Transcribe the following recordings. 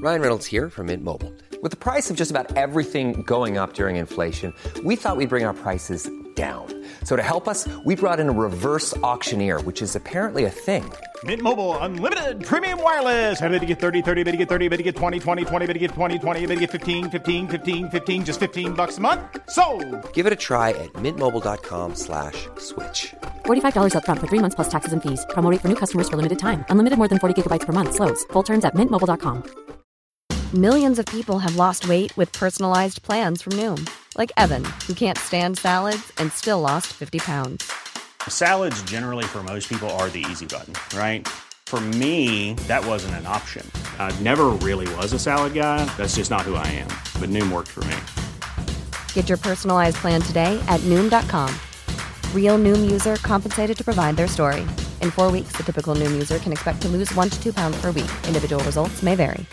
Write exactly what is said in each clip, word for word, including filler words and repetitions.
Ryan Reynolds here from Mint Mobile. With the price of just about everything going up during inflation, we thought we'd bring our prices down. So to help us, we brought in a reverse auctioneer, which is apparently a thing. Mint Mobile Unlimited Premium Wireless. How to get thirty, thirty, how to get thirty, how to get twenty, twenty, twenty, how to get twenty, twenty, how to get fifteen, fifteen, fifteen, fifteen, just fifteen bucks a month? Sold! Give it a try at mintmobile.com slash switch. forty-five dollars up front for three months plus taxes and fees. Promo rate for new customers for limited time. Unlimited more than forty gigabytes per month. Slows full terms at mint mobile dot com. Millions of people have lost weight with personalized plans from Noom. Like Evan, who can't stand salads and still lost fifty pounds. Salads generally for most people are the easy button, right? For me, that wasn't an option. I never really was a salad guy. That's just not who I am. But Noom worked for me. Get your personalized plan today at Noom dot com. Real Noom user compensated to provide their story. In four weeks, the typical Noom user can expect to lose one to two pounds per week. Individual results may vary.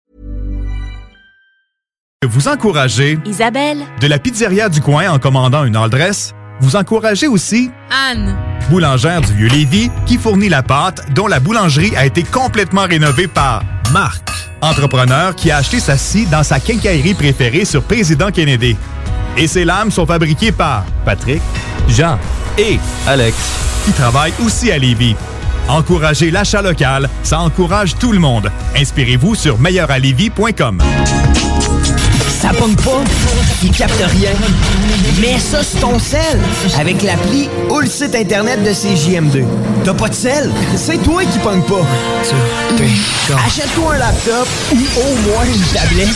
Vous encouragez Isabelle de la pizzeria du coin en commandant une all dress. Vous encouragez aussi Anne, boulangère du Vieux-Lévis, qui fournit la pâte, dont la boulangerie a été complètement rénovée par Marc, entrepreneur qui a acheté sa scie dans sa quincaillerie préférée sur Président Kennedy. Et ses lames sont fabriquées par Patrick, Jean et Alex, qui travaillent aussi à Lévis. Encouragez l'achat local, ça encourage tout le monde. Inspirez-vous sur meilleur à lévis point com. Ça pogne pas, il capte rien. Mets ça sur ton sel avec l'appli ou le site internet de C J M deux. T'as pas de sel? C'est toi qui pogne pas. Achète-toi un laptop ou au moins une tablette.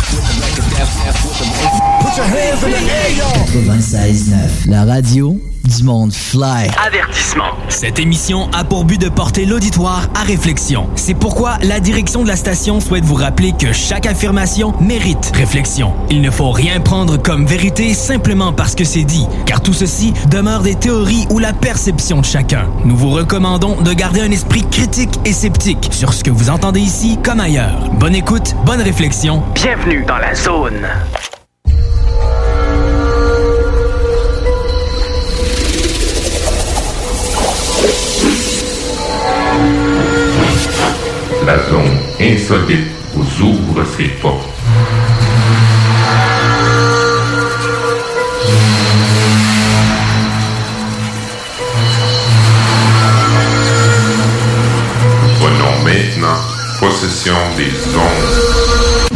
quatre-vingt-seize neuf, la radio du monde fly. Avertissement. Cette émission a pour but de porter l'auditoire à réflexion. C'est pourquoi la direction de la station souhaite vous rappeler que chaque affirmation mérite réflexion. Il ne faut rien prendre comme vérité simplement parce que c'est dit, car tout ceci demeure des théories ou la perception de chacun. Nous vous recommandons de garder un esprit critique et sceptique sur ce que vous entendez ici comme ailleurs. Bonne écoute, bonne réflexion. Bienvenue dans la zone. La zone insolite vous ouvre ses portes. Prenons maintenant possession des ondes.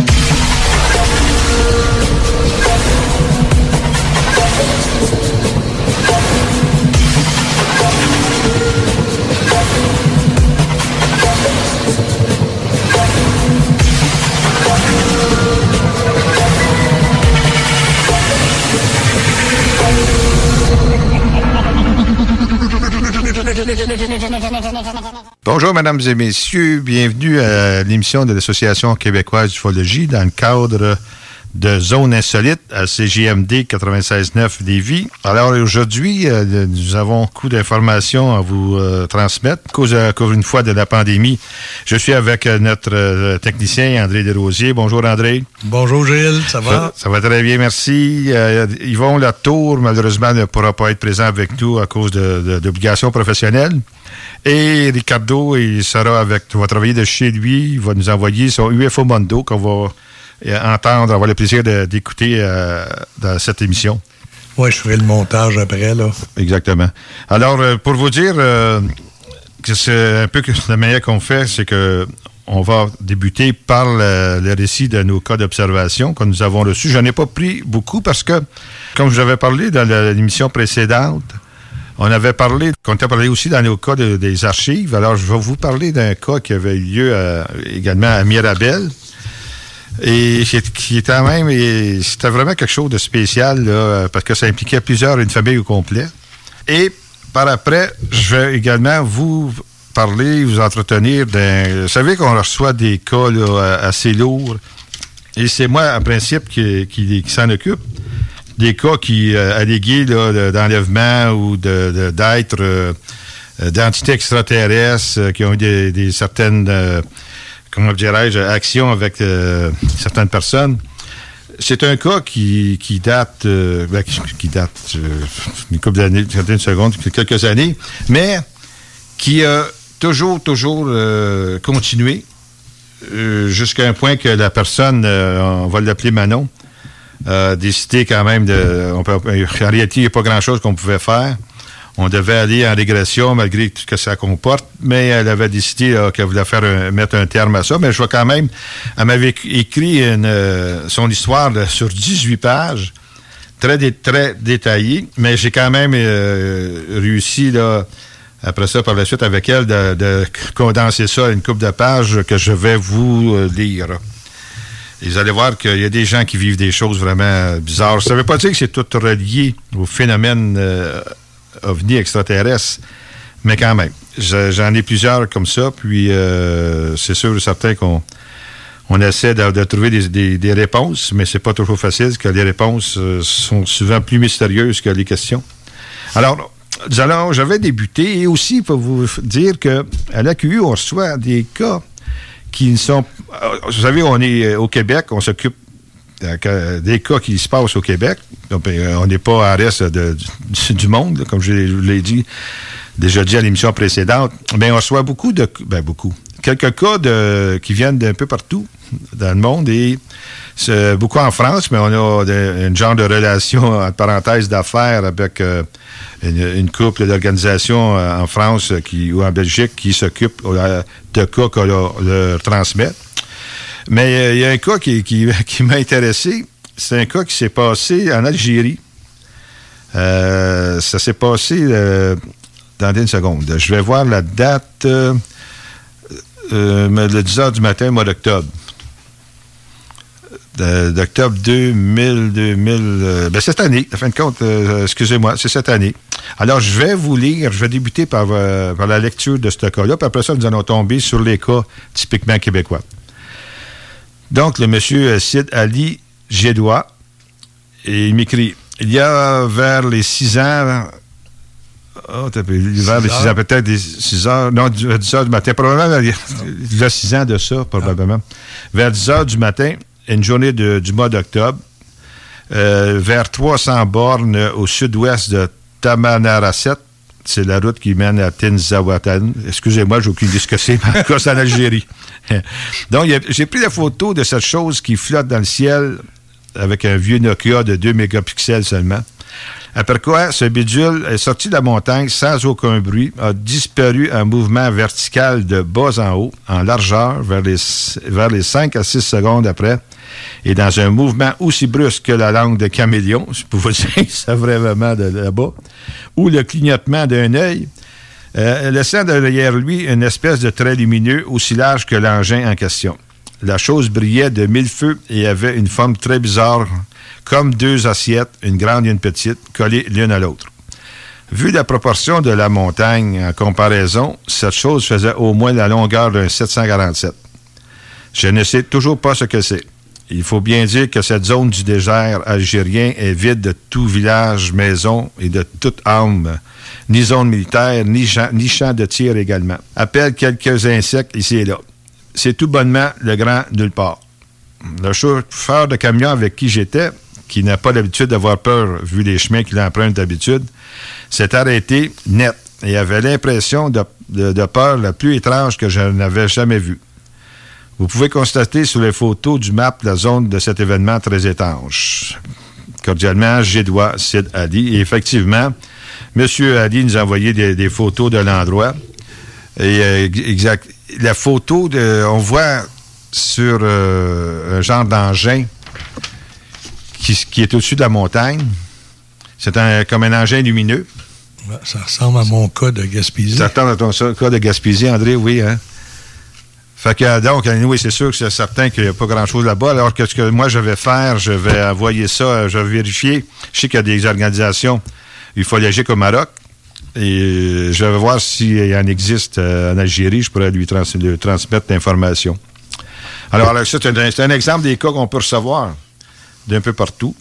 Bonjour, mesdames et messieurs. Bienvenue à l'émission de l'Association québécoise d'ufologie dans le cadre de Zone Insolite à C J M D quatre-vingt-seize neuf Lévis. Alors, aujourd'hui, euh, nous avons beaucoup d'informations à vous euh, transmettre. À cause, encore une fois, de la pandémie, je suis avec euh, notre euh, technicien André Desrosiers. Bonjour, André. Bonjour, Gilles. Ça va? Ça, ça va très bien, merci. Euh, Yvon Latour, malheureusement, ne pourra pas être présent avec nous à cause de, de, d'obligations professionnelles. Et Ricardo, il sera avec, il va travailler de chez lui. Il va nous envoyer son U F O Mondo qu'on va entendre, avoir le plaisir de, d'écouter euh, dans cette émission. Oui, je ferai le montage après, là. Exactement. Alors, euh, pour vous dire euh, que c'est un peu que la manière qu'on fait, c'est que on va débuter par le, le récit de nos cas d'observation que nous avons reçus. Je n'en ai pas pris beaucoup parce que, comme je vous avais parlé dans la, l'émission précédente, on avait parlé, qu'on a parlé aussi dans nos cas de, des archives. Alors, je vais vous parler d'un cas qui avait eu lieu euh, également à Mirabel. Et qui était même, et c'était vraiment quelque chose de spécial, là, parce que ça impliquait plusieurs, une famille au complet. Et par après, je vais également vous parler, vous entretenir d'un... Vous savez qu'on reçoit des cas là, assez lourds, et c'est moi, en principe, qui, qui, qui s'en occupe. Des cas qui euh, allégués là, d'enlèvement ou de, de, d'être euh, d'entités extraterrestres euh, qui ont eu des, des certaines... Euh, comment dirais-je, action avec euh, certaines personnes. C'est un cas qui, qui date, euh, ben, qui, qui date euh, une couple d'années, une seconde, quelques années, mais qui a toujours, toujours euh, continué. euh, jusqu'à un point que la personne, euh, on va l'appeler Manon, a décidé quand même de... On peut, en réalité, il n'y a pas grand-chose qu'on pouvait faire. On devait aller en régression malgré tout ce que ça comporte, mais elle avait décidé là, qu'elle voulait faire un, mettre un terme à ça. Mais je vois quand même, elle m'avait écrit une, euh, son histoire là, sur dix-huit pages, très, dé, très détaillée, mais j'ai quand même euh, réussi, là, après ça, par la suite, avec elle, de, de condenser ça à une couple de pages que je vais vous euh, lire. Et vous allez voir qu'il y a des gens qui vivent des choses vraiment bizarres. Ça ne veut pas dire que c'est tout relié au phénomène euh, ovni extraterrestre, mais quand même. Je, j'en ai plusieurs comme ça, puis euh, c'est sûr et certain qu'on on essaie de, de trouver des, des, des réponses, mais c'est pas toujours facile, parce que les réponses euh, sont souvent plus mystérieuses que les questions. Alors, alors j'avais débuté, et aussi, pour vous dire qu'à l'A Q U, on reçoit des cas qui ne sont... Vous savez, on est au Québec, on s'occupe des cas qui se passent au Québec. Donc, on n'est pas à reste de, du, du monde, là, comme je l'ai dit, déjà dit à l'émission précédente. Mais on reçoit beaucoup de... Ben, beaucoup. Quelques cas de, qui viennent d'un peu partout dans le monde, et c'est beaucoup en France, mais on a de, une genre de relation, entre parenthèses, d'affaires avec euh, une, une couple d'organisations euh, en France qui, ou en Belgique qui s'occupent euh, de cas qu'on leur, leur transmet. Mais il euh, y a un cas qui, qui, qui m'a intéressé. C'est un cas qui s'est passé en Algérie. Euh, ça s'est passé... Euh, attendez une seconde. Je vais voir la date... Euh, euh, le dix heures du matin, mois d'octobre. De, d'octobre deux mille... deux mille euh, ben cette année, à fin de compte, euh, excusez-moi, c'est cette année. Alors, je vais vous lire, je vais débuter par, euh, par la lecture de ce cas-là, puis après ça, nous allons tomber sur les cas typiquement québécois. Donc, le monsieur Sid Ali Gédois, et il m'écrit, il y a vers les six ans, oh, vers les six ans, peut-être des six heures, non, dix heures du matin, probablement, il y a six ans de ça, probablement. Vers dix heures du matin, une journée de, du mois d'octobre, euh, vers trois cents bornes au sud-ouest de Tamanrasset, c'est la route qui mène à Tinzawatan. Excusez-moi, j'ai aucune idée ce que c'est, mais en tout cas, c'est en Algérie. Donc, a, j'ai pris la photo de cette chose qui flotte dans le ciel avec un vieux Nokia de deux mégapixels seulement. Après quoi, ce bidule est sorti de la montagne sans aucun bruit, a disparu en mouvement vertical de bas en haut, en largeur, vers les, vers les cinq à six secondes après, et dans un mouvement aussi brusque que la langue de caméléon, je peux vous dire, ça vraiment de là-bas, ou le clignotement d'un œil, euh, laissant derrière lui une espèce de trait lumineux aussi large que l'engin en question. La chose brillait de mille feux et avait une forme très bizarre, comme deux assiettes, une grande et une petite, collées l'une à l'autre. Vu la proportion de la montagne en comparaison, cette chose faisait au moins la longueur d'un sept cent quarante-sept. Je ne sais toujours pas ce que c'est. Il faut bien dire que cette zone du désert algérien est vide de tout village, maison et de toute âme, ni zone militaire, ni champ, ni champ de tir également. Appelle quelques insectes ici et là. C'est tout bonnement le grand nulle part. Le chauffeur de camion avec qui j'étais, qui n'a pas l'habitude d'avoir peur vu les chemins qu'il emprunte d'habitude, s'est arrêté net et avait l'impression de, de, de peur la plus étrange que je n'avais jamais vue. Vous pouvez constater sur les photos du map la zone de cet événement très étrange. Cordialement, Gédois Sid Ali. Et effectivement, M. Ali nous a envoyé des, des photos de l'endroit. Et euh, exact, la photo, de, on voit sur euh, un genre d'engin qui, qui est au-dessus de la montagne. C'est un, comme un engin lumineux. Ouais, ça ressemble à mon cas de Gaspésie. Ça ressemble à ton ça, cas de Gaspésie, André, oui, hein? Fait que, donc, oui, c'est sûr que c'est certain qu'il n'y a pas grand-chose là-bas. Alors que ce que moi, je vais faire, je vais envoyer ça, je vais vérifier. Je sais qu'il y a des organisations ufologiques au Maroc. Et je vais voir s'il y en existe euh, en Algérie. Je pourrais lui, trans- lui transmettre l'information. Alors, alors ça, c'est un, c'est un exemple des cas qu'on peut recevoir d'un peu partout.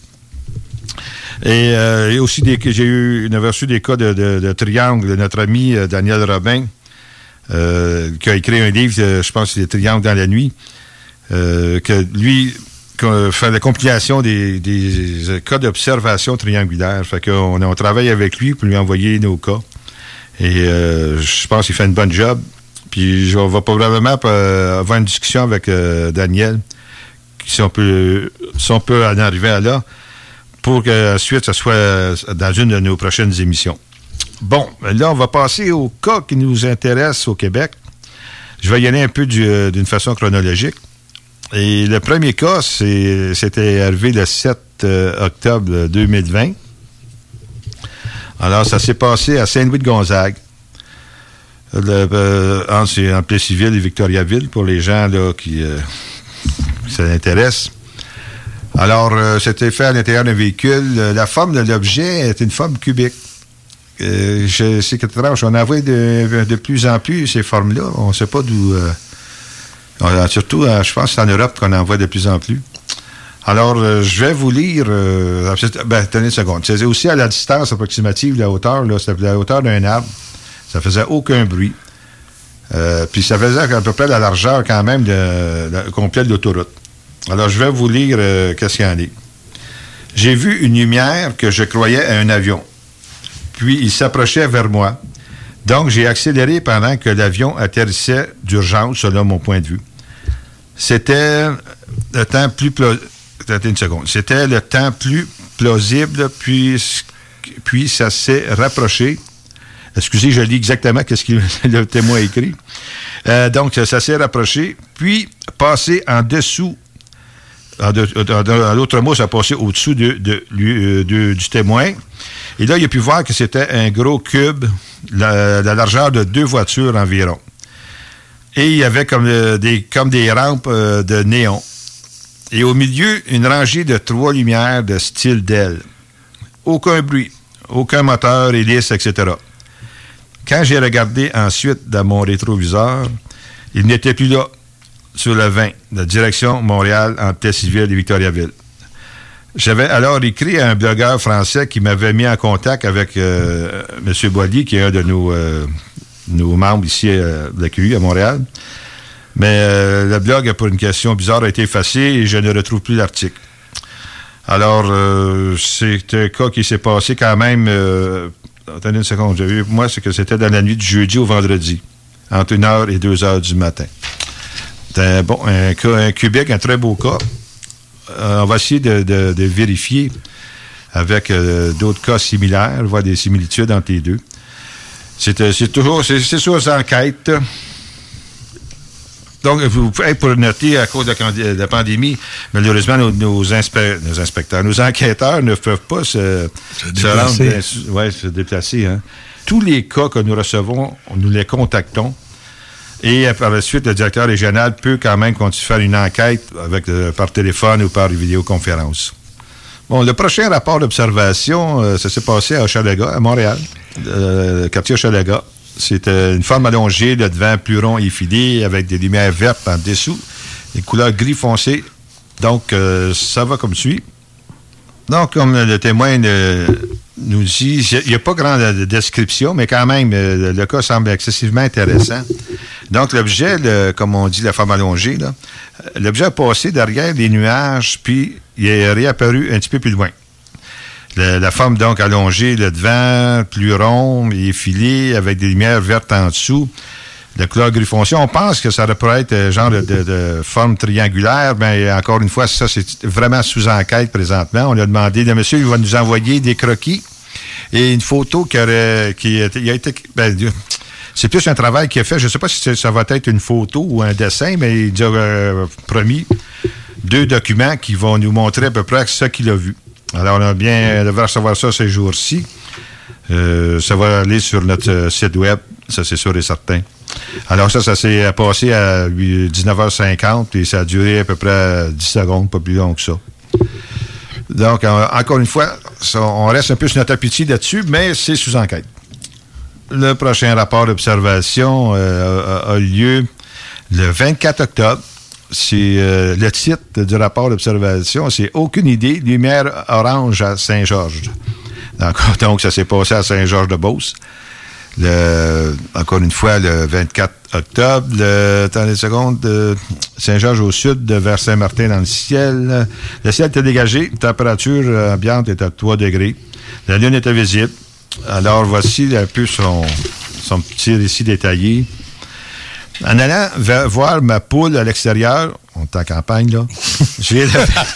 Et, euh, et aussi, des, j'ai eu, on avait reçu des cas de, de, de triangle de notre ami euh, Daniel Robin, euh, qui a écrit un livre, euh, je pense, Les triangles dans la nuit, euh, que lui fait la compilation des, des cas d'observation triangulaire. Fait qu'on on travaille avec lui pour lui envoyer nos cas. Et euh, je pense qu'il fait une bonne job. Puis je vais probablement euh, avoir une discussion avec euh, Daniel, si on peut, si on peut en arriver à là, pour que ensuite ce soit dans une de nos prochaines émissions. Bon, là, on va passer au cas qui nous intéresse au Québec. Je vais y aller un peu du, d'une façon chronologique. Et le premier cas, c'est, c'était arrivé le sept octobre deux mille vingt. Alors, ça s'est passé à Saint-Louis-de-Gonzague, le, euh, en, en Plessisville et Victoriaville, pour les gens là, qui, euh, qui s'intéressent. Alors, euh, c'était fait à l'intérieur d'un véhicule. La forme de l'objet est une forme cubique. Euh, je sais que étrange. On en voit de, de plus en plus ces formes-là. On ne sait pas d'où... Euh, on, surtout, euh, je pense que c'est en Europe qu'on en voit de plus en plus. Alors, euh, je vais vous lire... Euh, ben, tenez une seconde. C'est aussi à la distance approximative de la hauteur. Là, c'était la hauteur d'un arbre. Ça faisait aucun bruit. Euh, puis ça faisait à peu près la largeur quand même de, de, complète de l'autoroute. Alors, je vais vous lire euh, qu'est-ce qu'il y en est. J'ai vu une lumière que je croyais à un avion. Puis, il s'approchait vers moi. Donc, j'ai accéléré pendant que l'avion atterrissait d'urgence, selon mon point de vue. C'était le temps plus plausible. Attendez une seconde. C'était le temps plus plausible, puis, puis ça s'est rapproché. Excusez, je lis exactement ce que le témoin a écrit. Euh, donc, ça s'est rapproché, puis passé en dessous. En, de, en, en l'autre mot, ça a passé au-dessous de, de, de, de, du témoin. Et là, il a pu voir que c'était un gros cube, la, la largeur de deux voitures environ. Et il y avait comme, euh, des, comme des rampes euh, de néon. Et au milieu, une rangée de trois lumières de style d'ailes. Aucun bruit, aucun moteur, hélice, et cetera. Quand j'ai regardé ensuite dans mon rétroviseur, il n'était plus là, sur le vingt, de direction Montréal, entre Plessisville et Victoriaville. J'avais alors écrit à un blogueur français qui m'avait mis en contact avec euh, M. Boilly, qui est un de nos, euh, nos membres ici euh, de la Q U à Montréal. Mais euh, le blog, pour une question bizarre, a été effacé et je ne retrouve plus l'article. Alors, euh, c'est un cas qui s'est passé quand même... Euh, attendez une seconde, j'ai vu, moi, c'est que c'était dans la nuit du jeudi au vendredi, entre une heure et deux heures du matin. C'est un, bon, un, cas, un Québec, un très beau cas. Euh, on va essayer de, de, de vérifier avec euh, d'autres cas similaires, voir des similitudes entre les deux. C'est, c'est toujours, c'est, c'est sur les enquêtes. Donc, vous pouvez, pour noter, à cause de la pandémie, malheureusement, nos, nos, inspe- nos inspecteurs, nos enquêteurs ne peuvent pas se, se, se rendre, ouais, se déplacer. Hein. Tous les cas que nous recevons, nous les contactons. Et par la suite, le directeur régional peut quand même continuer à faire une enquête avec, euh, par téléphone ou par vidéoconférence. Bon, le prochain rapport d'observation, euh, ça s'est passé à Hochelaga, à Montréal, euh, le quartier Hochelaga. C'était une forme allongée, le devant plus rond et filé, avec des lumières vertes en dessous, des couleurs gris foncé. Donc, euh, ça va comme suit. Donc, comme le témoin euh, nous dit, il n'y a pas grande description, mais quand même, euh, le cas semble excessivement intéressant. Donc, l'objet, le, comme on dit, la forme allongée, là, l'objet a passé derrière les nuages, puis il est réapparu un petit peu plus loin. Le, la forme, donc, allongée, le devant, plus rond, et effilé, avec des lumières vertes en dessous. La couleur gris foncé, on pense que ça pourrait être un genre de, de, de forme triangulaire, mais encore une fois, ça, c'est vraiment sous enquête présentement. On a demandé, le monsieur, il va nous envoyer des croquis et une photo qui, aurait, qui a été... Ben, c'est plus un travail qu'il a fait. Je ne sais pas si ça va être une photo ou un dessin, mais il a euh, promis deux documents qui vont nous montrer à peu près ce qu'il a vu. Alors, on a bien, on devrait recevoir ça ces jours-ci. Euh, ça va aller sur notre site web, ça c'est sûr et certain. Alors ça, ça s'est passé à dix-neuf heures cinquante et ça a duré à peu près dix secondes, pas plus long que ça. Donc, en, encore une fois, ça, on reste un peu sur notre appétit là-dessus, mais c'est sous enquête. Le prochain rapport d'observation euh, a, a lieu le vingt-quatre octobre. C'est euh, le titre du rapport d'observation, c'est « Aucune idée, lumière orange à Saint-Georges ». Donc, donc, ça s'est passé à Saint-Georges-de-Beauce. Le, encore une fois, le vingt-quatre octobre. Le, attendez une seconde. De Saint-Georges au sud, de vers Saint-Martin dans le ciel. Le ciel était dégagé. La température ambiante était à trois degrés. La lune était visible. Alors, voici un peu son, son petit récit détaillé. En allant vers, voir ma poule à l'extérieur, on est en campagne, là, j'ai...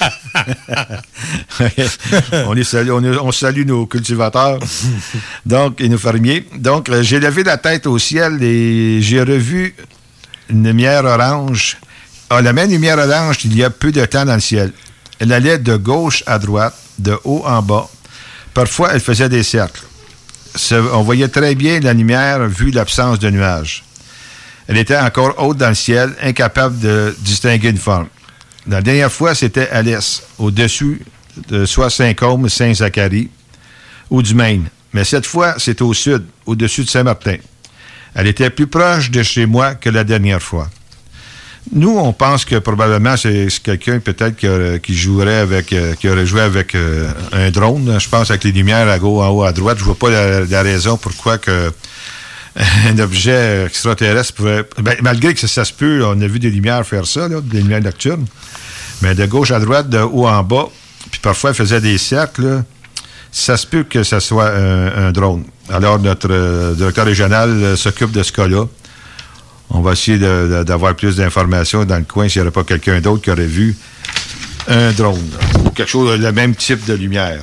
on, est salue, on, est, on salue nos cultivateurs, donc, et nos fermiers. Donc, euh, j'ai levé la tête au ciel et j'ai revu une lumière orange. Ah, la même lumière orange qu'il y a peu de temps dans le ciel. Elle allait de gauche à droite, de haut en bas. Parfois, elle faisait des cercles. On voyait très bien la lumière vu l'absence de nuages. Elle était encore haute dans le ciel, incapable de distinguer une forme. La dernière fois, c'était à l'est, au-dessus de soit Saint-Côme, Saint-Zacharie ou du Maine. Mais cette fois, c'est au sud, au-dessus de Saint-Martin. Elle était plus proche de chez moi que la dernière fois. Nous, on pense que probablement c'est quelqu'un peut-être qui, a, qui jouerait avec, euh, qui aurait joué avec euh, un drone. Je pense avec les lumières à gauche, en haut, à droite. Je vois pas la, la raison pourquoi que un objet extraterrestre pouvait... Ben, malgré que ça, ça se peut, on a vu des lumières faire ça, là, des lumières nocturnes. Mais de gauche à droite, de haut en bas, puis parfois, elle faisait des cercles, là. Ça se peut que ça soit un, un drone. Alors, notre euh, directeur régional euh, s'occupe de ce cas-là. On va essayer de, de, d'avoir plus d'informations dans le coin s'il n'y aurait pas quelqu'un d'autre qui aurait vu un drone, là, ou quelque chose, le même type de lumière.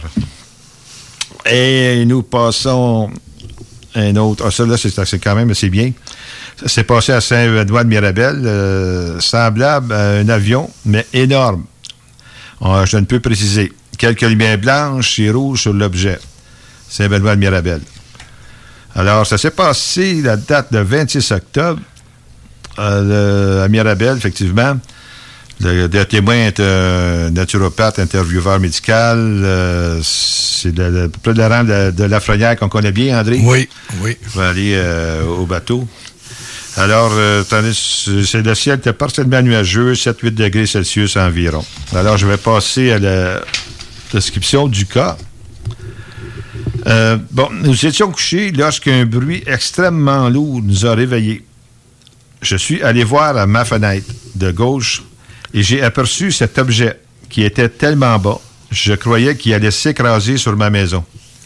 Et nous passons... Un autre. Ah, ça, là, c'est, c'est quand même assez bien. Ça s'est passé à Saint-Benoît-de-Mirabel, euh, semblable à un avion, mais énorme. Ah, je ne peux préciser. Quelques lumières blanches et rouges sur l'objet. Saint-Benoît-de-Mirabel. Alors, ça s'est passé la date de vingt-six octobre euh, le, à Mirabel, effectivement. Le, le témoin est un naturopathe, intervieweur médical. Euh, c'est de, de, près de la rang de, de Lafrenière qu'on connaît bien, André. Oui, oui. On va aller euh, au bateau. Alors, euh, attendez, c'est le ciel était partiellement nuageux, sept à huit degrés Celsius environ. Alors, je vais passer à la description du cas. Euh, bon, nous étions couchés lorsqu'un bruit extrêmement lourd nous a réveillés. Je suis allé voir à ma fenêtre de gauche et j'ai aperçu cet objet qui était tellement bas, je croyais qu'il allait s'écraser sur ma maison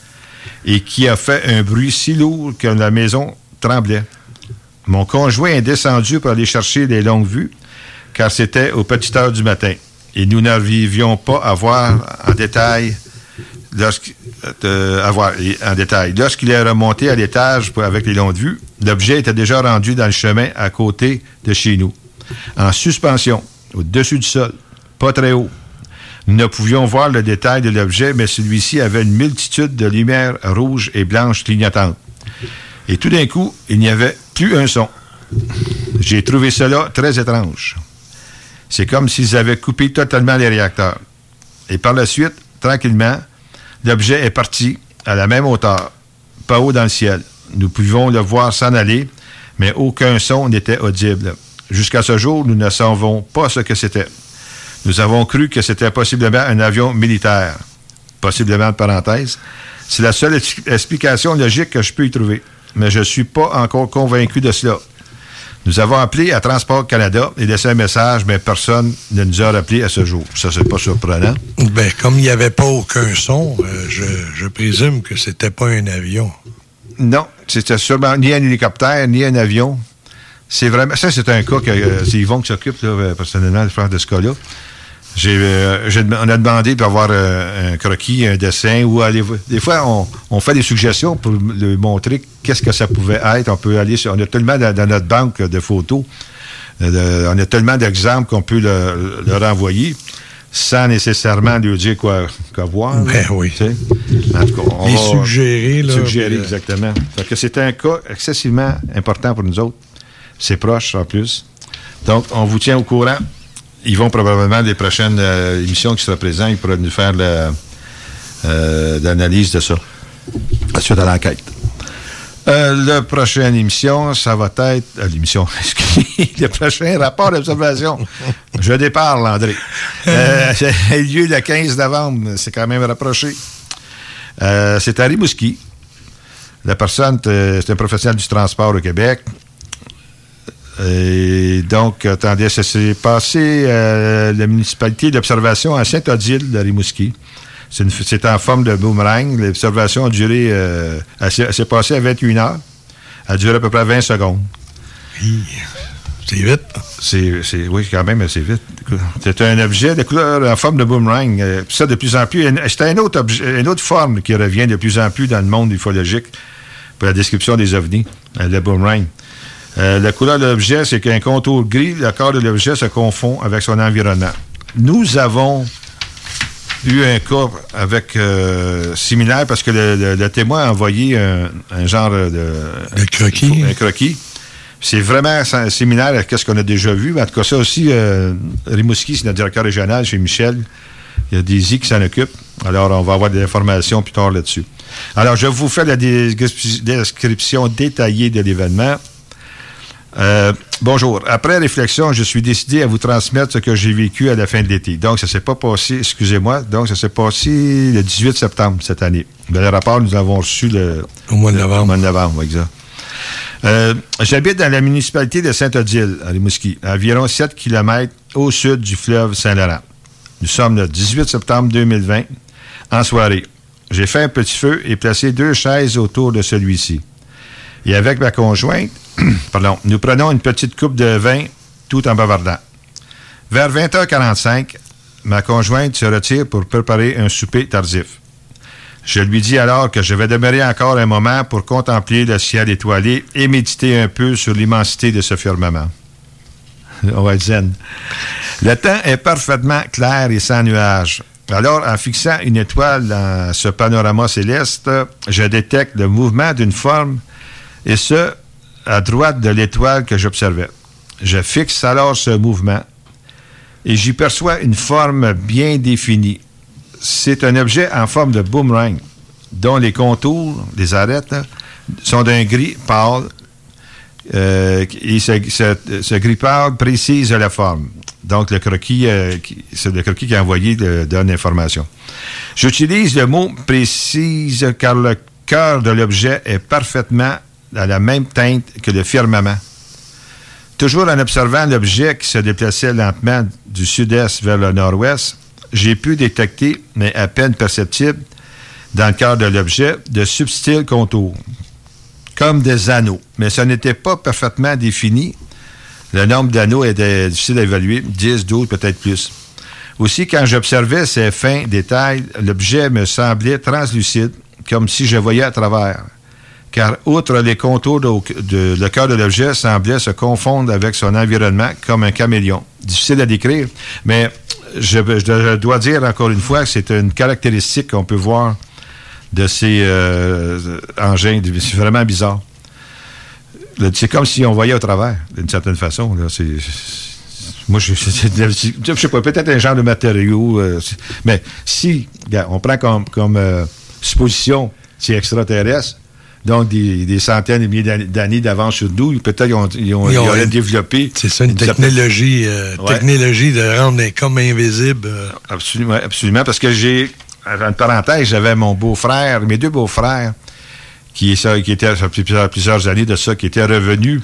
et qui a fait un bruit si lourd que la maison tremblait. Mon conjoint est descendu pour aller chercher les longues vues car c'était aux petites heures du matin et nous n'arrivions pas à voir en détail lorsqu'il, euh, à voir en détail. Lorsqu'il est remonté à l'étage pour, avec les longues vues, l'objet était déjà rendu dans le chemin à côté de chez nous, en suspension, au-dessus du sol, pas très haut. Nous ne pouvions voir le détail de l'objet, mais celui-ci avait une multitude de lumières rouges et blanches clignotantes. Et tout d'un coup, il n'y avait plus un son. J'ai trouvé cela très étrange. C'est comme s'ils avaient coupé totalement les réacteurs. Et par la suite, tranquillement, l'objet est parti à la même hauteur, pas haut dans le ciel. Nous pouvions le voir s'en aller, mais aucun son n'était audible. Jusqu'à ce jour, nous ne savons pas ce que c'était. Nous avons cru que c'était possiblement un avion militaire. Possiblement, de parenthèse. C'est la seule explication logique que je peux y trouver. Mais je ne suis pas encore convaincu de cela. Nous avons appelé à Transport Canada et laissé un message, mais personne ne nous a rappelé à ce jour. Ça, c'est pas surprenant. Ben, comme il n'y avait pas aucun son, euh, je, je présume que c'était pas un avion. Non, c'était sûrement ni un hélicoptère, ni un avion. C'est vraiment... Ça, c'est un cas que euh, c'est Yvon qui s'occupe, là, personnellement, de faire de ce cas-là. J'ai, euh, j'ai, on a demandé d'avoir euh, un croquis, un dessin, ou aller... Des fois, on, on fait des suggestions pour lui montrer qu'est-ce que ça pouvait être. On peut aller sur... On a tellement dans, dans notre banque de photos, euh, de, on a tellement d'exemples qu'on peut le, le renvoyer sans nécessairement lui dire quoi, quoi voir. Ben là, oui. Tu sais. En tout cas, on Et va suggérer, là. Suggérer, puis, exactement. Fait que c'est un cas excessivement important pour nous autres. C'est proche, en plus. Donc, on vous tient au courant. Ils vont probablement, des prochaines euh, émissions qui seront présentes, ils pourront nous faire la, euh, l'analyse de ça, suite à l'enquête. Euh, la prochaine émission, ça va être... Euh, l'émission, excusez, le prochain rapport d'observation. Je déparle, André. Euh, ça a eu lieu le quinze novembre, c'est quand même rapproché. Euh, c'est à Rimouski. La personne, c'est un professionnel du transport au Québec. Et donc, attendez, ça s'est passé à la municipalité d'observation à Saint-Odile de Rimouski. C'est, une, c'est en forme de boomerang. L'observation a duré... Euh, elle, s'est, elle s'est passée à vingt et une heures. Elle a duré à peu près vingt secondes. Oui. C'est vite. C'est, c'est, oui, quand même assez vite. C'est un objet de couleur en forme de boomerang. Euh, ça, de plus en plus, c'est une autre, objet, une autre forme qui revient de plus en plus dans le monde ufologique pour la description des ovnis, euh, le boomerang. Euh, la couleur de l'objet, c'est qu'un contour gris, le corps de l'objet se confond avec son environnement. Nous avons eu un cas avec euh, similaire parce que le, le, le témoin a envoyé un, un genre de... Un croquis. Un croquis. C'est vraiment similaire à ce qu'on a déjà vu. En tout cas, ça aussi, euh, Rimouski, c'est notre directeur régional chez Michel. Il y a des I qui s'en occupent. Alors, on va avoir des informations plus tard là-dessus. Alors, je vous fais la description détaillée de l'événement. Euh, bonjour. Après réflexion, je suis décidé à vous transmettre ce que j'ai vécu à la fin de l'été. Donc, ça s'est pas passé, excusez-moi, donc ça s'est passé le dix-huit septembre cette année. Le rapport, nous l'avons reçu le... Au mois de novembre. Au mois de novembre, oui, exact. Euh, j'habite dans la municipalité de Saint-Odile, à Rimouski, à environ sept kilomètres au sud du fleuve Saint-Laurent. Nous sommes le dix-huit septembre deux mille vingt, en soirée. J'ai fait un petit feu et placé deux chaises autour de celui-ci. Et avec ma conjointe, pardon, nous prenons une petite coupe de vin tout en bavardant. Vers vingt heures quarante-cinq, ma conjointe se retire pour préparer un souper tardif. Je lui dis alors que je vais demeurer encore un moment pour contempler le ciel étoilé et méditer un peu sur l'immensité de ce firmament. On va être zen. Le temps est parfaitement clair et sans nuages. Alors, en fixant une étoile dans ce panorama céleste, je détecte le mouvement d'une forme, et ce, à droite de l'étoile que j'observais. Je fixe alors ce mouvement et j'y perçois une forme bien définie. C'est un objet en forme de boomerang, dont les contours, les arêtes, là, sont d'un gris pâle. Euh, et ce, ce, ce gris pâle précise la forme. Donc, le croquis, euh, qui, c'est le croquis qui a envoyé le, donne l'information. J'utilise le mot « précise » car le cœur de l'objet est parfaitement à la même teinte que le firmament. Toujours en observant l'objet qui se déplaçait lentement du sud-est vers le nord-ouest, j'ai pu détecter, mais à peine perceptible, dans le cœur de l'objet, de subtils contours, comme des anneaux. Mais ce n'était pas parfaitement défini. Le nombre d'anneaux était difficile à évaluer, dix, douze, peut-être plus. Aussi, quand j'observais ces fins détails, l'objet me semblait translucide, comme si je voyais à travers. Car, outre les contours, de, de, le cœur de l'objet semblait se confondre avec son environnement comme un caméléon. Difficile à décrire, mais je, je dois dire encore une fois que c'est une caractéristique qu'on peut voir de ces euh, engins. C'est vraiment bizarre. C'est comme si on voyait au travers, d'une certaine façon. Là. C'est, c'est, moi, je, c'est, c'est, je sais pas, peut-être un genre de matériau. Euh, mais si, regarde, on prend comme, comme euh, supposition, c'est extraterrestre, donc des, des centaines et milliers d'années, d'années d'avance sur nous, peut-être qu'ils ont, ils ont, ils ont, ils ont développé... C'est ça, une, une technologie, euh, ouais. technologie de rendre comme invisible. Euh. Absolument, absolument, parce que j'ai, en parenthèse, j'avais mon beau-frère, mes deux beaux-frères, qui, ça, qui étaient, ça fait plusieurs, plusieurs années de ça, qui étaient revenus.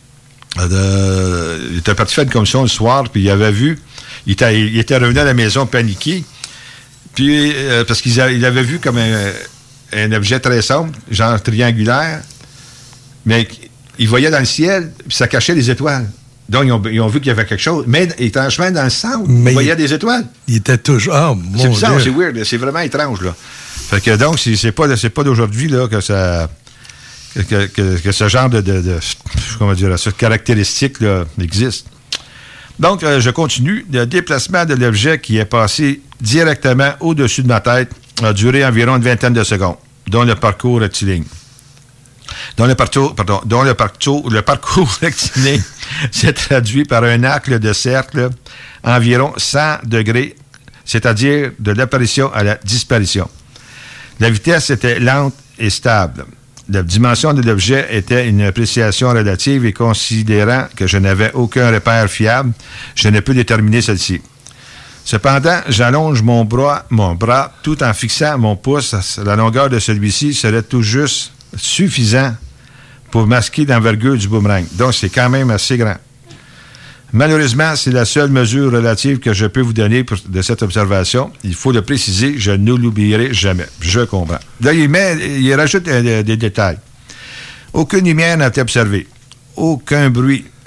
De, il était parti faire une commission le soir, puis il avait vu, il était, il était revenu à la maison paniqué, puis, euh, parce qu'il a, il avait vu comme un... un objet très sombre, genre triangulaire, mais ils voyaient dans le ciel, puis ça cachait les étoiles. Donc, ils ont, ils ont vu qu'il y avait quelque chose. Mais étrangement, dans le centre, ils voyaient des étoiles. Il était toujours... Ah, mon c'est bizarre, Dieu. C'est weird, c'est vraiment étrange, là. Fait que donc, c'est, c'est pas, c'est pas d'aujourd'hui, là, que ça... Que, que, que ce genre de... de, de comment dire, cette caractéristique, là, existe. Donc, euh, je continue. Le déplacement de l'objet qui est passé directement au-dessus de ma tête a duré environ une vingtaine de secondes, dont le parcours rectiligne. Dont le parcours, pardon, dont le parcours, le parcours rectiligne s'est traduit par un arc de cercle environ cent degrés, c'est-à-dire de l'apparition à la disparition. La vitesse était lente et stable. La dimension de l'objet était une appréciation relative et considérant que je n'avais aucun repère fiable, je ne peux déterminer celle-ci. Cependant, j'allonge mon bras, mon bras tout en fixant mon pouce. La longueur de celui-ci serait tout juste suffisant pour masquer l'envergure du boomerang. Donc, c'est quand même assez grand. Malheureusement, c'est la seule mesure relative que je peux vous donner pour, de cette observation. Il faut le préciser, je ne l'oublierai jamais. Je comprends. Là, il, met, il rajoute euh, des détails. Aucune lumière n'a été observée. Aucun bruit.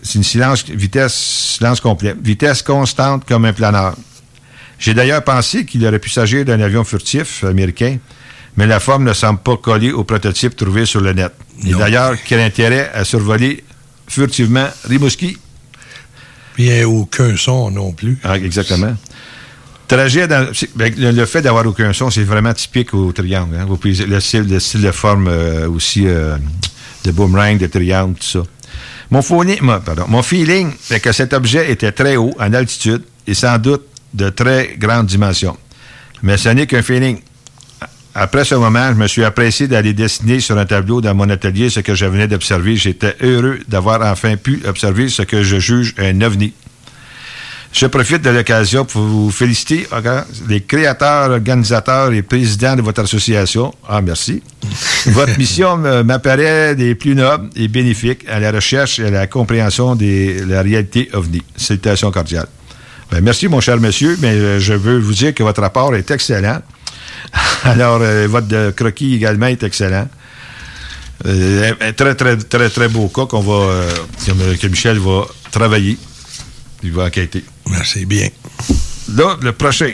c'est une silence, vitesse, silence complet. Vitesse constante comme un planeur. J'ai d'ailleurs pensé qu'il aurait pu s'agir d'un avion furtif américain, mais la forme ne semble pas coller au prototype trouvé sur le net. Et non. D'ailleurs, quel intérêt à survoler furtivement Rimouski? Il n'y a aucun son non plus. Ah, exactement. Trajet dans, ben, le, le fait d'avoir aucun son, c'est vraiment typique au triangle. Hein? Le, style, le style de forme euh, aussi euh, de boomerang, de triangle, tout ça. Mon, phoni, mon, pardon, mon feeling est que cet objet était très haut, en altitude, et sans doute de très grande dimension. Mais ce n'est qu'un feeling. Après ce moment, je me suis apprécié d'aller dessiner sur un tableau dans mon atelier ce que je venais d'observer. J'étais heureux d'avoir enfin pu observer ce que je juge un ovni. Je profite de l'occasion pour vous féliciter, okay, les créateurs, organisateurs et présidents de votre association. Ah, merci. Votre mission m'apparaît des plus nobles et bénéfiques à la recherche et à la compréhension de la réalité ovni. Salutations cordiales. Ben, merci, mon cher monsieur, mais je veux vous dire que votre rapport est excellent. Alors, euh, votre de croquis également est excellent. Euh, un très, très, très, très beau cas qu'on va, euh, que Michel va travailler. Il va enquêter. Merci bien. Là, le prochain.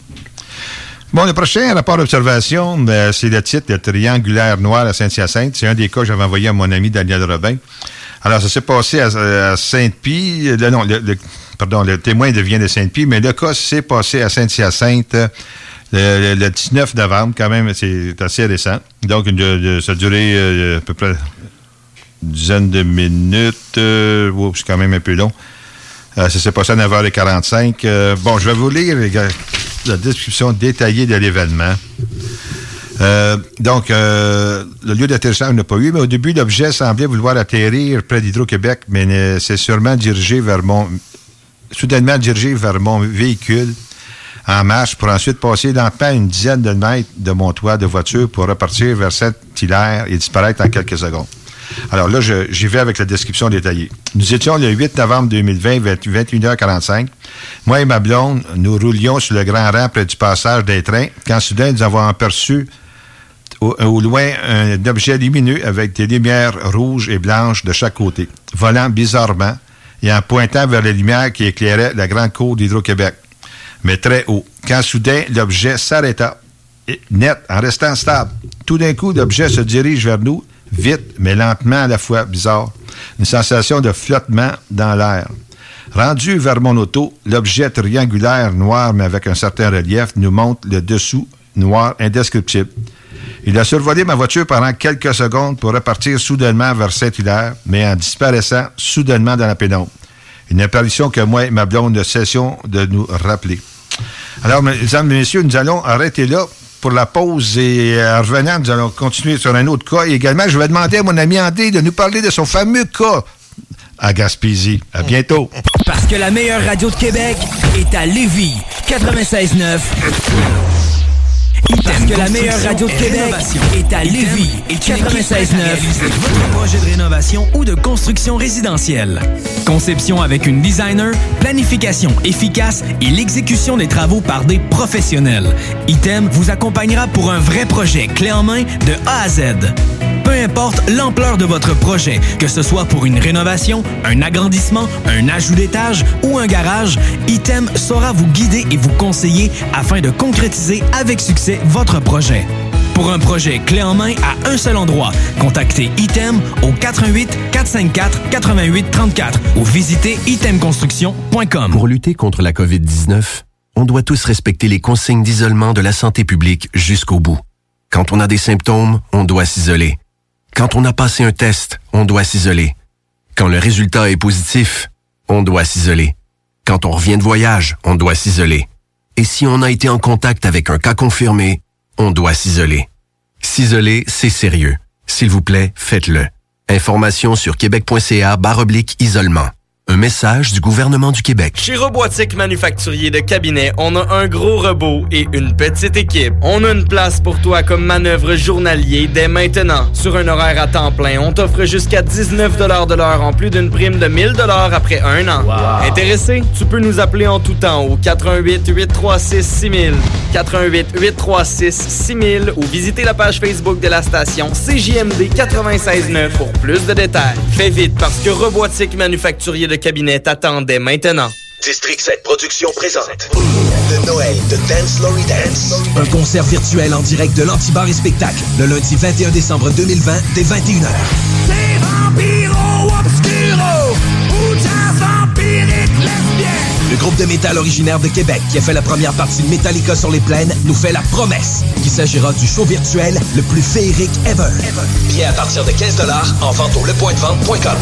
Bon, le prochain rapport d'observation, ben, c'est le titre, le triangulaire noir à Saint-Hyacinthe. C'est un des cas que j'avais envoyé à mon ami Daniel Robin. Alors, ça s'est passé à, à Sainte-Pie. Le, non, le, le, pardon, le témoin devient de Sainte-Pie, mais le cas s'est passé à Saint-Hyacinthe le, le, le dix-neuf novembre, quand même, c'est assez récent. Donc, une, de, ça a duré euh, à peu près une dizaine de minutes. Euh, oh, c'est quand même un peu long. Euh, ça s'est passé à neuf heures quarante-cinq. Euh, bon, je vais vous lire la description détaillée de l'événement. Euh, donc, euh, le lieu d'atterrissage n'a pas eu, mais au début, l'objet semblait vouloir atterrir près d'Hydro-Québec, mais c'est sûrement dirigé vers mon... soudainement dirigé vers mon véhicule en marche pour ensuite passer lentement à une dizaine de mètres de mon toit de voiture pour repartir vers Saint-Hilaire et disparaître en quelques secondes. Alors là, je, j'y vais avec la description détaillée. Nous étions le huit novembre deux mille vingt, vingt et une heures quarante-cinq. Moi et ma blonde, nous roulions sur le grand rang près du passage des trains quand soudain nous avons aperçu au, au loin un objet lumineux avec des lumières rouges et blanches de chaque côté, volant bizarrement et en pointant vers les lumières qui éclairaient la grande cour d'Hydro-Québec, mais très haut. Quand soudain, l'objet s'arrêta, net, en restant stable. Tout d'un coup, l'objet se dirige vers nous, vite, mais lentement à la fois, bizarre. Une sensation de flottement dans l'air. Rendu vers mon auto, l'objet triangulaire noir, mais avec un certain relief, nous montre le dessous noir indescriptible. Il a survolé ma voiture pendant quelques secondes pour repartir soudainement vers Saint-Hilaire, mais en disparaissant soudainement dans la pénombre. Une apparition que moi et ma blonde ne cessions de nous rappeler. Alors, mesdames et messieurs, nous allons arrêter là pour la pause et en revenant, nous allons continuer sur un autre cas. Et également, je vais demander à mon ami André de nous parler de son fameux cas à Gaspésie. À bientôt. Parce que la meilleure radio de Québec est à Lévis. quatre-vingt-seize neuf. Parce que la meilleure radio de Québec est à Lévis. Et quatre-vingt-seize neuf. Votre projet de rénovation ou de construction résidentielle. Conception avec une designer, planification efficace et l'exécution des travaux par des professionnels. Item vous accompagnera pour un vrai projet clé en main de A à Z. Peu importe l'ampleur de votre projet, que ce soit pour une rénovation, un agrandissement, un ajout d'étage ou un garage, Item saura vous guider et vous conseiller afin de concrétiser avec succès votre projet. Pour un projet clé en main à un seul endroit, contactez Item au quatre un huit, quatre cinq quatre, huit huit trois quatre ou visitez item construction point com. Pour lutter contre la covid dix-neuf, on doit tous respecter les consignes d'isolement de la santé publique jusqu'au bout. Quand on a des symptômes, on doit s'isoler. Quand on a passé un test, on doit s'isoler. Quand le résultat est positif, on doit s'isoler. Quand on revient de voyage, on doit s'isoler. Et si on a été en contact avec un cas confirmé, on doit s'isoler. S'isoler, c'est sérieux. S'il vous plaît, faites-le. Information sur québec.ca barre oblique isolement. Un message du gouvernement du Québec. Chez Robotique Manufacturier de Cabinet, on a un gros robot et une petite équipe. On a une place pour toi comme manœuvre journalier dès maintenant. Sur un horaire à temps plein, on t'offre jusqu'à dix-neuf dollars de l'heure en plus d'une prime de mille dollars après un an. Wow. Intéressé? Tu peux nous appeler en tout temps au quatre un huit, huit trois six, six mille. quatre un huit, huit trois six, six mille ou visitez la page Facebook de la station C J M D quatre-vingt-seize neuf pour plus de détails. Fais vite parce que Robotique Manufacturier de Cabinet t'attendait maintenant. District sept Productions présente le Noël de Dance Lory Dance. Un concert virtuel en direct de l'Antibar et Spectacle le lundi vingt et un décembre deux mille vingt dès vingt et une heures. C'est Vampiro Obscuro ou jazz vampirique lesbien. Le groupe de métal originaire de Québec qui a fait la première partie de Metallica sur les plaines nous fait la promesse qu'il s'agira du show virtuel le plus féerique ever. ever. Billets à partir de quinze dollars en vente au lepointdevente point com.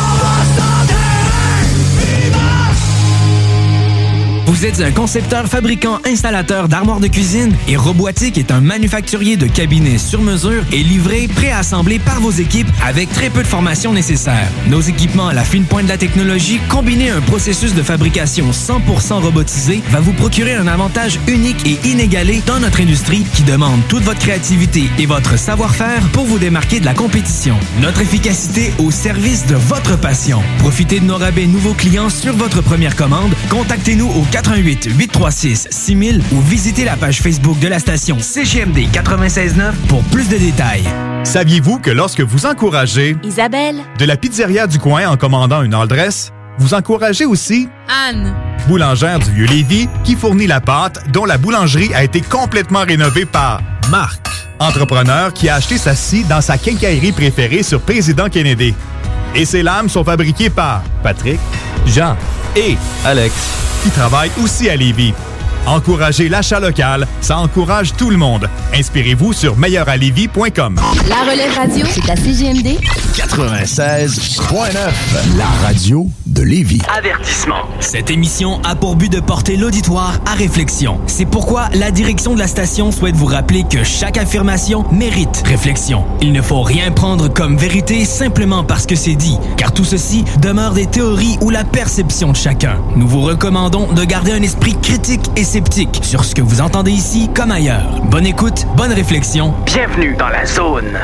Vous êtes un concepteur, fabricant, installateur d'armoires de cuisine et Robotique est un manufacturier de cabinets sur mesure et livré, préassemblé par vos équipes avec très peu de formation nécessaire. Nos équipements à la fine pointe de la technologie, combinés à un processus de fabrication cent pour cent robotisé, va vous procurer un avantage unique et inégalé dans notre industrie qui demande toute votre créativité et votre savoir-faire pour vous démarquer de la compétition. Notre efficacité au service de votre passion. Profitez de nos rabais nouveaux clients sur votre première commande. Contactez-nous au quatre un huit, huit trois six, six mille ou visitez la page Facebook de la station C J M D quatre-vingt-seize neuf pour plus de détails. Saviez-vous que lorsque vous encouragez Isabelle de la pizzeria du coin en commandant une all dress, vous encouragez aussi Anne, boulangère du Vieux-Lévis, qui fournit la pâte dont la boulangerie a été complètement rénovée par Marc, entrepreneur qui a acheté sa scie dans sa quincaillerie préférée sur Président Kennedy. Et ses lames sont fabriquées par Patrick, Jean et Alex, qui travaillent aussi à Lévis. Encouragez l'achat local, ça encourage tout le monde. Inspirez-vous sur meilleur à lévis point com. La Relève Radio, c'est à C J M D quatre-vingt-seize neuf, la radio de Lévis. Avertissement. Cette émission a pour but de porter l'auditoire à réflexion. C'est pourquoi la direction de la station souhaite vous rappeler que chaque affirmation mérite réflexion. Il ne faut rien prendre comme vérité simplement parce que c'est dit, car tout ceci demeure des théories ou la perception de chacun. Nous vous recommandons de garder un esprit critique et sceptique sur ce que vous entendez ici comme ailleurs. Bonne écoute, bonne réflexion. Bienvenue dans la zone.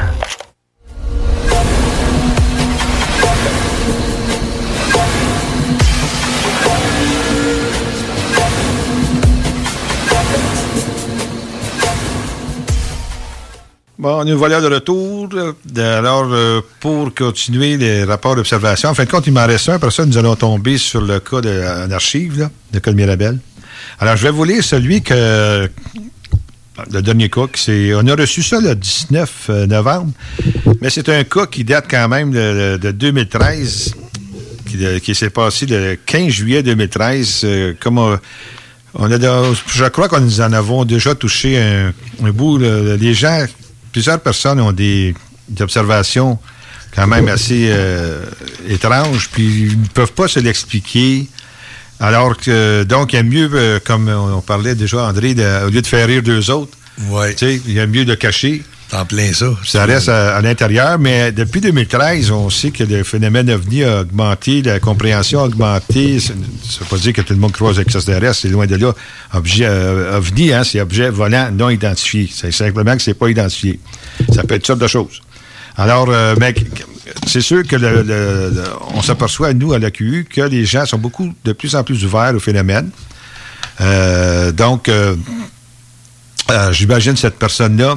Bon, nous voilà de retour. Alors, euh, pour continuer les rapports d'observation, en fin de compte, il m'en reste un. Après ça, nous allons tomber sur le cas de, en archive, là, le cas de Mirabel. Alors, je vais vous lire celui que... Le dernier cas, c'est, on a reçu ça le dix-neuf novembre, mais c'est un cas qui date quand même de, de deux mille treize, qui, de, qui s'est passé le quinze juillet deux mille treize. Euh, comme on, on a de, je crois qu'on nous en avons déjà touché un, un bout. Là, les gens... Plusieurs personnes ont des, des observations quand même assez euh, étranges, puis ils ne peuvent pas se l'expliquer. Alors que, donc, il y a mieux, euh, comme on parlait déjà, André, de, au lieu de faire rire deux autres, ouais. Tu sais, il y a mieux de cacher. T'en plein ça. Ça reste à, à l'intérieur, mais depuis deux mille treize, on sait que le phénomène OVNI a augmenté, la compréhension a augmenté. Ça ne veut pas dire que tout le monde croise extraterrestre, c'est loin de là. Objet, euh, OVNI, hein, c'est objet volant non identifié. C'est simplement que c'est pas identifié. Ça peut être toutes sortes de choses. Alors, euh, mais c'est sûr que le, le, le, on s'aperçoit, nous, à l'A Q U, que les gens sont beaucoup de plus en plus ouverts au phénomène. Euh, donc, euh, euh, j'imagine cette personne-là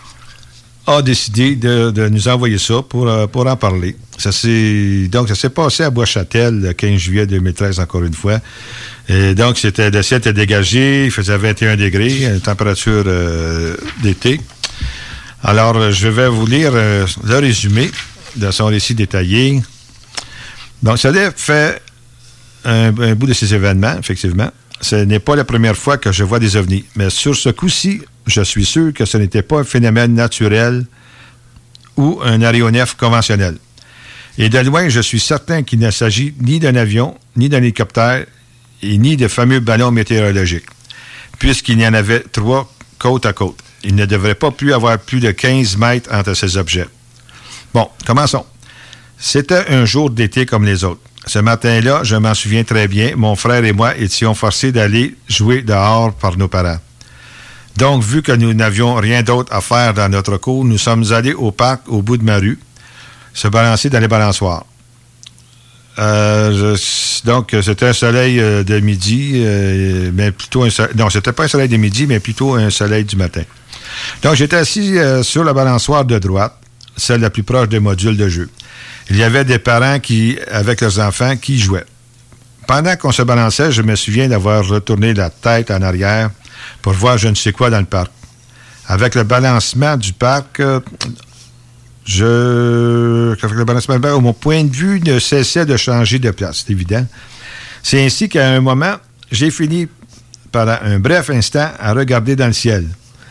a décidé de, de nous envoyer ça pour, euh, pour en parler. Ça s'est, donc, ça s'est passé à Bois-Châtel le quinze juillet deux mille treize, encore une fois. Et donc, c'était, le ciel était dégagé, il faisait vingt et un degrés, une température euh, d'été. Alors, je vais vous lire euh, le résumé de son récit détaillé. Donc, ça a fait un, un bout de ces événements, effectivement. Ce n'est pas la première fois que je vois des ovnis, mais sur ce coup-ci, je suis sûr que ce n'était pas un phénomène naturel ou un aéronef conventionnel. Et de loin, je suis certain qu'il ne s'agit ni d'un avion, ni d'un hélicoptère, et ni de fameux ballons météorologiques, puisqu'il y en avait trois côte à côte. Il ne devrait pas plus avoir plus de quinze mètres entre ces objets. Bon, commençons. C'était un jour d'été comme les autres. Ce matin-là, je m'en souviens très bien, mon frère et moi étions forcés d'aller jouer dehors par nos parents. Donc, vu que nous n'avions rien d'autre à faire dans notre cour, nous sommes allés au parc au bout de ma rue, se balancer dans les balançoires. Euh, je, donc, c'était un soleil euh, de midi, euh, mais plutôt un soleil... Non, c'était pas un soleil de midi, mais plutôt un soleil du matin. Donc, j'étais assis euh, sur la balançoire de droite, celle la plus proche des modules de jeu. Il y avait des parents qui, avec leurs enfants, qui jouaient. Pendant qu'on se balançait, je me souviens d'avoir retourné la tête en arrière pour voir je ne sais quoi dans le parc. Avec le balancement du parc... Euh, Je, avec le balancement, mon point de vue ne cessait de changer de place, c'est évident. C'est ainsi qu'à un moment, j'ai fini pendant un bref instant à regarder dans le ciel.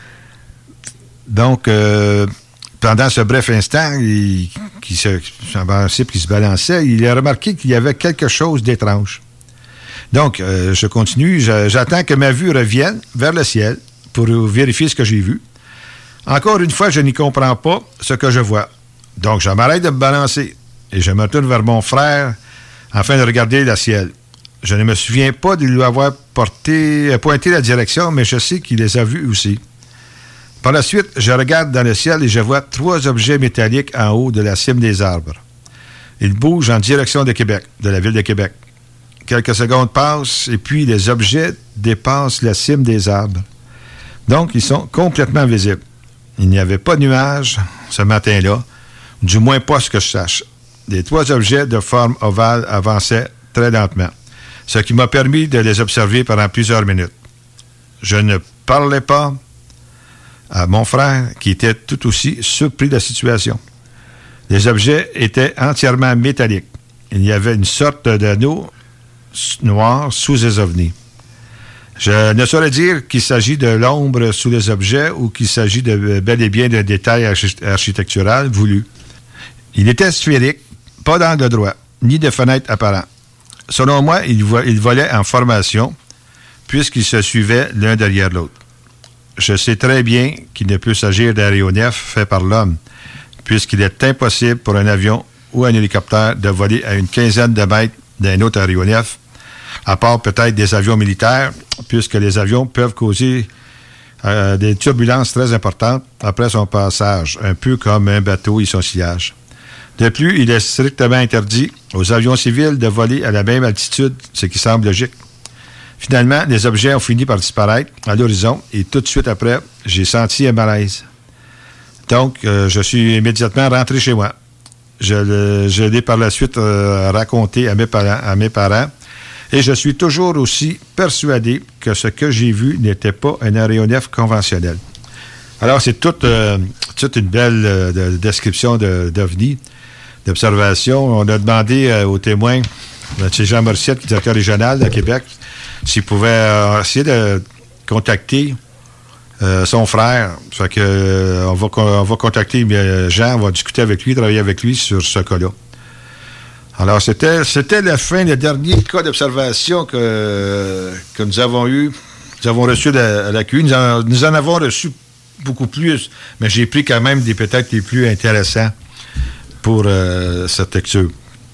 Donc, euh, pendant ce bref instant, il, qui, se, qui se balançait, il a remarqué qu'il y avait quelque chose d'étrange. Donc, euh, je continue, je, j'attends que ma vue revienne vers le ciel pour vérifier ce que j'ai vu. Encore une fois, je n'y comprends pas ce que je vois. Donc, je m'arrête de me balancer et je me tourne vers mon frère afin de regarder le ciel. Je ne me souviens pas de lui avoir porté, pointé la direction, mais je sais qu'il les a vus aussi. Par la suite, je regarde dans le ciel et je vois trois objets métalliques en haut de la cime des arbres. Ils bougent en direction de Québec, de la ville de Québec. Quelques secondes passent et puis les objets dépassent la cime des arbres. Donc, ils sont complètement visibles. Il n'y avait pas de nuages ce matin-là, du moins pas ce que je sache. Les trois objets de forme ovale avançaient très lentement, ce qui m'a permis de les observer pendant plusieurs minutes. Je ne parlais pas à mon frère, qui était tout aussi surpris de la situation. Les objets étaient entièrement métalliques. Il y avait une sorte d'anneau noir sous les ovnis. Je ne saurais dire qu'il s'agit de l'ombre sous les objets ou qu'il s'agit de bel et bien d'un détail archi- architectural voulu. Il était sphérique, pas d'angle droit, ni de fenêtre apparent. Selon moi, il, vo- il volait en formation, puisqu'ils se suivaient l'un derrière l'autre. Je sais très bien qu'il ne peut s'agir d'aéronefs faits par l'homme, puisqu'il est impossible pour un avion ou un hélicoptère de voler à une quinzaine de mètres d'un autre aéronef, à part peut-être des avions militaires, puisque les avions peuvent causer euh, des turbulences très importantes après son passage, un peu comme un bateau et son sillage. De plus, il est strictement interdit aux avions civils de voler à la même altitude, ce qui semble logique. Finalement, les objets ont fini par disparaître à l'horizon et tout de suite après, j'ai senti un malaise. Donc, euh, je suis immédiatement rentré chez moi. Je, le, je l'ai par la suite euh, raconté à mes parents, à mes parents. Et je suis toujours aussi persuadé que ce que j'ai vu n'était pas un aéronef conventionnel. Alors, c'est toute, euh, toute une belle euh, de, description de, d'OVNI, d'observation. On a demandé euh, aux témoins, c'est Jean Morissette, qui est directeur régional de Québec, s'il pouvait euh, essayer de contacter euh, son frère. Fait que, euh, on, va, on va contacter euh, Jean, on va discuter avec lui, travailler avec lui sur ce cas-là. Alors, c'était, c'était la fin, le dernier cas d'observation que, que nous avons eu, nous avons reçu à la Q. Nous en, nous en avons reçu beaucoup plus, mais j'ai pris quand même des peut-être les plus intéressants pour euh, cette lecture.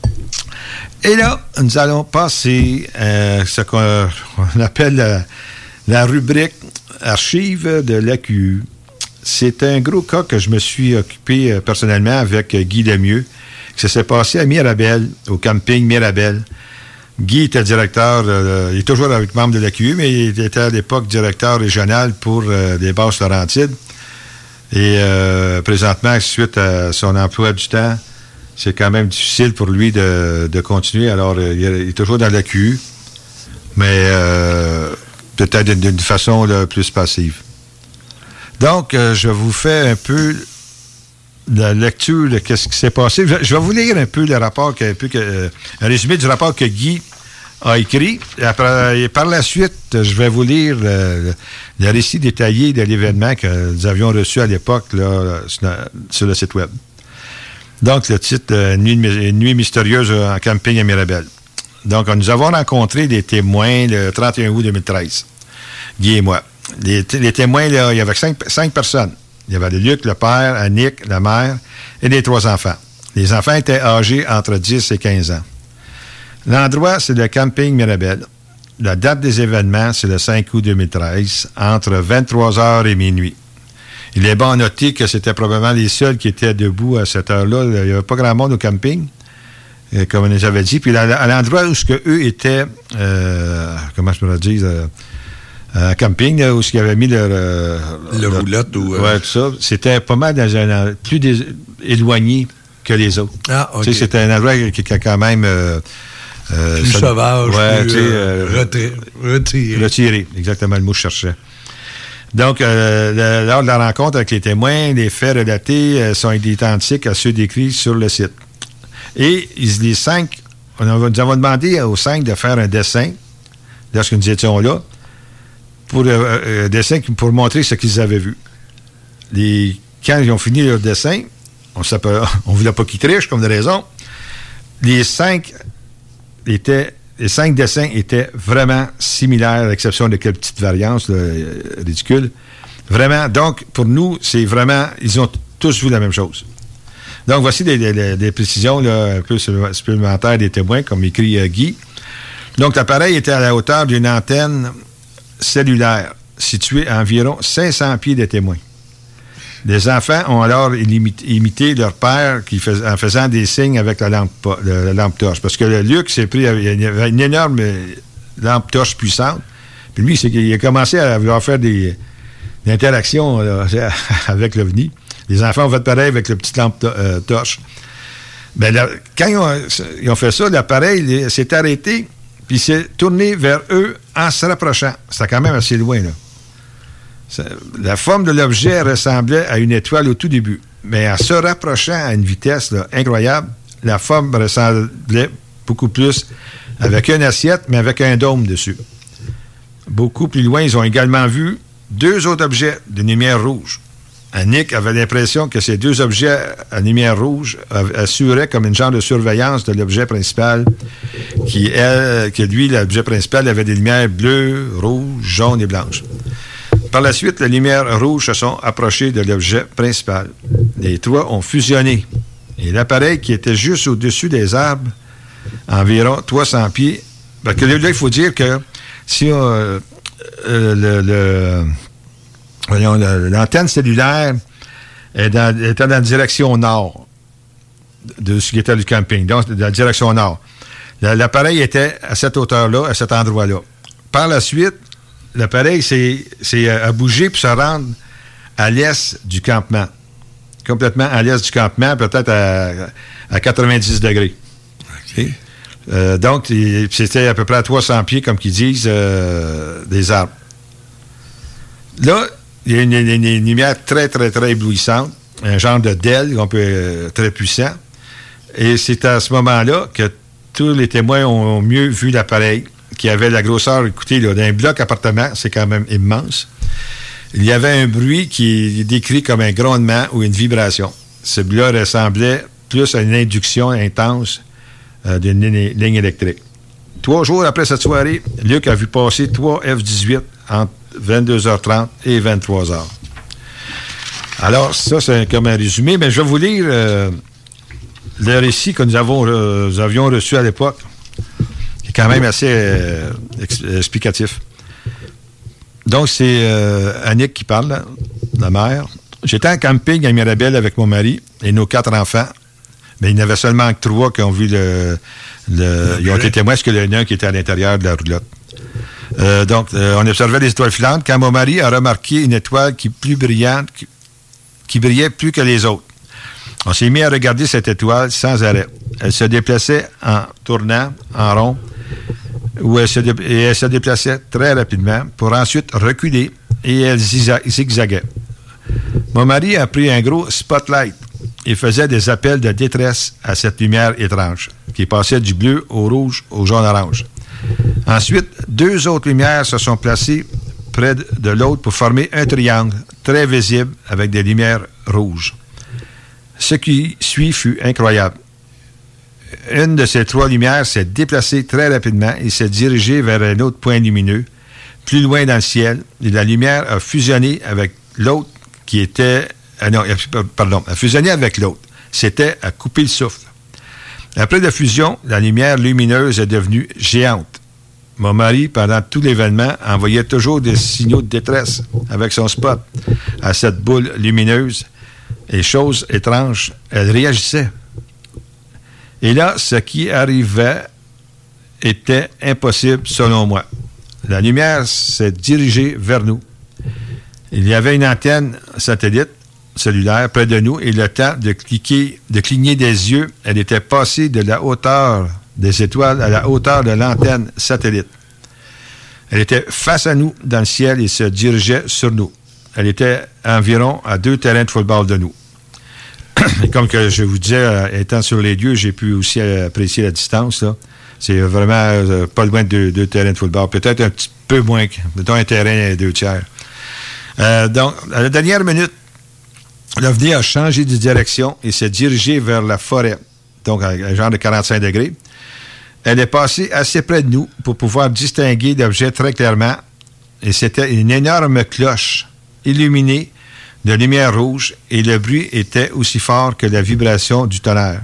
Et là, nous allons passer à ce qu'on appelle la, la rubrique archives de l'A Q U. C'est un gros cas que je me suis occupé euh, personnellement avec euh, Guy Lemieux. Ça s'est passé à Mirabel, au camping Mirabel. Guy était directeur, euh, il est toujours avec membre de l'A Q U, mais il était à l'époque directeur régional pour euh, les Basses-Laurentides. Et euh, présentement, suite à son emploi du temps, c'est quand même difficile pour lui de, de continuer. Alors, euh, il est toujours dans l'A Q U, mais euh, peut-être d'une, d'une façon là, plus passive. Donc, euh, je vous fais un peu la lecture de ce qui s'est passé. Je, je vais vous lire un peu le rapport, que, un, peu que, euh, un résumé du rapport que Guy a écrit. Et, après, et par la suite, je vais vous lire le, le récit détaillé de l'événement que nous avions reçu à l'époque là, sur, sur le site web. Donc, le titre euh, Nuit, Nuit mystérieuse en camping à Mirabel. Donc, nous avons rencontré des témoins le trente et un août deux mille treize, Guy et moi. Les, t- les témoins, là, il y avait cinq, cinq personnes. Il y avait Luc, le père, Annick, la mère, et les trois enfants. Les enfants étaient âgés entre dix et quinze ans. L'endroit, c'est le camping Mirabel. La date des événements, c'est le cinq août deux mille treize, entre vingt-trois heures et minuit. Il est bon à noter que c'était probablement les seuls qui étaient debout à cette heure-là. Il n'y avait pas grand monde au camping. euh, comme j'avais dit. Puis à, à l'endroit où ce que eux étaient, euh, comment je pourrais dire, euh, un camping, là, où ils avaient mis leur... Euh, le leur, roulotte ou... Euh... Ouais, tout ça. C'était pas mal dans un... plus dés, éloigné que les autres. Ah, OK. Tu sais, c'était un endroit qui était quand même... Euh, euh, plus ça, sauvage, ouais, plus euh, euh, retiré. retiré. Retiré, exactement le mot que je cherchais. Donc, euh, le, lors de la rencontre avec les témoins, les faits relatés euh, sont identiques à ceux décrits sur le site. Et ils, les cinq, on a, nous avons demandé aux cinq de faire un dessin, lorsque nous étions là, pour euh, un dessin pour montrer ce qu'ils avaient vu. Les, quand ils ont fini leur dessin, on ne voulait pas qu'ils trichent, comme de raison, les cinq étaient... Les cinq dessins étaient vraiment similaires, à l'exception de quelques petites variances là, ridicules. Vraiment, donc, pour nous, c'est vraiment... Ils ont tous vu la même chose. Donc, voici des, des, des précisions là, un peu supplémentaires des témoins, comme écrit euh, Guy. Donc, l'appareil était à la hauteur d'une antenne cellulaire, située à environ cinq cents pieds des témoins. Les enfants ont alors imité leur père qui fais, en faisant des signes avec la lampe, la lampe torche. Parce que le Luc s'est pris, il y avait une énorme lampe torche puissante. Puis lui, c'est qu'il a commencé à vouloir faire des, des interactions là, avec l'OVNI. Les enfants ont fait pareil avec la petite lampe euh, torche. Bien, là, quand ils ont, ils ont fait ça, l'appareil s'est arrêté, puis il s'est tourné vers eux en se rapprochant. C'était quand même assez loin, là. La forme de l'objet ressemblait à une étoile au tout début, mais en se rapprochant à une vitesse là, incroyable, la forme ressemblait beaucoup plus avec une assiette, mais avec un dôme dessus. Beaucoup plus loin, ils ont également vu deux autres objets de lumière rouge. Annick avait l'impression que ces deux objets à lumière rouge assuraient comme une genre de surveillance de l'objet principal, qui, elle, que lui, l'objet principal, avait des lumières bleues, rouges, jaunes et blanches. Par la suite, les lumières rouges se sont approchées de l'objet principal. Les trois ont fusionné. Et l'appareil qui était juste au-dessus des arbres, environ trois cents pieds, parce que là, il faut dire que si on, euh, le, le, voyons, le, l'antenne cellulaire est dans, était dans la direction nord de ce qui était du camping, donc dans la direction nord. L'appareil était à cette hauteur-là, à cet endroit-là. Par la suite, l'appareil s'est, s'est à bouger puis se rendre à l'est du campement. Complètement à l'est du campement, peut-être à, à quatre-vingt-dix degrés. Okay. Euh, donc, c'était à peu près à trois cents pieds, comme qu'ils disent, euh, des arbres. Là, il y a une, une, une lumière très, très, très éblouissante, un genre de D E L, on peut, euh, très puissant. Et c'est à ce moment-là que tous les témoins ont mieux vu l'appareil, qui avait la grosseur, écoutez, là, d'un bloc appartement, c'est quand même immense. Il y avait un bruit qui est décrit comme un grondement ou une vibration. Ce bruit-là ressemblait plus à une induction intense euh, d'une ligne, ligne électrique. Trois jours après cette soirée, Luc a vu passer trois F dix-huit entre vingt-deux heures trente et vingt-trois heures. Alors, ça, c'est comme un résumé, mais je vais vous lire euh, le récit que nous, avons, euh, nous avions reçu à l'époque, qui est quand même assez euh, ex- explicatif. Donc, c'est euh, Annick qui parle, là, la mère. J'étais en camping à Mirabel avec mon mari et nos quatre enfants. Mais il n'y en avait seulement que trois qui ont vu le... le ils ont été témoins parce qu'il y en a un qui était à l'intérieur de la roulotte. Euh, donc, euh, on observait les étoiles filantes quand mon mari a remarqué une étoile qui plus brillante, qui, qui brillait plus que les autres. On s'est mis à regarder cette étoile sans arrêt. Elle se déplaçait en tournant en rond, où elle se, dé- et elle se déplaçait très rapidement pour ensuite reculer et elle zigza- zigzaguait. Mon mari a pris un gros spotlight et faisait des appels de détresse à cette lumière étrange, qui passait du bleu au rouge au jaune-orange. Ensuite, deux autres lumières se sont placées près de l'autre pour former un triangle très visible avec des lumières rouges. Ce qui suit fut incroyable. Une de ces trois lumières s'est déplacée très rapidement et s'est dirigée vers un autre point lumineux, plus loin dans le ciel, et la lumière a fusionné avec l'autre qui était... Ah non, pardon, a fusionné avec l'autre. C'était à couper le souffle. Après la fusion, la lumière lumineuse est devenue géante. Mon mari, pendant tout l'événement, envoyait toujours des signaux de détresse avec son spot à cette boule lumineuse. Et chose étrange, elle réagissait. Et là, ce qui arrivait était impossible selon moi. La lumière s'est dirigée vers nous. Il y avait une antenne satellite cellulaire près de nous et le temps de cliquer, de cligner des yeux, elle était passée de la hauteur des étoiles à la hauteur de l'antenne satellite. Elle était face à nous dans le ciel et se dirigeait sur nous. Elle était environ à deux terrains de football de nous. Et comme que je vous disais, euh, étant sur les lieux, j'ai pu aussi apprécier la distance, là. C'est vraiment euh, pas loin de deux, deux terrains de football. Peut-être un petit peu moins, mettons un terrain et deux tiers. Euh, donc, à la dernière minute, l'OVNI a changé de direction et s'est dirigé vers la forêt, donc à un genre de quarante-cinq degrés. Elle est passée assez près de nous pour pouvoir distinguer l'objet très clairement. Et c'était une énorme cloche illuminée de lumière rouge et le bruit était aussi fort que la vibration du tonnerre.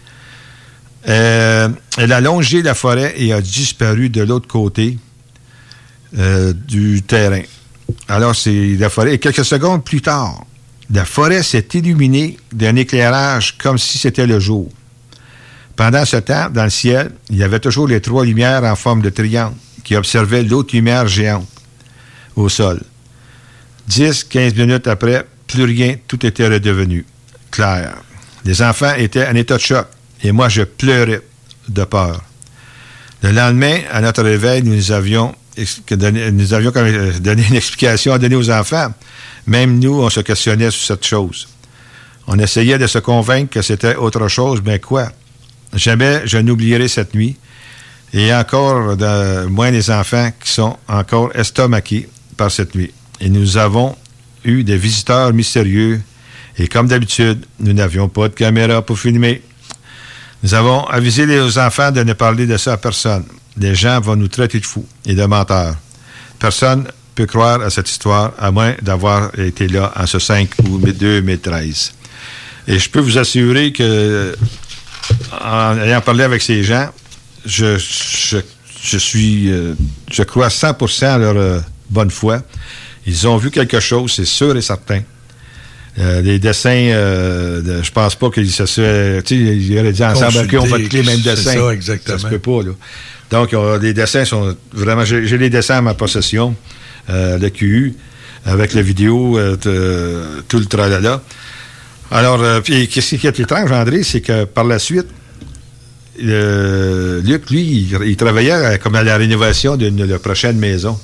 Euh, elle a longé la forêt et a disparu de l'autre côté euh, du terrain. Alors, c'est la forêt. Et quelques secondes plus tard, la forêt s'est illuminée d'un éclairage comme si c'était le jour. Pendant ce temps, dans le ciel, il y avait toujours les trois lumières en forme de triangle qui observaient l'autre lumière géante au sol. Dix, quinze minutes après, plus rien, tout était redevenu clair. Les enfants étaient en état de choc et moi, je pleurais de peur. Le lendemain, à notre réveil, nous avions, nous avions donné une explication à donner aux enfants. Même nous, on se questionnait sur cette chose. On essayait de se convaincre que c'était autre chose, mais quoi? Jamais je n'oublierai cette nuit. Et encore de, moins les enfants qui sont encore estomaqués par cette nuit. Et nous avons eu des visiteurs mystérieux. Et comme d'habitude, nous n'avions pas de caméra pour filmer. Nous avons avisé les enfants de ne parler de ça à personne. Les gens vont nous traiter de fous et de menteurs. Personne ne peut croire à cette histoire, à moins d'avoir été là en ce cinq ou deux mille treize. Et je peux vous assurer que, en ayant parlé avec ces gens, je, je, je suis, euh, je crois cent pour cent à leur euh, bonne foi. Ils ont vu quelque chose, c'est sûr et certain. Euh, les dessins, euh, de, je pense pas qu'ils se soient... Tu sais, ils auraient dit ensemble, OK, on va tous les mêmes dessins. C'est ça, exactement. Ça se peut pas, là. Donc, euh, les dessins sont vraiment... J'ai, j'ai les dessins à ma possession, euh, le Q U, avec la vidéo, euh, de, tout le tralala. Alors, euh, puis, qu'est-ce qui est étrange, André, c'est que par la suite, euh, Luc, lui, il, il travaillait à, comme à la rénovation d'une de prochaine maison.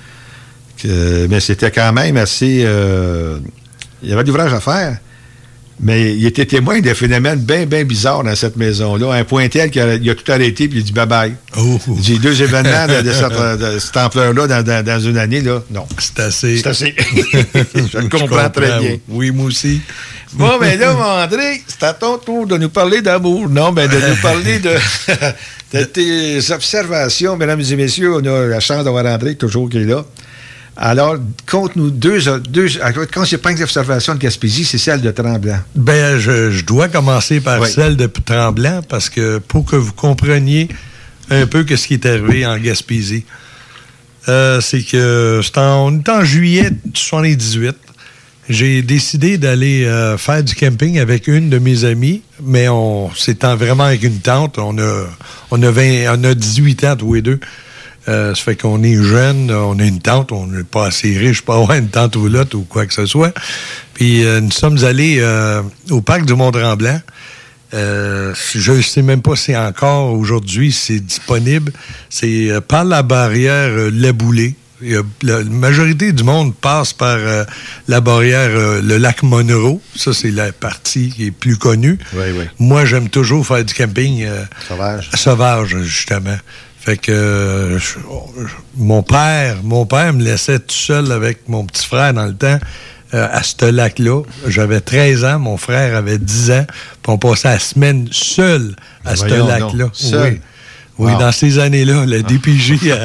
Euh, mais c'était quand même assez... Euh, il y avait de l'ouvrage à faire, mais il était témoin de phénomènes bien, bien bizarres dans cette maison-là. Un point tel qu'il a, il a tout arrêté, puis il a dit bye-bye. Oh. Il dit deux événements de, de, cette, de cette ampleur-là dans, dans, dans une année, là, non. C'est assez. C'est assez. Je le comprends, comprends très bien. Oui, moi aussi. Bon, ben là, mon André, c'est à ton tour de nous parler d'amour. Non, ben de nous parler de, de tes observations. Mesdames et messieurs, on a la chance d'avoir André, toujours qui est là. Alors, conte-nous deux... deux quand je prends l'observation de Gaspésie, c'est celle de Tremblant. Ben, je, je dois commencer par oui. celle de Tremblant, parce que pour que vous compreniez un peu ce qui est arrivé en Gaspésie, euh, c'est que c'est en, on est en juillet soixante-dix-huit. J'ai décidé d'aller euh, faire du camping avec une de mes amies, mais on c'était vraiment avec une tante. On a, on a, vingt, on a dix-huit ans tous les deux. Euh, ça fait qu'on est jeune, on a une tante, on n'est pas assez riche pour avoir une tante ou l'autre ou quoi que ce soit. Puis euh, nous sommes allés euh, au parc du Mont-Tremblant. Euh, je ne sais même pas si encore aujourd'hui c'est disponible. C'est euh, par la barrière euh, Laboulé. Il y a, la majorité du monde passe par euh, la barrière, euh, le lac Monroe. Ça, c'est la partie qui est plus connue. Oui, oui. Moi, j'aime toujours faire du camping euh, sauvage. sauvage, justement. Fait que euh, je, mon père, mon père me laissait tout seul avec mon petit frère dans le temps euh, à ce lac-là. J'avais treize ans, mon frère avait dix ans, puis on passait la semaine seul à ce lac-là. Seul. Oui, wow. Dans ces années-là, le D P J, euh,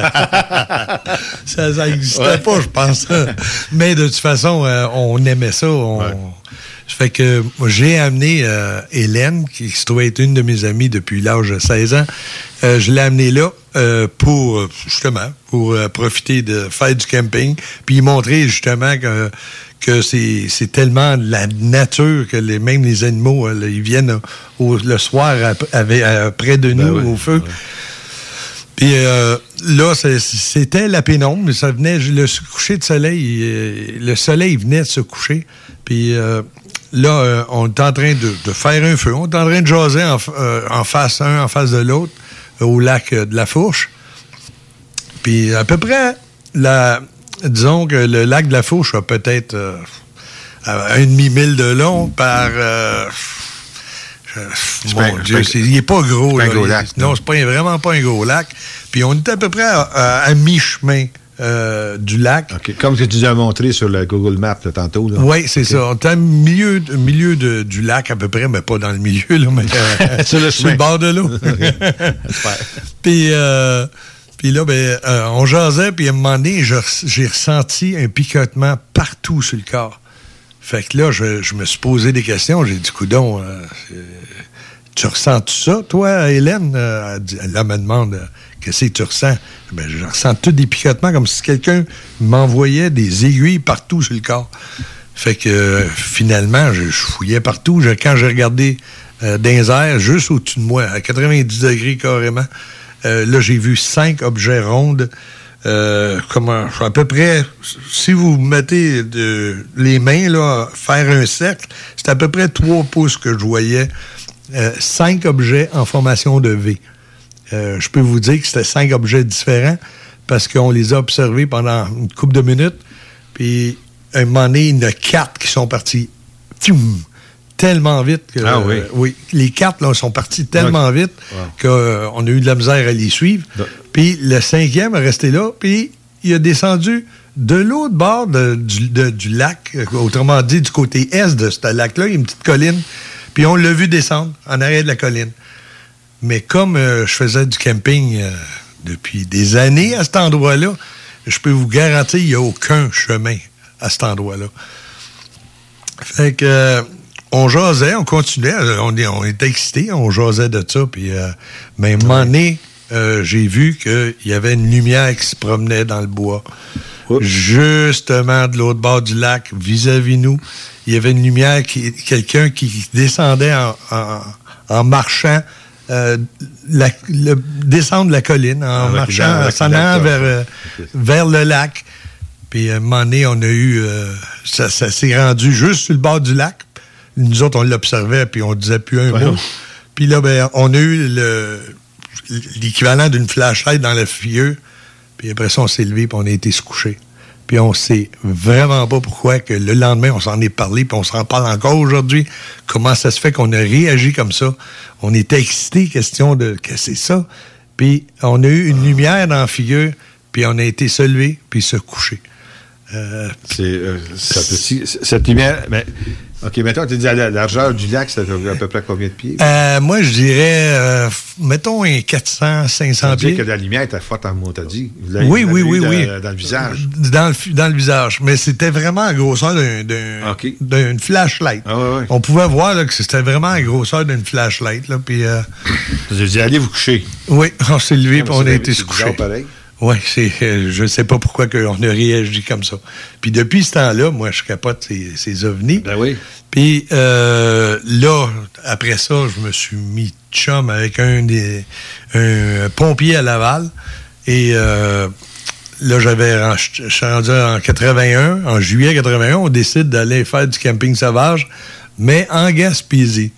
ça n'existait ouais. pas, je pense. Mais de toute façon, euh, on aimait ça. On, ouais. Ça fait que j'ai amené euh, Hélène, qui se trouvait être une de mes amies depuis l'âge de seize ans. Euh, je l'ai amenée là. euh, pour, justement, pour euh, profiter de faire du camping, puis montrer, justement, que, que c'est, c'est tellement la nature que les, même les animaux, là, ils viennent au, le soir à, à, à, près de nous, ben oui, au feu. Ouais. Puis euh, là, c'est, c'était la pénombre, mais ça venait, le coucher de soleil, euh, le soleil venait de se coucher, puis... Euh, Là, euh, on est en train de, de faire un feu. On est en train de jaser en, euh, en face un, en face de l'autre, euh, au lac euh, de la Fourche. Puis à peu près, la, disons que le lac de la Fourche a peut-être euh, un demi-mille de long par... Euh, je, mon Dieu, c'est, il n'est pas gros. C'est là, un gros il, lac. Non, c'est pas, vraiment pas un gros lac. Puis on est à peu près à, à, à mi-chemin. Euh, du lac. Okay. Comme ce que tu nous as montré sur le Google Maps là, tantôt. Oui, c'est okay. ça. On est au milieu, milieu de, du lac à peu près, mais pas dans le milieu, là, mais euh, sur, le, sur le bord de l'eau. Puis euh, puis là, ben, euh, on jasait, puis à un moment donné, je, j'ai ressenti un picotement partout sur le corps. Fait que là, je, je me suis posé des questions. J'ai dit, coudonc, euh, tu ressens-tu ça, toi, Hélène? Euh, elle, elle me demande... Qu'est-ce que tu ressens? Ben, je ressens tous des picotements comme si quelqu'un m'envoyait des aiguilles partout sur le corps. Fait que euh, finalement, je, je fouillais partout. Je, quand j'ai regardé euh, dans les airs, juste au-dessus de moi, à quatre-vingt-dix degrés carrément, euh, là, j'ai vu cinq objets rondes. Euh, comment, à peu près, si vous mettez de, les mains, là, faire un cercle, c'est à peu près trois pouces que je voyais. Euh, cinq objets en formation de V. Euh, je peux vous dire que c'était cinq objets différents parce qu'on les a observés pendant une couple de minutes. Puis, à un moment donné, il y en a quatre qui sont partis tchoum, tellement vite que... Ah oui? Euh, oui. Les quatre, là, sont partis tellement okay. vite wow. qu'on euh, a eu de la misère à les suivre. De... Puis, le cinquième est resté là, puis il a descendu de l'autre bord de, du, de, du lac, autrement dit, du côté est de ce lac-là, il y a une petite colline. Puis, on l'a vu descendre en arrière de la colline. Mais comme euh, je faisais du camping euh, depuis des années à cet endroit-là, je peux vous garantir qu'il n'y a aucun chemin à cet endroit-là. Fait que euh, on jasait, on continuait, on, on était excités, on jasait de ça. Puis, euh, mais à un moment donné, euh, j'ai vu qu'il y avait une lumière qui se promenait dans le bois. Oups. Justement de l'autre bord du lac, vis-à-vis nous, il y avait une lumière, qui, quelqu'un qui descendait en, en, en marchant. Euh, la, le, descendre de la colline en ah, marchant, s'en allant vers, euh, okay. vers le lac. Puis à un moment donné, on a eu... Euh, ça, ça s'est rendu juste sur le bord du lac. Nous autres, on l'observait, puis on disait plus un ouais. mot. Puis là, ben, on a eu le, l'équivalent d'une flashlight dans le feu. Puis après ça, on s'est levé, puis on a été se coucher. Puis on sait vraiment pas pourquoi que le lendemain, on s'en est parlé, puis on s'en parle encore aujourd'hui. Comment ça se fait qu'on a réagi comme ça? On était excités, question de « qu'est-ce que c'est ça? » Puis on a eu une lumière dans la figure, puis on a été se lever, puis se coucher. Euh, c'est, euh, ça peut, cette lumière... Mais, OK, maintenant, tu dis à la largeur du lac, c'est à peu près combien de pieds? Euh, moi, je dirais, euh, mettons, un quatre cents, cinq cents pieds. Tu dis que la lumière était forte en montadie. Oui, oui, oui, dans, oui. Dans le visage. Dans le, dans le visage. Mais c'était vraiment la grosseur d'un, d'un, okay. d'une flashlight. Ah, ouais, ouais. On pouvait voir là, que c'était vraiment la grosseur d'une flashlight. Là, puis, euh, j'ai dit, allez vous coucher. Oui, on s'est levé et on a été se coucher. Pareil. Oui, c'est, euh, je ne sais pas pourquoi on a réagi comme ça. Puis depuis ce temps-là, moi, je capote ces, ces ovnis. Ben oui. Puis euh, là, après ça, je me suis mis chum avec un des un pompier à Laval. Et euh, là, j'avais je suis rendu en quatre-vingt-un, en juillet quatre-vingt-un, on décide d'aller faire du camping sauvage, mais en Gaspésie.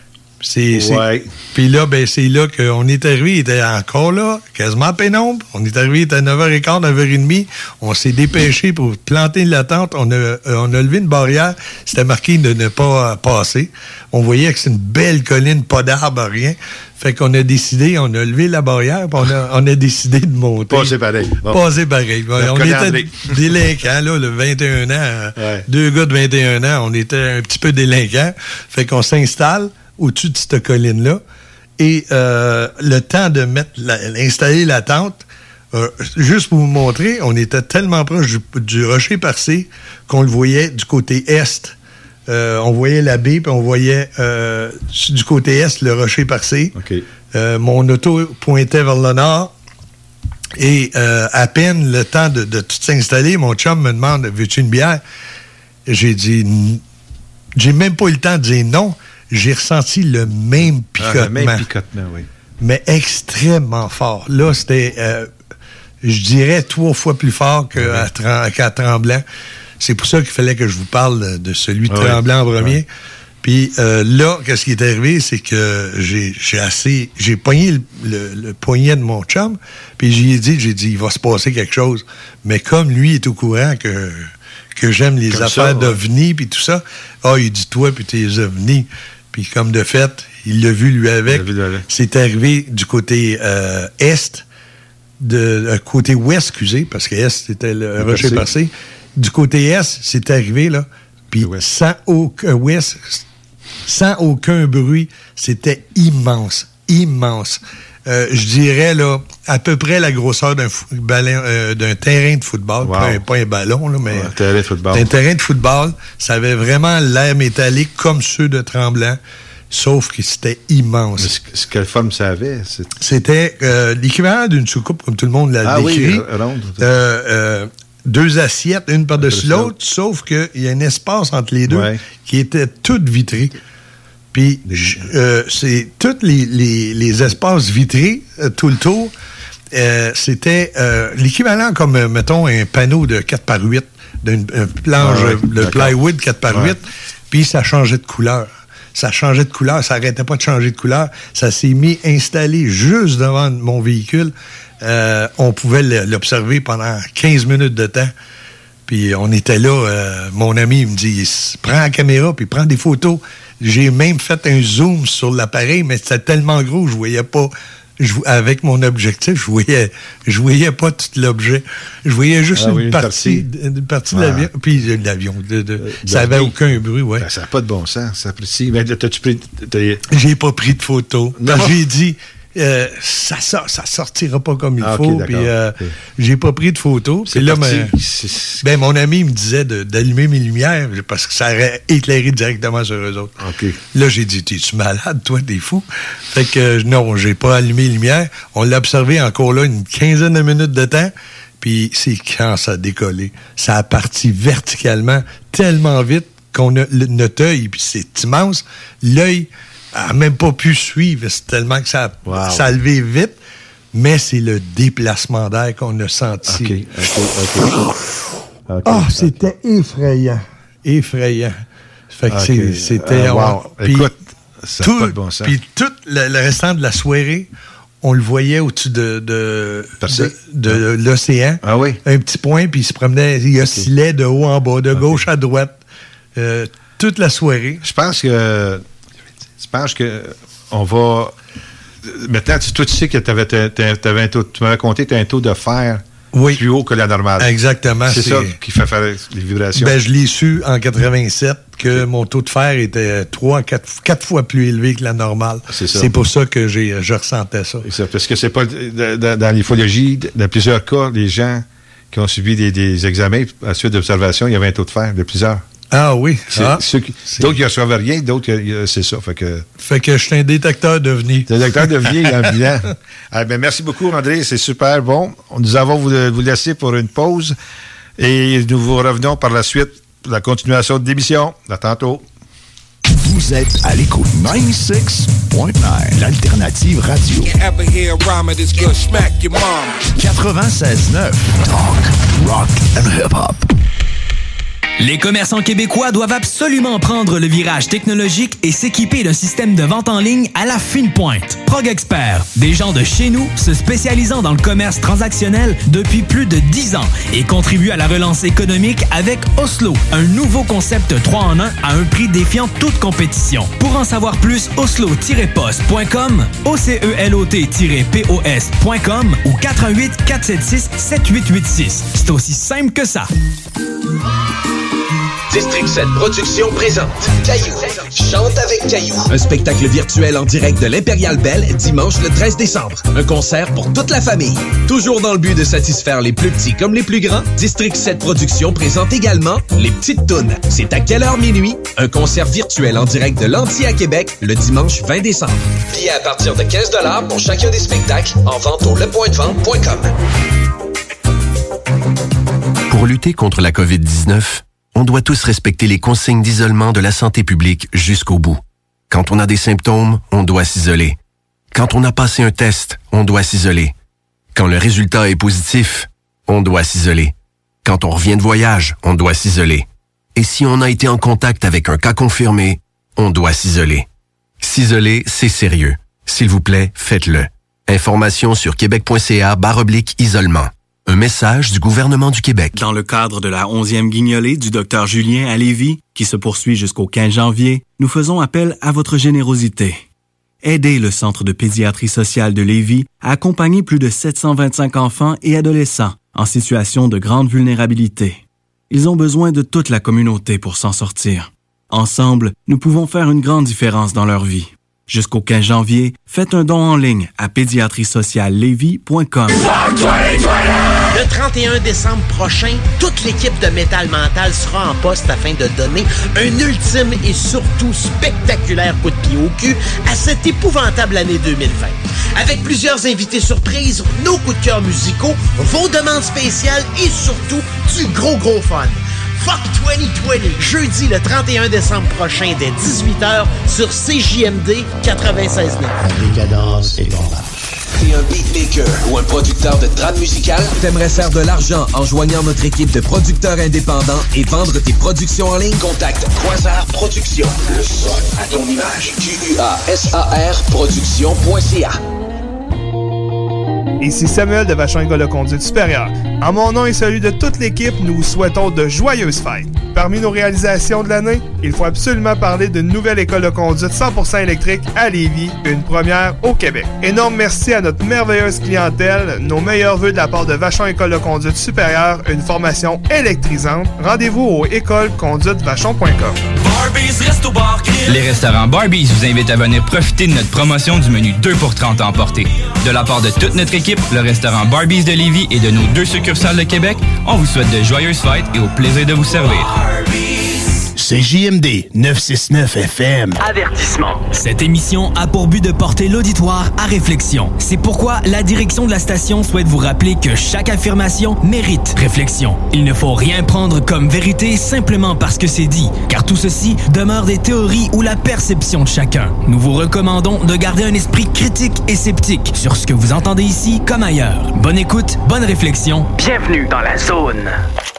C'est, ouais. c'est... Puis là, ben, c'est là qu'on est arrivé, il était encore là, quasiment pénombre. On est arrivé, il était à neuf heures quinze, neuf heures trente. On s'est dépêché pour planter la tente. On a, euh, on a levé une barrière. C'était marqué de ne pas euh, passer. On voyait que c'est une belle colline, pas d'arbres, rien. Fait qu'on a décidé, on a levé la barrière, puis on a, on a décidé de monter. Passer pareil. Bon. Passer pareil. Bon, on était délinquants, là, le vingt et un ans. Ouais. Deux gars de vingt et un ans, on était un petit peu délinquants. Fait qu'on s'installe au-dessus de cette colline-là. Et euh, le temps de mettre la, installer la tente, euh, juste pour vous montrer, on était tellement proche du, du rocher percé qu'on le voyait du côté est. Euh, on voyait la baie, puis on voyait euh, du côté est le rocher percé. Okay. Euh, mon auto pointait vers le nord, Et euh, à peine le temps de, de tout s'installer, mon chum me demande « Veux-tu une bière? » J'ai dit... J'ai même pas eu le temps de dire non. J'ai ressenti le même picotement. Ah, le même picotement, oui. Mais extrêmement fort. Là, c'était, euh, je dirais, trois fois plus fort qu'à, ouais. qu'à Tremblant. C'est pour ça qu'il fallait que je vous parle de celui de ouais. Tremblant en premier. Ouais. Puis euh, là, qu'est-ce qui est arrivé, c'est que j'ai, j'ai assez... J'ai pogné le, le, le poignet de mon chum, puis j'y ai dit, j'ai dit, il va se passer quelque chose. Mais comme lui est au courant que... que j'aime les comme affaires ça, ouais. d'ovnis puis tout ça. Ah, il dit toi puis tes ovnis. Puis comme de fait, il l'a vu lui avec. Vu, avec. C'est arrivé du côté euh, est, de euh, côté ouest, excusez, parce que est c'était le rocher percé. Du côté est, c'est arrivé là. Puis sans aucun ouest, sans aucun bruit, c'était immense, immense. Euh, je dirais, là, à peu près la grosseur d'un, fou- ballon, euh, d'un terrain de football. Wow. Pas, un, pas un ballon, là, mais... Ouais, un terrain de football. Un terrain de football. Ça avait vraiment l'air métallique comme ceux de Tremblant, sauf que c'était immense. Mais c- quelle forme ça avait? C'est... C'était euh, l'équivalent d'une soucoupe, comme tout le monde l'a ah, décrit. Oui, ronde. Euh, euh, deux assiettes, une par-dessus l'autre, l'autre, sauf qu'il y a un espace entre les deux ouais. qui était toute vitrée. Puis, euh, c'est tous les, les, les espaces vitrés, euh, tout le tour, euh, c'était euh, l'équivalent comme, euh, mettons, un panneau de quatre par huit, d'une une planche ah ouais, de plywood quatre par huit, ouais. Puis ça changeait de couleur. Ça changeait de couleur, ça n'arrêtait pas de changer de couleur. Ça s'est mis installé juste devant mon véhicule. Euh, on pouvait l'observer pendant quinze minutes de temps. Puis on était là, euh, mon ami il me dit, prends la caméra, puis prends des photos. J'ai même fait un zoom sur l'appareil, mais c'était tellement gros, je voyais pas, je, avec mon objectif, je voyais, je voyais pas tout l'objet. Je voyais juste ah, une, oui, une partie, partie, une partie ah. de l'avion, puis de l'avion. De, de, euh, ça n'avait aucun bruit, ouais. Ben, ça n'a pas de bon sens, ça apprécie. Ben, t'as-tu pris, t'as... J'ai pas pris de photos. J'ai dit, euh, ça sort, ça sortira pas comme il ah, faut. Okay, puis euh, okay. J'ai pas pris de photos. Puis là, ben, ben, mon ami me disait de, d'allumer mes lumières parce que ça aurait éclairé directement sur eux autres. Okay. Là, j'ai dit, t'es-tu malade, toi, t'es fou? Fait que euh, non, j'ai pas allumé les lumières. On l'a observé encore là une quinzaine de minutes de temps. Puis c'est quand ça a décollé. Ça a parti verticalement tellement vite qu'on a le, notre œil, puis c'est immense, l'œil a même pas pu suivre, c'est tellement que ça, wow. ça a levé vite, mais c'est le déplacement d'air qu'on a senti. OK, OK, OK. okay oh, c'était okay. effrayant. Effrayant. Fait que okay. c'était... Uh, wow. On, Écoute, ça n'a pas de bon sens. Puis tout le, le restant de la soirée, on le voyait au-dessus de, de, de, de, de l'océan. Ah oui? Un petit point, puis il se promenait, il oscillait okay. de haut en bas, de okay. gauche à droite, euh, toute la soirée. Je pense que... Je pense que on va... Maintenant, tu, toi, tu sais que t'avais, t'avais un taux, tu m'avais compté tu as un taux de fer oui. plus haut que la normale. Exactement. C'est, c'est ça qui fait faire les vibrations. Ben, je l'ai su en quatre-vingt-sept que okay. mon taux de fer était trois, quatre, quatre fois plus élevé que la normale. C'est ça. C'est pour ça que j'ai, je ressentais ça. C'est ça. Parce que c'est pas... Dans, dans l'ufologie, dans plusieurs cas, les gens qui ont subi des, des examens à la suite d'observation, il y avait un taux de fer de plusieurs. Ah oui. Ah, ceux qui, d'autres qui ne reçoivent rien, d'autres, c'est ça. Fait que, fait que je suis un détecteur d'ovnis. Détecteur d'ovnis en bilan. Ah, ben, merci beaucoup, André. C'est super bon. Nous allons vous, vous laisser pour une pause et nous vous revenons par la suite pour la continuation de l'émission. À tantôt. Vous êtes à l'écoute quatre-vingt-six point neuf, l'alternative radio. quatre-vingt-seize neuf, talk, rock and hip-hop. Les commerçants québécois doivent absolument prendre le virage technologique et s'équiper d'un système de vente en ligne à la fine pointe. ProgExpert, des gens de chez nous se spécialisant dans le commerce transactionnel depuis plus de dix ans et contribuent à la relance économique avec Oslo, un nouveau concept trois en un à un prix défiant toute compétition. Pour en savoir plus, oslo tiret post point com, O C E L O T P O S point com ou quatre un huit, quatre sept six, sept huit huit six. C'est aussi simple que ça. District sept Productions présente Caillou. Chante avec Caillou. Un spectacle virtuel en direct de l'Impérial Belle dimanche le treize décembre. Un concert pour toute la famille. Toujours dans le but de satisfaire les plus petits comme les plus grands, District sept Productions présente également Les Petites Tounes. C'est à quelle heure minuit? Un concert virtuel en direct de l'Anti à Québec le dimanche vingt décembre. Billets à partir de quinze dollars pour chacun des spectacles en vente au le point de vente point com. Pour lutter contre la covid dix-neuf, on doit tous respecter les consignes d'isolement de la santé publique jusqu'au bout. Quand on a des symptômes, on doit s'isoler. Quand on a passé un test, on doit s'isoler. Quand le résultat est positif, on doit s'isoler. Quand on revient de voyage, on doit s'isoler. Et si on a été en contact avec un cas confirmé, on doit s'isoler. S'isoler, c'est sérieux. S'il vous plaît, faites-le. Information sur québec.ca barre oblique isolement. Un message du gouvernement du Québec. Dans le cadre de la onzième guignolée du docteur Julien à Lévis, qui se poursuit jusqu'au quinze janvier, nous faisons appel à votre générosité. Aidez le Centre de pédiatrie sociale de Lévis à accompagner plus de sept cent vingt-cinq enfants et adolescents en situation de grande vulnérabilité. Ils ont besoin de toute la communauté pour s'en sortir. Ensemble, nous pouvons faire une grande différence dans leur vie. Jusqu'au quinze janvier, faites un don en ligne à pédiatrie sociale lévis point com. Le trente et un décembre prochain, toute l'équipe de Métal Mental sera en poste afin de donner un ultime et surtout spectaculaire coup de pied au cul à cette épouvantable année deux mille vingt. Avec plusieurs invités surprises, nos coups de cœur musicaux, vos demandes spéciales et surtout du gros gros fun. Fuck vingt vingt, jeudi le trente et un décembre prochain dès dix-huit heures sur C J M D quatre-vingt-seize neuf. La décadence est en marche. T'es un beatmaker ou un producteur de trame musicale? T'aimerais faire de l'argent en joignant notre équipe de producteurs indépendants et vendre tes productions en ligne? Contacte Quasar Productions. Le son à ton image. Q U A S A R Productions point C A. Ici Samuel de Vachon École de conduite supérieure. En mon nom et celui de toute l'équipe, nous vous souhaitons de joyeuses fêtes. Parmi nos réalisations de l'année, il faut absolument parler d'une nouvelle école de conduite cent pour cent électrique à Lévis, une première au Québec. Énorme merci à notre merveilleuse clientèle, nos meilleurs vœux de la part de Vachon École de conduite supérieure, une formation électrisante. Rendez-vous au école conduite vachon point com. Les restaurants Barbies vous invitent à venir profiter de notre promotion du menu deux pour trente à emporter. De la part de toute notre équipe, le restaurant Barbies de Lévis et de nos deux succursales de Québec, on vous souhaite de joyeuses fêtes et au plaisir de vous servir. C J M D neuf cent soixante-neuf F M. Avertissement. Cette émission a pour but de porter l'auditoire à réflexion. C'est pourquoi la direction de la station souhaite vous rappeler que chaque affirmation mérite réflexion. Il ne faut rien prendre comme vérité simplement parce que c'est dit, car tout ceci demeure des théories ou la perception de chacun. Nous vous recommandons de garder un esprit critique et sceptique sur ce que vous entendez ici comme ailleurs. Bonne écoute, bonne réflexion. Bienvenue dans la zone.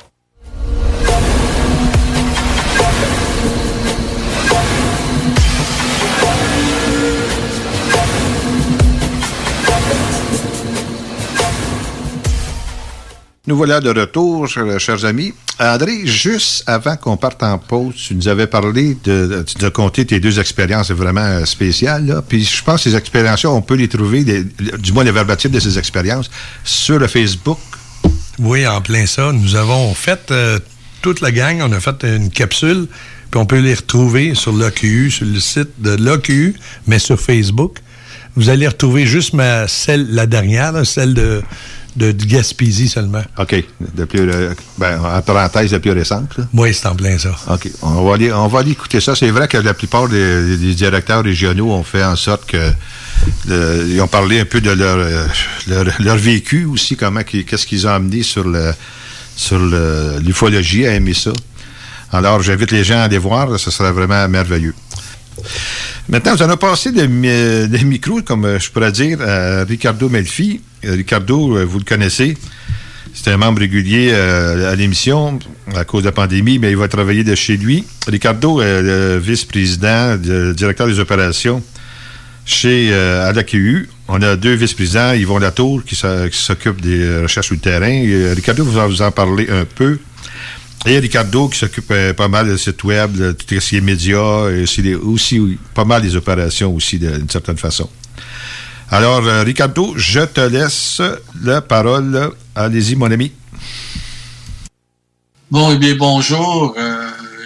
Nous voilà de retour, chers amis. André, juste avant qu'on parte en pause, tu nous avais parlé de, tu nous as conté tes deux expériences vraiment spéciales, là. Puis je pense que ces expériences, on peut les trouver, des, du moins les verbatim de ces expériences, sur le Facebook. Oui, en plein ça. Nous avons fait, euh, toute la gang, on a fait une capsule, puis on peut les retrouver sur l'A Q U, sur le site de l'A Q U, mais sur Facebook. Vous allez retrouver juste ma, celle, la dernière, là, celle de... De, de Gaspésie seulement. OK. De plus, euh, ben, en parenthèse, la plus récente. Là. Oui, c'est en plein ça. OK. On va aller, on va aller écouter ça. C'est vrai que la plupart des, des directeurs régionaux ont fait en sorte que le, ils ont parlé un peu de leur, leur, leur vécu aussi, comment, qu'est-ce qu'ils ont amené sur le sur le, l'ufologie, à aimer ça. Alors, j'invite les gens à aller voir. Ce serait vraiment merveilleux. Maintenant, vous en avez passé des de micros, comme je pourrais dire, à Ricardo Melfi. Ricardo, vous le connaissez, c'est un membre régulier à l'émission à cause de la pandémie, mais il va travailler de chez lui. Ricardo est le vice-président, le directeur des opérations chez à l'A Q U. On a deux vice-présidents, Yvon Latour, qui s'occupe des recherches sur le terrain. Ricardo va vous en parler un peu. Et Ricardo qui s'occupe euh, pas mal de sites web, de tout ce qui est médias, et aussi, les, aussi oui, pas mal des opérations aussi d'une certaine façon. Alors, euh, Ricardo, je te laisse la parole. Allez-y, mon ami. Bon, eh bien, bonjour. Euh,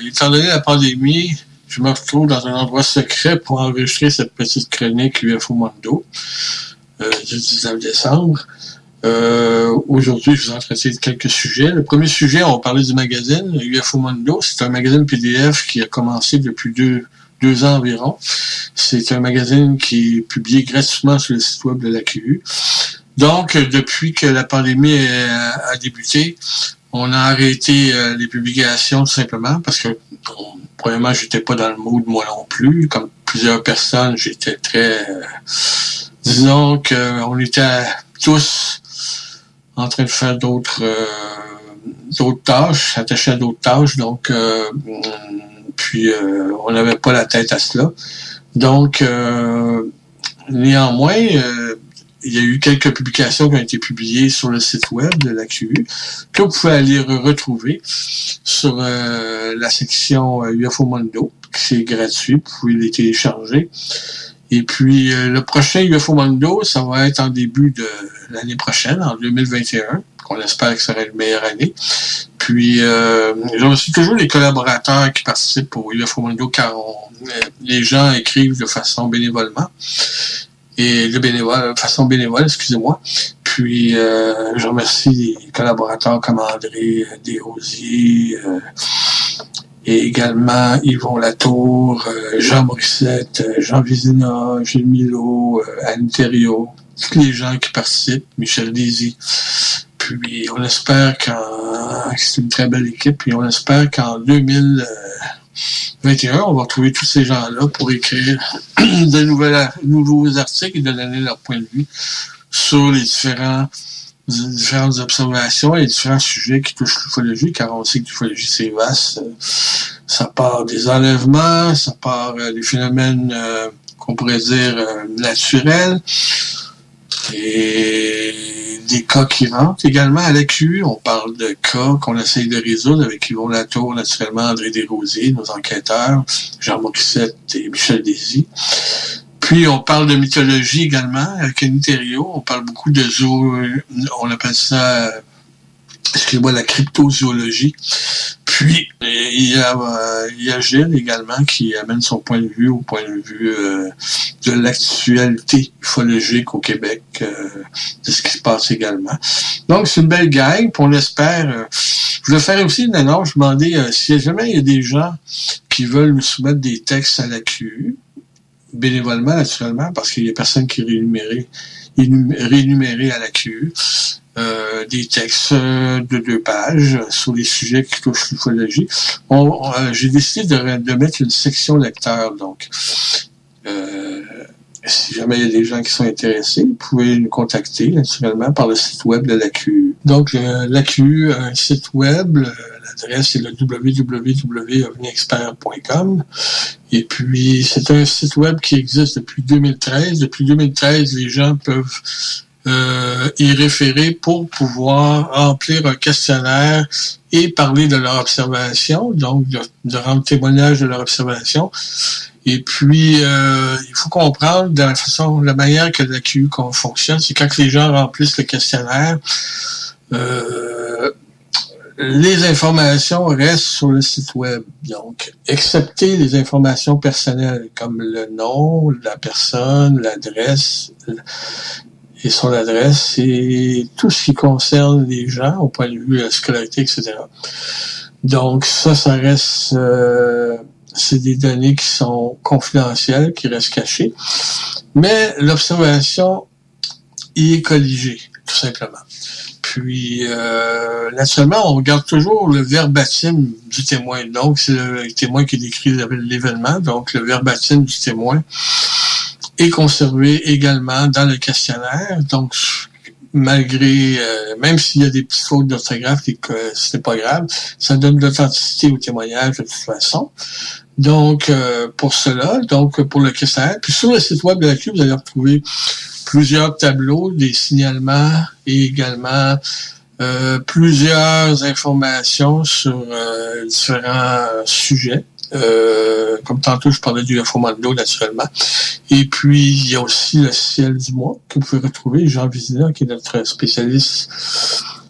étant donné la pandémie, je me retrouve dans un endroit secret pour enregistrer cette petite chronique U F O Mundo euh, du dix-neuf décembre. Euh, aujourd'hui, je vous entretiens de quelques sujets. Le premier sujet, on va parler du magazine U F O Mundo. C'est un magazine P D F qui a commencé depuis deux, deux ans environ. C'est un magazine qui est publié gratuitement sur le site web de l'A Q U. Donc, depuis que la pandémie a, a débuté, on a arrêté euh, les publications tout simplement parce que, bon, premièrement, j'étais pas dans le mood moi non plus. Comme plusieurs personnes, j'étais très... Euh, disons qu'on était tous en train de faire d'autres euh, d'autres tâches, attachés à d'autres tâches, donc euh, puis euh, on n'avait pas la tête à cela. Donc, euh, néanmoins, euh, il y a eu quelques publications qui ont été publiées sur le site web de l'A Q U, que vous pouvez aller retrouver sur euh, la section U F O Mundo, c'est gratuit, vous pouvez les télécharger. Et puis, euh, le prochain U F O Mundo, ça va être en début de l'année prochaine, en deux mille vingt et un, qu'on espère que ça sera une meilleure année. Puis, euh, j'ai aussi toujours les collaborateurs qui participent au U F O Mundo, car on, les gens écrivent de façon bénévolement. Et de bénévole, de façon bénévole, excusez-moi. Puis, euh, je remercie les collaborateurs comme André Desrosiers, euh, et également Yvon Latour, euh, Jean Morissette, Jean Vizina, Gilles Milo, euh, Anne Thériault, tous les gens qui participent, Michel Dézy. Puis on espère qu'en c'est une très belle équipe, et on espère qu'en deux mille vingt et un, on va retrouver tous ces gens-là pour écrire de nouvelles, nouveaux articles et de donner leur point de vue sur les différents différentes observations et les différents sujets qui touchent l'ufologie, car on sait que l'ufologie, c'est vaste. Ça part des enlèvements, ça part euh, des phénomènes euh, qu'on pourrait dire euh, naturels, et des cas qui rentrent également à l'A Q U. On parle de cas qu'on essaye de résoudre avec Yvon Latour, naturellement, André Desrosiers, nos enquêteurs, Jean Morissette et Michel Dézy. Puis, on parle de mythologie également, avec Anne Thériault. On parle beaucoup de zoo, on appelle ça, excusez-moi, la cryptozoologie. Puis, il y a, euh, il y a Gilles également qui amène son point de vue au point de vue euh, de l'actualité ufologique au Québec, euh, de ce qui se passe également. Donc, c'est une belle gang, puis on espère... Euh, je voulais faire aussi une annonce, je demandais euh, si jamais il y a des gens qui veulent nous soumettre des textes à l'A Q U, bénévolement, naturellement, parce qu'il y a personne qui est rémunéré, rémunéré à l'A Q U, euh, des textes de deux pages sur les sujets qui touchent l'ufologie. On, on, euh, j'ai décidé de, de mettre une section lecteur, donc euh, si jamais il y a des gens qui sont intéressés, vous pouvez nous contacter, naturellement, par le site web de l'A Q U. Donc, euh, l'A Q U a un site web, l'adresse est le w w w point ovni expert point com. Et puis, c'est un site web qui existe depuis deux mille treize. Depuis deux mille treize, les gens peuvent euh, y référer pour pouvoir remplir un questionnaire et parler de leur observation, donc de, de rendre témoignage de leur observation. Et puis, euh, il faut comprendre de la façon, la manière que l'A Q U fonctionne, c'est quand les gens remplissent le questionnaire, euh, les informations restent sur le site web. Donc, excepté les informations personnelles, comme le nom, la personne, l'adresse, et son adresse, et tout ce qui concerne les gens au point de vue de la scolarité, et cetera. Donc, ça, ça reste... Euh, c'est des données qui sont confidentielles, qui restent cachées. Mais l'observation y est colligée, tout simplement. Puis, euh, naturellement, on regarde toujours le verbatim du témoin. Donc, c'est le témoin qui décrit l'événement. Donc, le verbatim du témoin est conservé également dans le questionnaire. Donc, malgré, euh, même s'il y a des petites fautes d'orthographe, et que c'est pas grave, ça donne de l'authenticité au témoignage de toute façon. Donc, euh, pour cela, donc pour le questionnaire, puis sur le site web de l'A Q U, vous allez retrouver plusieurs tableaux, des signalements et également euh, plusieurs informations sur euh, différents sujets. Euh, comme tantôt, je parlais du U F O Mundo, naturellement. Et puis, il y a aussi le ciel du mois que vous pouvez retrouver. Jean Vizina, qui est notre spécialiste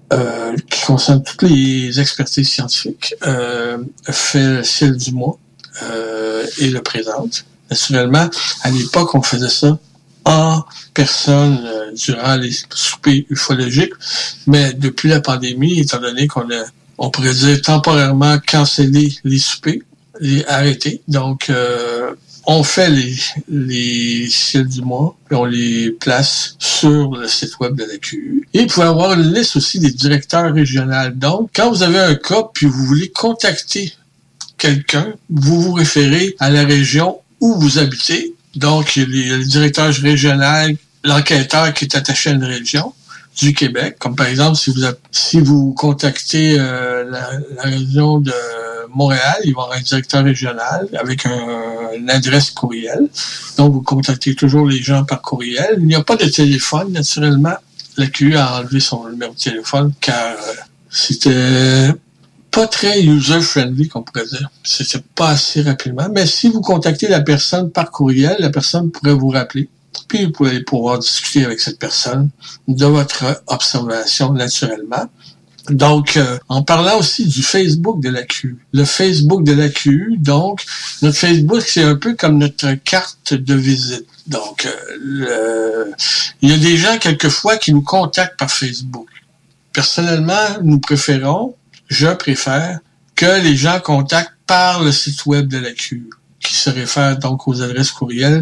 euh, qui concerne toutes les expertises scientifiques, euh, fait le ciel du mois euh, et le présente. Naturellement, à l'époque, on faisait ça en personne euh, durant les soupers ufologiques, mais depuis la pandémie, étant donné qu'on a, on pourrait dire temporairement cancellé les soupers, les arrêter, donc euh, on fait les, les ciels du mois, puis on les place sur le site web de la Q U. Et vous pouvez avoir une liste aussi des directeurs régionaux. Donc, quand vous avez un cas, puis vous voulez contacter quelqu'un, vous vous référez à la région où vous habitez. Donc, il y a le directeur régional, l'enquêteur qui est attaché à une région du Québec, comme par exemple, si vous si vous contactez euh, la, la région de Montréal, il va y avoir un directeur régional avec un, une adresse courriel. Donc, vous contactez toujours les gens par courriel. Il n'y a pas de téléphone, naturellement. La Q U a enlevé son numéro de téléphone car euh, c'était pas très user-friendly, qu'on pourrait dire. C'était pas assez rapidement. Mais si vous contactez la personne par courriel, la personne pourrait vous rappeler. Puis vous pouvez pouvoir discuter avec cette personne de votre observation naturellement. Donc, euh, en parlant aussi du Facebook de la Q U. Le Facebook de la Q U, donc, notre Facebook, c'est un peu comme notre carte de visite. Donc, euh, le, il y a des gens, quelquefois, qui nous contactent par Facebook. Personnellement, nous préférons, je préfère, que les gens contactent par le site web de la Q U, qui se réfère donc aux adresses courriels,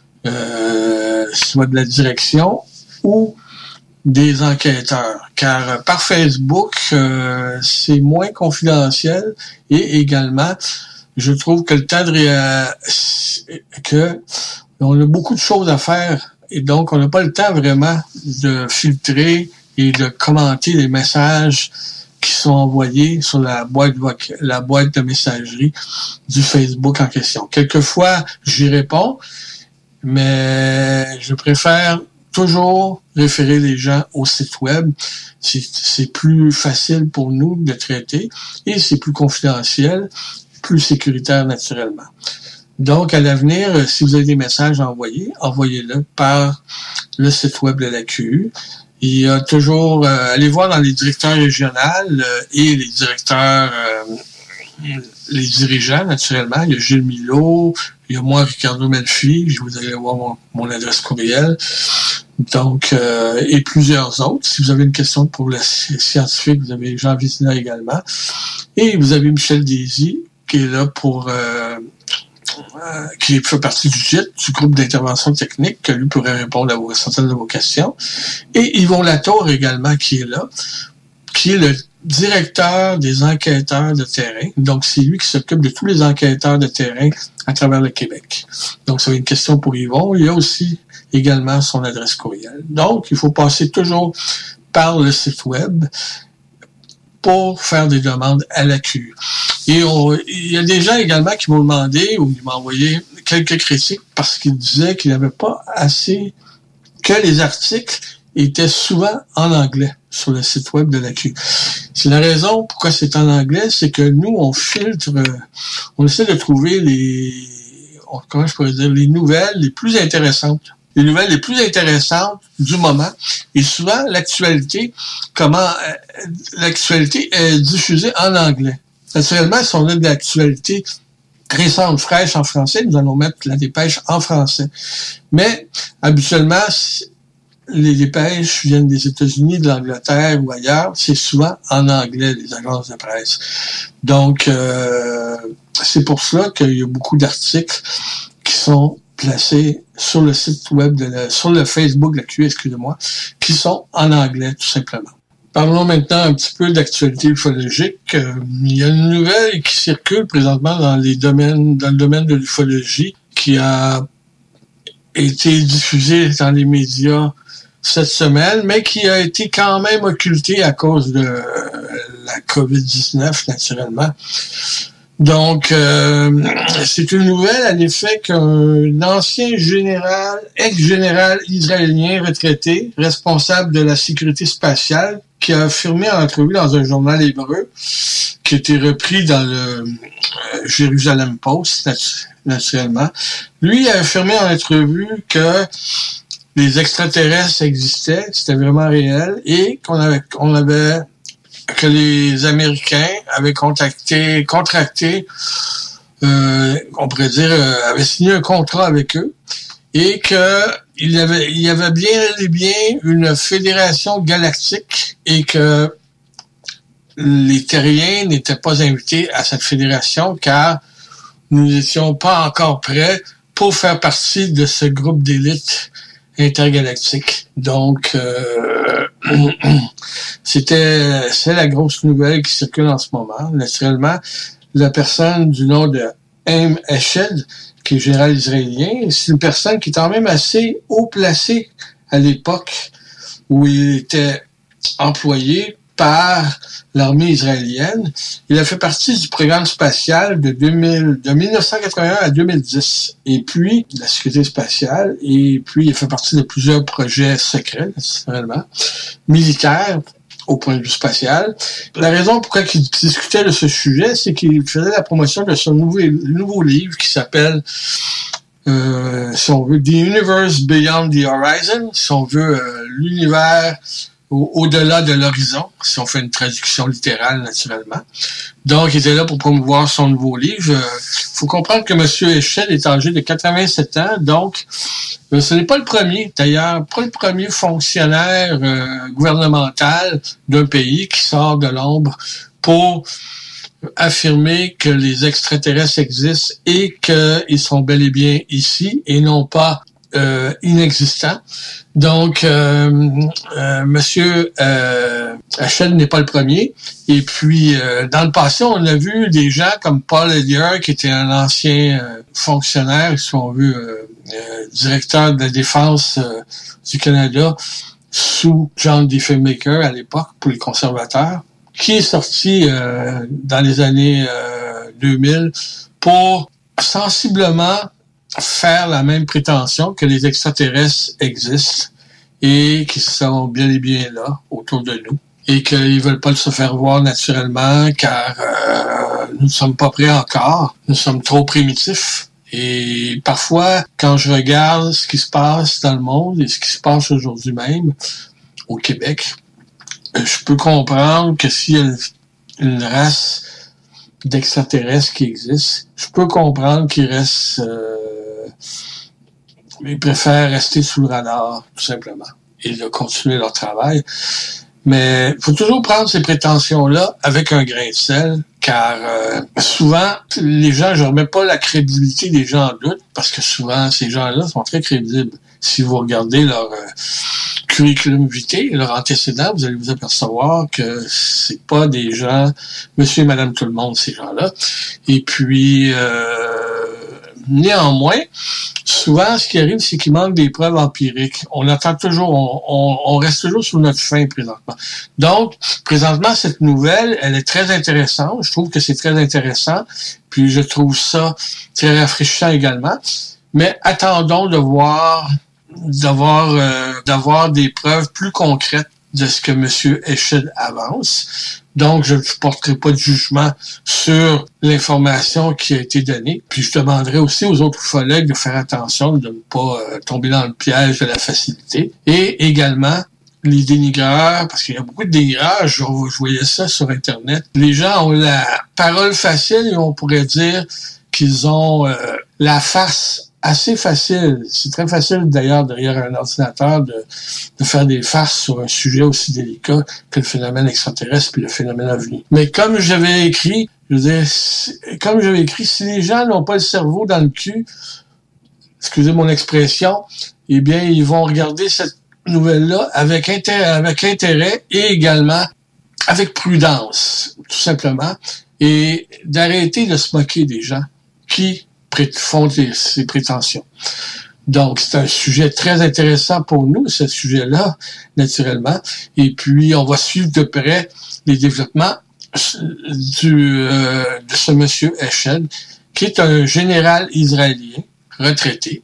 euh, soit de la direction ou des enquêteurs, car euh, par Facebook, euh, c'est moins confidentiel et également, je trouve que le temps de réa... que on a beaucoup de choses à faire et donc on n'a pas le temps vraiment de filtrer et de commenter les messages qui sont envoyés sur la boîte voc... la boîte de messagerie du Facebook en question. Quelquefois, j'y réponds, mais je préfère toujours référer les gens au site web. C'est, c'est plus facile pour nous de traiter et c'est plus confidentiel, plus sécuritaire naturellement. Donc, à l'avenir, si vous avez des messages à envoyer, envoyez-le par le site web de la Q U. Il y a toujours, euh, allez voir dans les directeurs régionaux euh, et les directeurs, euh, les dirigeants naturellement. Il y a Gilles Milot, il y a moi, Ricardo Melfi, je vous allez voir mon, mon adresse courriel. Donc, euh, et plusieurs autres. Si vous avez une question pour le scientifique, vous avez Jean Vizina également. Et vous avez Michel Désy, qui est là pour... Euh, euh, qui fait partie du G I T, du groupe d'intervention technique, que lui pourrait répondre à vos, certaines de vos questions. Et Yvon Latour également, qui est là, qui est le directeur des enquêteurs de terrain. Donc, c'est lui qui s'occupe de tous les enquêteurs de terrain à travers le Québec. Donc, ça va être une question pour Yvon. Il y a aussi également son adresse courriel. Donc, il faut passer toujours par le site web pour faire des demandes à la Q U. Et on, il y a des gens également qui m'ont demandé ou qui m'ont envoyé quelques critiques parce qu'ils disaient qu'il n'y avait pas assez, que les articles étaient souvent en anglais sur le site web de la Q U. C'est la raison pourquoi c'est en anglais, c'est que nous, on filtre, on essaie de trouver les, comment je pourrais dire, les nouvelles les plus intéressantes. Les nouvelles les plus intéressantes du moment. Et souvent, l'actualité, comment euh, l'actualité est diffusée en anglais. Naturellement, si on a de l'actualité récente, fraîche en français, nous allons mettre la dépêche en français. Mais, habituellement, les dépêches viennent des États-Unis, de l'Angleterre ou ailleurs. C'est souvent en anglais, les agences de presse. Donc, euh, c'est pour cela qu'il y a beaucoup d'articles qui sont placés sur le site web, de la, sur le Facebook de la Q U, excusez-moi, qui sont en anglais, tout simplement. Parlons maintenant un petit peu d'actualité ufologique. Euh, il y a une nouvelle qui circule présentement dans les domaines, dans le domaine de l'ufologie, qui a été diffusée dans les médias cette semaine, mais qui a été quand même occultée à cause de euh, la covid dix-neuf, naturellement. Donc, euh, c'est une nouvelle à l'effet qu'un ancien général, ex-général israélien retraité, responsable de la sécurité spatiale, qui a affirmé en entrevue dans un journal hébreu, qui a été repris dans le euh, Jérusalem Post, natu- naturellement, lui a affirmé en entrevue que les extraterrestres existaient, c'était vraiment réel, et qu'on avait, on avait que les Américains avaient contacté, contracté, euh, on pourrait dire, euh, avaient signé un contrat avec eux et que il y avait, il y avait bien et bien une fédération galactique et que les Terriens n'étaient pas invités à cette fédération car nous n'étions pas encore prêts pour faire partie de ce groupe d'élite intergalactique. Donc, euh, c'était, c'est la grosse nouvelle qui circule en ce moment. Naturellement, la personne du nom de Haim Eshed, qui est général israélien, c'est une personne qui est quand même assez haut placée à l'époque où il était employé par l'armée israélienne. Il a fait partie du programme spatial de, deux mille, de mille neuf cent quatre-vingt-un à deux mille dix, et puis la sécurité spatiale, et puis il a fait partie de plusieurs projets secrets, naturellement, militaires, au point de vue spatial. La raison pourquoi il discutait de ce sujet, c'est qu'il faisait la promotion de son nouveau, nouveau livre qui s'appelle, euh, si on veut, The Universe Beyond the Horizon, si on veut, euh, l'univers au- au-delà de l'horizon, si on fait une traduction littérale, naturellement. Donc, il était là pour promouvoir son nouveau livre. Il faut comprendre que M. Eshed est âgé de quatre-vingt-sept ans, donc euh, ce n'est pas le premier, d'ailleurs, pas le premier fonctionnaire euh, gouvernemental d'un pays qui sort de l'ombre pour affirmer que les extraterrestres existent et qu'ils sont bel et bien ici et non pas euh, inexistants. Donc, euh, euh, Monsieur euh, Eshed n'est pas le premier. Et puis, euh, dans le passé, on a vu des gens comme Paul Hellyer, qui était un ancien euh, fonctionnaire, si on veut, euh, euh, directeur de la défense euh, du Canada, sous John Diefenbaker à l'époque, pour les conservateurs, qui est sorti euh, dans les années euh, deux mille pour sensiblement faire la même prétention que les extraterrestres existent et qui sont bien et bien là, autour de nous, et qu'ils veulent pas se faire voir naturellement car euh, nous ne sommes pas prêts encore, nous sommes trop primitifs. Et parfois, quand je regarde ce qui se passe dans le monde et ce qui se passe aujourd'hui même au Québec, je peux comprendre que s'il y a une, une race d'extraterrestres qui existe, je peux comprendre qu'ils restent... Euh, ils préfèrent rester sous le radar, tout simplement, et de continuer leur travail. Mais il faut toujours prendre ces prétentions-là avec un grain de sel, car euh, souvent, les gens, je ne remets pas la crédibilité des gens en doute, parce que souvent, ces gens-là sont très crédibles. Si vous regardez leur euh, curriculum vitae, leur antécédent, vous allez vous apercevoir que c'est pas des gens, monsieur et madame tout le monde, ces gens-là. Et puis, euh, néanmoins, souvent, ce qui arrive, c'est qu'il manque des preuves empiriques. On attend toujours, on, on, on reste toujours sur notre faim présentement. Donc, présentement, cette nouvelle, elle est très intéressante. Je trouve que c'est très intéressant. Puis, je trouve ça très rafraîchissant également. Mais attendons de voir, d'avoir, euh, d'avoir des preuves plus concrètes de ce que M. Eshed avance. Donc, je ne porterai pas de jugement sur l'information qui a été donnée. Puis, je demanderai aussi aux autres ufologues de faire attention, de ne pas euh, tomber dans le piège de la facilité. Et également, les dénigreurs, parce qu'il y a beaucoup de dénigreurs, je, je voyais ça sur Internet. Les gens ont la parole facile et on pourrait dire qu'ils ont euh, la farce assez facile. C'est très facile, d'ailleurs, derrière un ordinateur, de, de faire des farces sur un sujet aussi délicat que le phénomène extraterrestre puis le phénomène ovni. Mais comme j'avais écrit, je veux dire, comme j'avais écrit, si les gens n'ont pas le cerveau dans le cul, excusez mon expression, eh bien, ils vont regarder cette nouvelle-là avec intérêt, avec intérêt et également avec prudence, tout simplement, et d'arrêter de se moquer des gens qui font ces prétentions. Donc, c'est un sujet très intéressant pour nous, ce sujet-là, naturellement. Et puis, on va suivre de près les développements du, euh, de ce monsieur Eshed, qui est un général israélien retraité.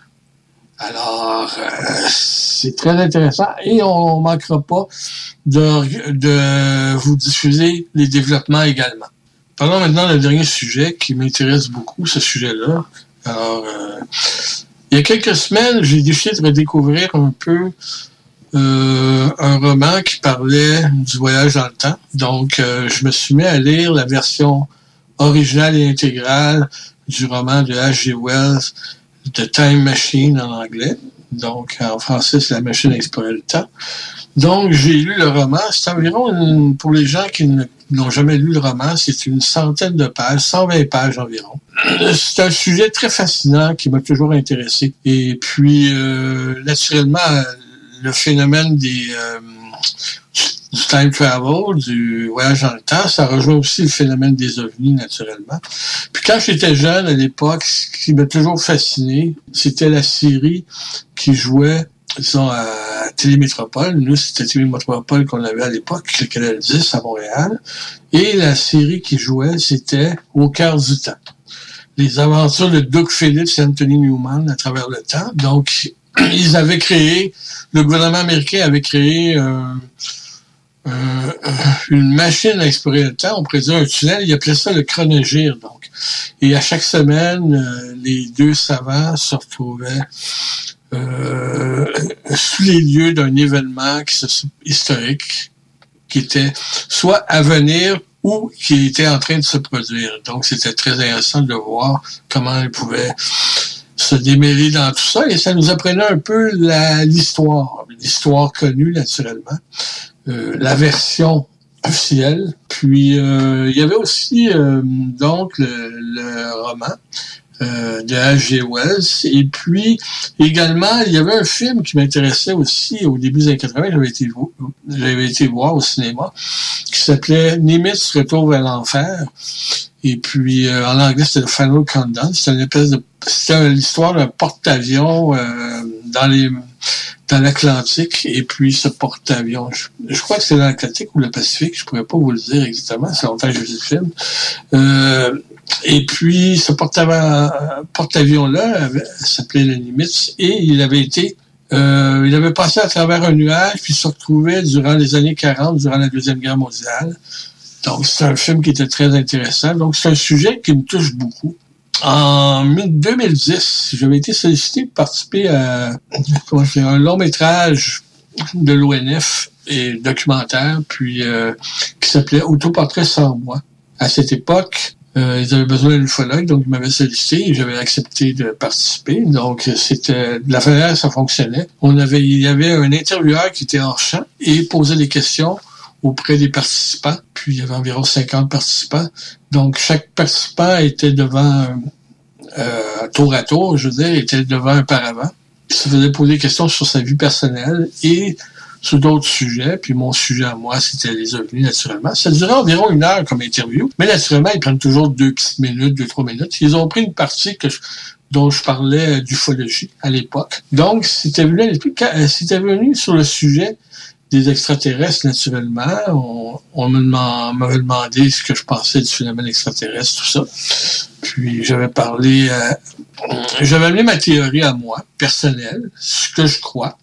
Alors, euh, c'est très intéressant et on ne manquera pas de, de vous diffuser les développements également. Parlons maintenant du dernier sujet qui m'intéresse beaucoup, ce sujet-là. Alors, euh, il y a quelques semaines, j'ai décidé de redécouvrir un peu euh, un roman qui parlait du voyage dans le temps. Donc, euh, je me suis mis à lire la version originale et intégrale du roman de H G Wells, The Time Machine en anglais. Donc, en français, c'est La machine à explorer le temps. Donc, j'ai lu le roman. C'est environ, une, pour les gens qui ne, n'ont jamais lu le roman, c'est une centaine de pages, cent vingt pages environ. C'est un sujet très fascinant qui m'a toujours intéressé. Et puis, euh, naturellement, le phénomène des euh, du time travel, du voyage dans le temps, ça rejoint aussi le phénomène des ovnis, naturellement. Puis quand j'étais jeune, à l'époque, ce qui m'a toujours fasciné, c'était la série qui jouait, disons, à Télémétropole. Nous, c'était Télémétropole qu'on avait à l'époque, le Canal dix à Montréal. Et la série qui jouait, c'était Au cœur du temps. Les aventures de Doug Phillips et Anthony Newman à travers le temps. Donc, ils avaient créé, le gouvernement américain avait créé euh, euh, une machine à explorer le temps, on pourrait dire un tunnel, ils appelaient ça le chronogire, donc. Et à chaque semaine, euh, les deux savants se retrouvaient euh, sous les lieux d'un événement qui se, historique qui était soit à venir ou qui était en train de se produire. Donc, c'était très intéressant de voir comment ils pouvaient se démêler dans tout ça, et ça nous apprenait un peu la, l'histoire, l'histoire connue naturellement, euh, la version officielle. Puis euh, il y avait aussi euh, donc le, le roman euh, de H G Wells, et puis également il y avait un film qui m'intéressait aussi au début des années quatre-vingts, j'avais été j'avais été voir au cinéma, qui s'appelait Nimitz Retour vers l'enfer. Et puis, euh, en anglais, c'était le Final Countdown. C'était une espèce de, c'était l'histoire d'un porte-avions euh, dans les, dans l'Atlantique. Et puis, ce porte-avions, je, je crois que c'est dans l'Atlantique ou le Pacifique. Je pourrais pas vous le dire exactement. C'est longtemps que j'ai vu le film. Euh, et puis, ce porte-avions, porte-avions-là avait, s'appelait le Nimitz, et il avait été euh, il avait passé à travers un nuage, puis se retrouvait durant les années quarante, durant la Deuxième Guerre mondiale. Donc, c'est un film qui était très intéressant. Donc, c'est un sujet qui me touche beaucoup. En deux mille dix, j'avais été sollicité pour participer à comment je dirais, un long métrage de l'O N F et documentaire, puis euh, qui s'appelait Autoportrait sans moi. À cette époque, euh, ils avaient besoin d'un ufologue, donc ils m'avaient sollicité et j'avais accepté de participer. Donc, c'était de la manière ça fonctionnait. On avait, il y avait un intervieweur qui était hors champ et posait des questions auprès des participants. Puis, il y avait environ cinquante participants. Donc, chaque participant était devant, euh, tour à tour, je veux dire, était devant un paravent. Il se faisait poser des questions sur sa vie personnelle et sur d'autres sujets. Puis, mon sujet à moi, c'était les ovnis, naturellement. Ça durait environ une heure comme interview. Mais, naturellement, ils prennent toujours deux petites minutes, deux, trois minutes. Ils ont pris une partie que je, dont je parlais d'ufologie à l'époque. Donc, c'était venu à l'esprit, c'était venu sur le sujet des extraterrestres, naturellement. On, on me demand, m'avait demandé ce que je pensais du phénomène extraterrestre, tout ça. Puis j'avais parlé, euh, j'avais amené ma théorie à moi, personnelle, ce que je crois.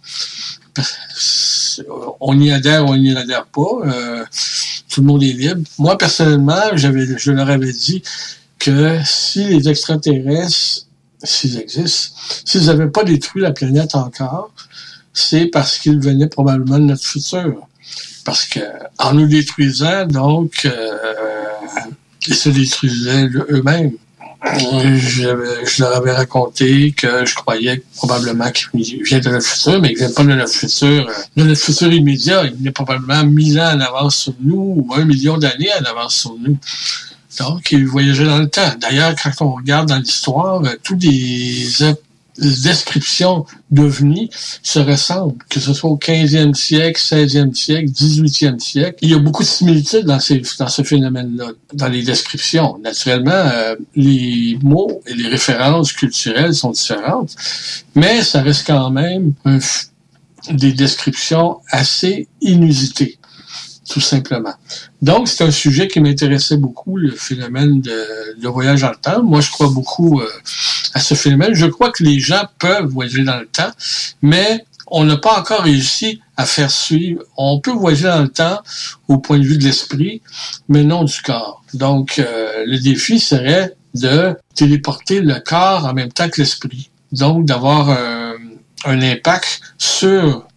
On y adhère ou on n'y adhère pas. Euh, tout le monde est libre. Moi, personnellement, j'avais, je leur avais dit que si les extraterrestres, s'ils existent, s'ils n'avaient pas détruit la planète encore, c'est parce qu'ils venaient probablement de notre futur. Parce que en nous détruisant, donc, euh, ils se détruisaient eux-mêmes. Je, je leur avais raconté que je croyais probablement qu'ils viennent de notre futur, mais ils ne viennent pas de notre futur, de notre futur immédiat. Ils venaient probablement mille ans en avance sur nous, ou un million d'années en avance sur nous. Donc, ils voyageaient dans le temps. D'ailleurs, quand on regarde dans l'histoire, tous les descriptions d'ovnis se ressemblent, que ce soit au quinzième siècle, seizième siècle, dix-huitième siècle. Il y a beaucoup de similitudes dans, ces, dans ce phénomène-là, dans les descriptions. Naturellement, euh, les mots et les références culturelles sont différentes, mais ça reste quand même un, des descriptions assez inusitées, tout simplement. Donc, c'est un sujet qui m'intéressait beaucoup, le phénomène de, de voyage dans le temps. Moi, je crois beaucoup euh, à ce phénomène. Je crois que les gens peuvent voyager dans le temps, mais on n'a pas encore réussi à faire suivre. On peut voyager dans le temps au point de vue de l'esprit, mais non du corps. Donc, euh, le défi serait de téléporter le corps en même temps que l'esprit. Donc, d'avoir un, un impact sur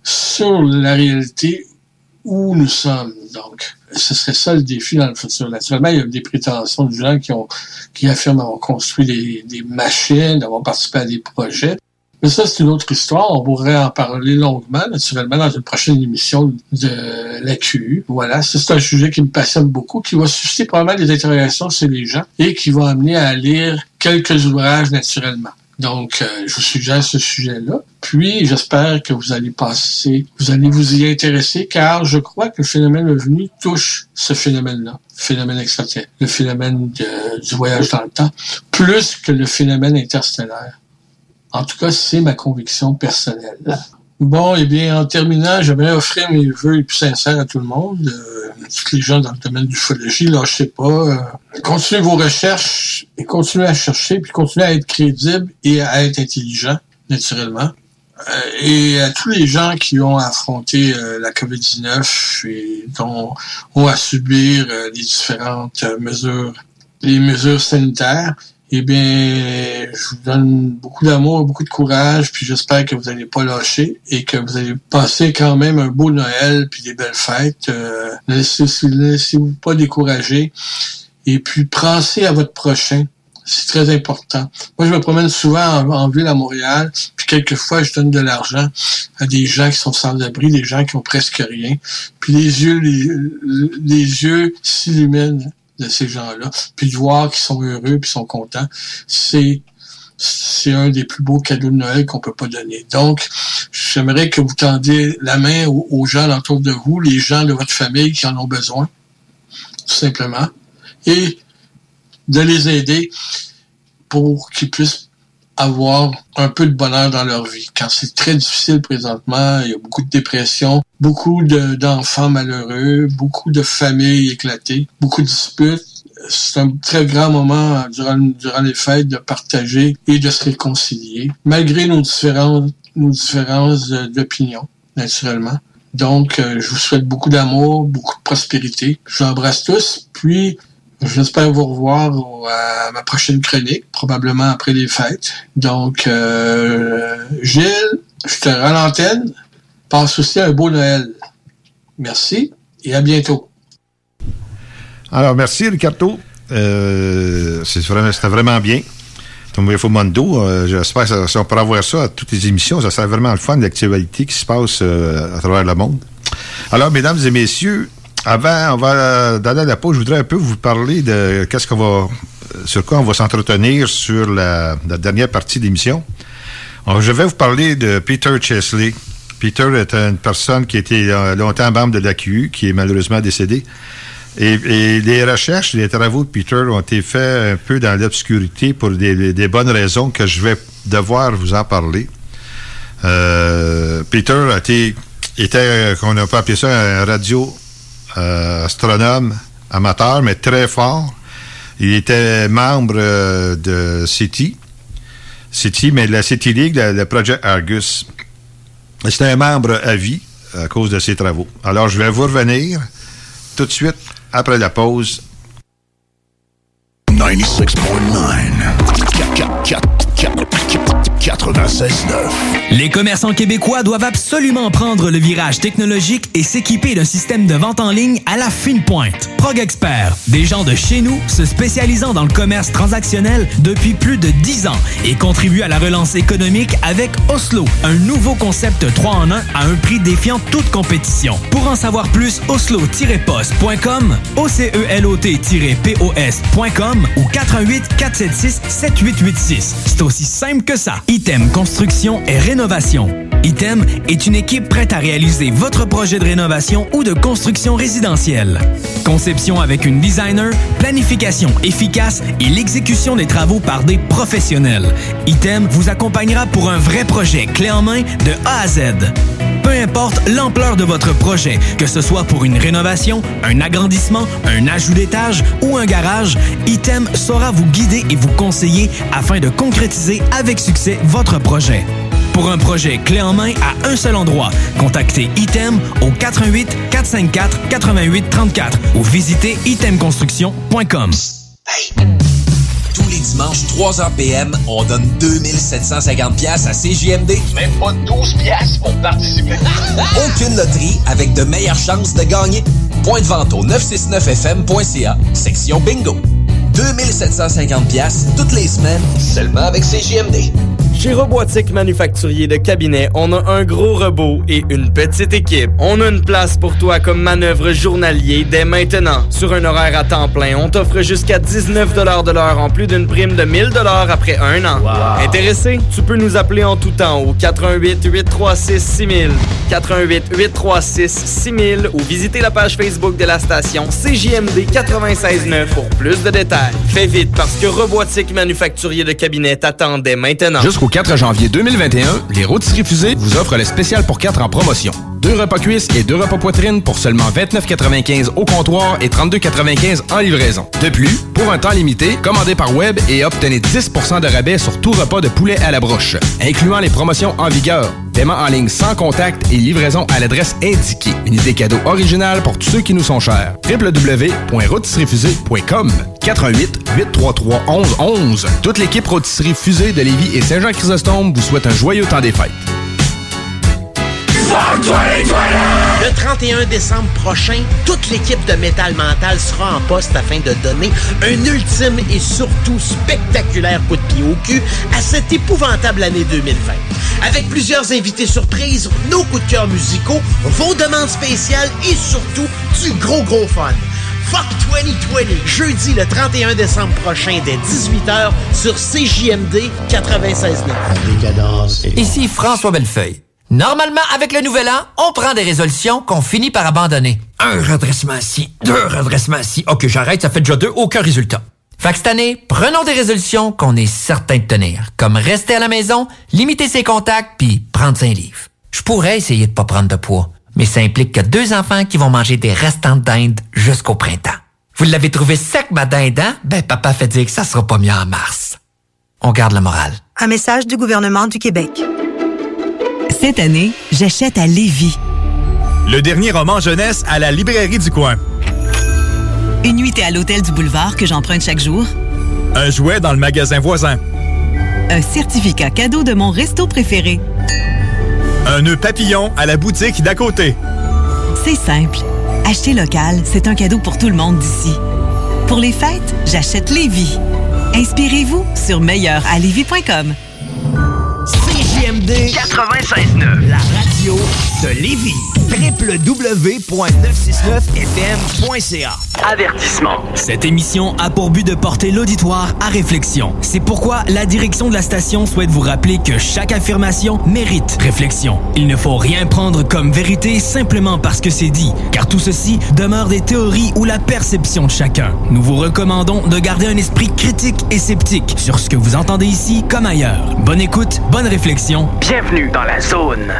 sur la réalité où nous sommes. Donc, ce serait ça le défi dans le futur. Naturellement, il y a des prétentions de gens qui ont qui affirment avoir construit des, des machines, d'avoir participé à des projets. Mais ça, c'est une autre histoire. On pourrait en parler longuement, naturellement, dans une prochaine émission de l'A Q U. Voilà, ça, c'est un sujet qui me passionne beaucoup, qui va susciter probablement des interrogations chez les gens et qui va amener à lire quelques ouvrages naturellement. Donc, euh, je vous suggère ce sujet-là. Puis, j'espère que vous allez passer, vous allez vous y intéresser, car je crois que le phénomène ovni touche ce phénomène-là, le phénomène extraterrestre, le phénomène de, du voyage dans le temps, plus que le phénomène interstellaire. En tout cas, c'est ma conviction personnelle. Bon, eh bien, en terminant, j'aimerais offrir mes vœux les plus sincères à tout le monde, euh, tous les gens dans le domaine de l'ufologie, lâchez pas, euh, continuez vos recherches, et continuez à chercher, puis continuez à être crédible et à être intelligent, naturellement. Euh, et à tous les gens qui ont affronté euh, la covid dix-neuf et dont ont à subir euh, les différentes euh, mesures, les mesures sanitaires, eh bien, je vous donne beaucoup d'amour, beaucoup de courage, puis j'espère que vous n'allez pas lâcher et que vous allez passer quand même un beau Noël puis des belles fêtes. Euh, ne laissez, laissez-vous pas décourager et puis pensez à votre prochain. C'est très important. Moi, je me promène souvent en, en ville à Montréal, puis quelquefois, je donne de l'argent à des gens qui sont sans abri, des gens qui ont presque rien. Puis les yeux, les, les yeux s'illuminent de ces gens-là, puis de voir qu'ils sont heureux puis sont contents, c'est c'est un des plus beaux cadeaux de Noël qu'on peut pas donner. Donc, j'aimerais que vous tendiez la main aux, aux gens autour de vous, les gens de votre famille qui en ont besoin, tout simplement, et de les aider pour qu'ils puissent avoir un peu de bonheur dans leur vie. Quand c'est très difficile présentement, il y a beaucoup de dépression, beaucoup de, d'enfants malheureux, beaucoup de familles éclatées, beaucoup de disputes. C'est un très grand moment durant, durant les fêtes de partager et de se réconcilier, malgré nos différences, nos différences d'opinion, naturellement. Donc, je vous souhaite beaucoup d'amour, beaucoup de prospérité. Je vous embrasse tous, puis j'espère vous revoir à ma prochaine chronique, probablement après les fêtes. Donc, euh, Gilles, je te rends l'antenne. Passe aussi un beau Noël. Merci et à bientôt. Alors, merci, Ricardo. Euh, c'est vraiment, c'était vraiment bien. Ton F O Mondo, euh, j'espère que si on pourra avoir ça à toutes les émissions, ça serait vraiment le fun, l'actualité qui se passe euh, à travers le monde. Alors, mesdames et messieurs, avant, on va d'aller à la pause, je voudrais un peu vous parler de qu'est-ce qu'on va, sur quoi on va s'entretenir sur la, la dernière partie de l'émission. Alors, je vais vous parler de Peter Chesley. Peter est une personne qui était longtemps membre de l'A Q U, qui est malheureusement décédé. Et, et les recherches, les travaux de Peter ont été faits un peu dans l'obscurité pour des, des bonnes raisons que je vais devoir vous en parler. Euh, Peter a été, était, qu'on a pas appelé ça un radio Euh, astronome amateur, mais très fort. Il était membre euh, de SETI. SETI, mais de la SETI League, le, le Project Argus. C'était un membre à vie à cause de ses travaux. Alors, je vais vous revenir tout de suite après la pause. quatre-vingt-seize neuf. Les commerçants québécois doivent absolument prendre le virage technologique et s'équiper d'un système de vente en ligne à la fine pointe. Prog Expert, des gens de chez nous se spécialisant dans le commerce transactionnel depuis plus de dix ans et contribuent à la relance économique avec Oslo, un nouveau concept trois en un à un prix défiant toute compétition. Pour en savoir plus, oslo tiret post point com, O C E L O T tiret P O S point com ou quatre un huit quatre sept six sept huit huit six. C'est aussi simple que ça. Item Construction et Rénovation. Item est une équipe prête à réaliser votre projet de rénovation ou de construction résidentielle. Conception avec une designer, planification efficace et l'exécution des travaux par des professionnels. Item vous accompagnera pour un vrai projet clé en main de A à Z. Peu importe l'ampleur de votre projet, que ce soit pour une rénovation, un agrandissement, un ajout d'étage ou un garage, Item saura vous guider et vous conseiller afin de concrétiser avec succès votre projet. Pour un projet clé en main à un seul endroit, contactez Item au quatre un huit quatre cinq quatre huit huit trois quatre ou visitez item construction point com. Hey! Tous les dimanche, trois heures p m, on donne deux mille sept cent cinquante dollars à C J M D. Même pas douze piastres pour participer. Aucune loterie avec de meilleures chances de gagner. Point de vente au neuf cent soixante-neuf F M point C A, section bingo. deux mille sept cent cinquante dollars toutes les semaines, seulement avec C J M D. Chez Robotique Manufacturier de Cabinet, on a un gros robot et une petite équipe. On a une place pour toi comme manœuvre journalier dès maintenant. Sur un horaire à temps plein, on t'offre jusqu'à dix-neuf dollars de l'heure en plus d'une prime de mille dollars après un an. Wow. Intéressé? Tu peux nous appeler en tout temps au quatre un huit, huit trois six, six mille, quatre un huit, huit trois six, six mille ou visiter la page Facebook de la station C J M D quatre-vingt-seize neuf pour plus de détails. Fais vite parce que Robotique Manufacturier de Cabinet t'attend dès maintenant. Jusqu'au quatre janvier deux mille vingt et un, les Rôtisseries Fusées vous offrent le spécial pour quatre en promotion. Deux repas cuisses et deux repas poitrine pour seulement vingt-neuf quatre-vingt-quinze au comptoir et trente-deux quatre-vingt-quinze en livraison. De plus, pour un temps limité, commandez par web et obtenez dix pour cent de rabais sur tout repas de poulet à la broche, incluant les promotions en vigueur. Paiement en ligne sans contact et livraison à l'adresse indiquée. Une idée cadeau originale pour tous ceux qui nous sont chers. w w w point rôtisserie fusée point com quatre un huit, huit trois trois, onze onze. Toute l'équipe Rôtisserie Fusée de Lévis et Saint-Jean-Chrysostome vous souhaite un joyeux temps des fêtes. Le trente et un décembre prochain, toute l'équipe de Métal Mental sera en poste afin de donner un ultime et surtout spectaculaire coup de pied au cul à cette épouvantable année deux mille vingt. Avec plusieurs invités surprises, nos coups de cœur musicaux, vos demandes spéciales et surtout du gros gros fun. Fuck vingt vingt, jeudi le trente et un décembre prochain dès dix-huit heures sur C J M D quatre-vingt-seize neuf. Ici François Bellefeuille. Normalement, avec le nouvel an, on prend des résolutions qu'on finit par abandonner. Un redressement ci, deux redressements ci. OK, j'arrête, ça fait déjà deux, aucun résultat. Fait que cette année, prenons des résolutions qu'on est certain de tenir, comme rester à la maison, limiter ses contacts, puis prendre cinq livres. Je pourrais essayer de pas prendre de poids, mais ça implique que deux enfants qui vont manger des restants de dinde jusqu'au printemps. Vous l'avez trouvé sec, ma dinde, hein? Ben, papa fait dire que ça sera pas mieux en mars. On garde la morale. Un message du gouvernement du Québec. Cette année, j'achète à Lévis. Le dernier roman jeunesse à la librairie du coin. Une nuitée à l'hôtel du Boulevard que j'emprunte chaque jour. Un jouet dans le magasin voisin. Un certificat cadeau de mon resto préféré. Un nœud papillon à la boutique d'à côté. C'est simple. Acheter local, c'est un cadeau pour tout le monde d'ici. Pour les fêtes, j'achète Lévis. Inspirez-vous sur meilleur à lévis point com. C J M D quatre-vingt-seize neuf, la radio de Lévis. w w w point neuf cent soixante-neuf F M point C A. Avertissement. Cette émission a pour but de porter l'auditoire à réflexion. C'est pourquoi la direction de la station souhaite vous rappeler que chaque affirmation mérite réflexion. Il ne faut rien prendre comme vérité simplement parce que c'est dit, car tout ceci demeure des théories ou la perception de chacun. Nous vous recommandons de garder un esprit critique et sceptique sur ce que vous entendez ici comme ailleurs. Bonne écoute, bonne réflexion. Bienvenue dans la zone.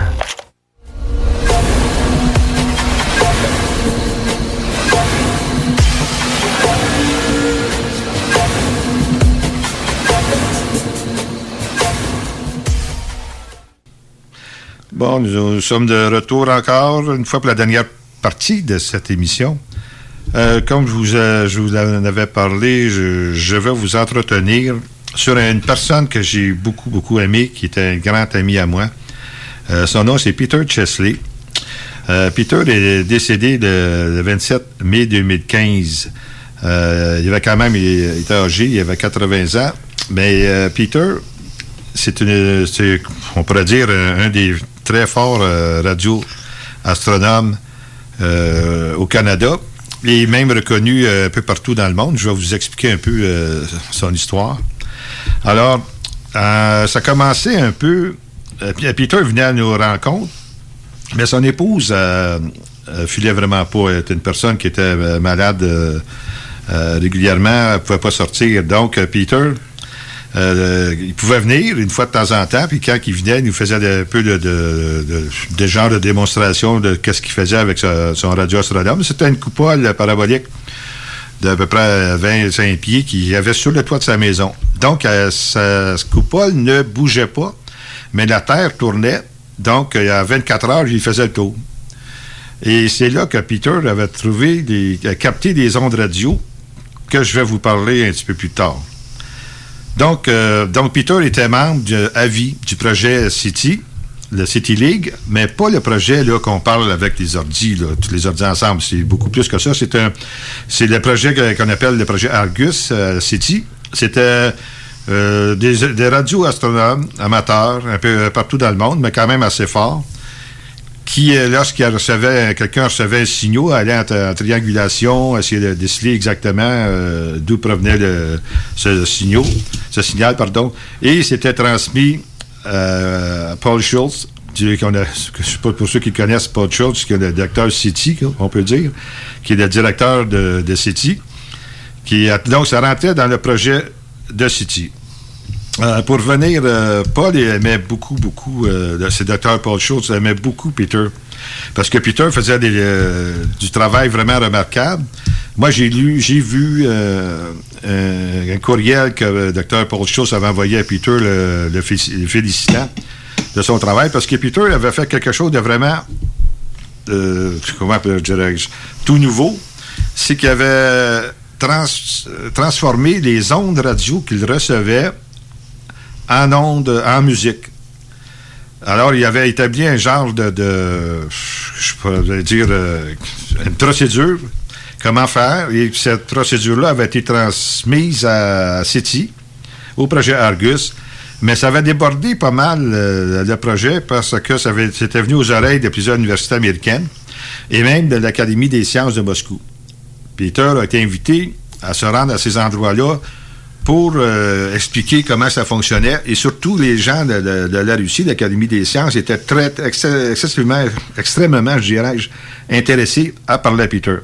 Bon, nous, nous sommes de retour encore, une fois pour la dernière partie de cette émission. Euh, comme je vous, euh, je vous en avais parlé, je, je vais vous entretenir sur une personne que j'ai beaucoup, beaucoup aimé, qui était un grand ami à moi. Euh, son nom, c'est Peter Chesley. Euh, Peter est décédé le, le vingt-sept mai deux mille quinze. Euh, il avait quand même, il, il était âgé, il avait quatre-vingts ans. Mais euh, Peter, c'est une, c'est, on pourrait dire, un, un des très forts euh, radio-astronomes euh, au Canada. Et même reconnu euh, un peu partout dans le monde. Je vais vous expliquer un peu euh, son histoire. Alors, euh, ça commençait un peu... Euh, Peter venait à nos rencontres, mais son épouse euh, euh, filait vraiment pas. Elle était une personne qui était euh, malade euh, euh, régulièrement. Elle ne pouvait pas sortir. Donc, euh, Peter, euh, il pouvait venir une fois de temps en temps, puis quand il venait, il nous faisait un peu de, de, de, de genre de démonstration de ce qu'il faisait avec sa, son radio-astronome. C'était une coupole parabolique d'à peu près vingt-cinq pieds qu'il y avait sur le toit de sa maison. Donc, euh, sa coupole ne bougeait pas, mais la Terre tournait. Donc, euh, à vingt-quatre heures, il faisait le tour. Et c'est là que Peter avait trouvé, des, a capté des ondes radio que je vais vous parler un petit peu plus tard. Donc, euh, donc Peter était membre de, à vie du projet City, le City League, mais pas le projet là, qu'on parle avec les ordis, là, tous les ordis ensemble. C'est beaucoup plus que ça. C'est un, c'est le projet qu'on appelle le projet Argus euh, City. C'était euh, des, des radios astronomes amateurs, un peu partout dans le monde, mais quand même assez forts, qui, lorsqu'il recevait, quelqu'un recevait un signal, allait en, en triangulation, essayer de déceler exactement euh, d'où provenait le, ce signal, ce signal, pardon, et c'était transmis euh, à Paul Schultz, qu'on a, je sais pas pour ceux qui connaissent Paul Schultz, qui est le directeur City, on peut dire, qui est le directeur de, de City, qui donc ça rentrait dans le projet de City. Euh, pour revenir, euh, Paul aimait beaucoup, beaucoup, euh, c'est docteur Paul Schultz aimait beaucoup Peter. Parce que Peter faisait des, euh, du travail vraiment remarquable. Moi, j'ai lu, j'ai vu euh, un, un courriel que le docteur Paul Schultz avait envoyé à Peter, le, le, le félicitant de son travail, parce que Peter avait fait quelque chose de vraiment, euh, comment dirais-je, tout nouveau. C'est qu'il avait trans, transformé les ondes radio qu'il recevait en ondes, en musique. Alors, il avait établi un genre de, de je pourrais dire, euh, une procédure, comment faire, et cette procédure-là avait été transmise à City, au projet Argus, mais ça avait débordé pas mal euh, le projet parce que ça avait, c'était venu aux oreilles de plusieurs universités américaines et même de l'Académie des sciences de Moscou. Peter a été invité à se rendre à ces endroits-là pour euh, expliquer comment ça fonctionnait. Et surtout, les gens de, de, de la Russie, de l'Académie des sciences, étaient très, ex- excessivement, extrêmement, je dirais, intéressés à parler à Peter.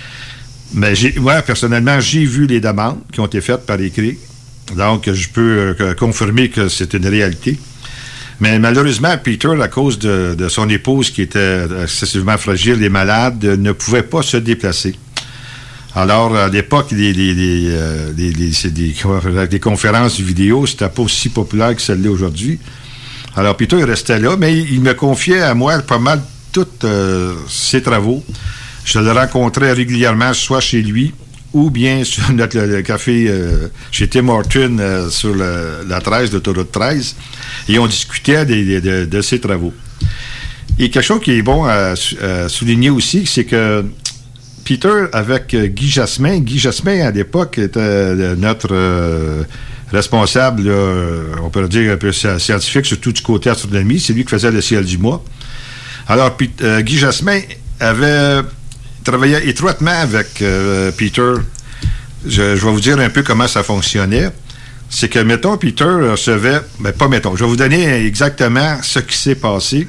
Mais j'ai, moi, personnellement, j'ai vu les demandes qui ont été faites par écrit. Donc, je peux euh, confirmer que c'est une réalité. Mais malheureusement, Peter, à cause de, de son épouse qui était excessivement fragile et malade, ne pouvait pas se déplacer. Alors, à l'époque, les, les, les, euh, les, les, c'est des, des conférences vidéo, c'était pas aussi populaire que celle-là aujourd'hui. Alors, Peter, il restait là, mais il, il me confiait à moi pas mal tous euh, ses travaux. Je le rencontrais régulièrement, soit chez lui, ou bien sur notre le, le café euh, chez Tim Horton euh, sur le, la treize, l'autoroute treize, et on discutait de, de, de ses travaux. Et quelque chose qui est bon à, à souligner aussi, c'est que Peter, avec euh, Guy Jasmin, Guy Jasmin, à l'époque, était euh, notre euh, responsable, là, on peut dire un peu scientifique, surtout du côté astronomie. C'est lui qui faisait le ciel du mois. Alors, P- euh, Guy Jasmin avait travaillé étroitement avec euh, Peter. Je, je vais vous dire un peu comment ça fonctionnait. C'est que, mettons, Peter recevait... Ben, pas mettons. Je vais vous donner exactement ce qui s'est passé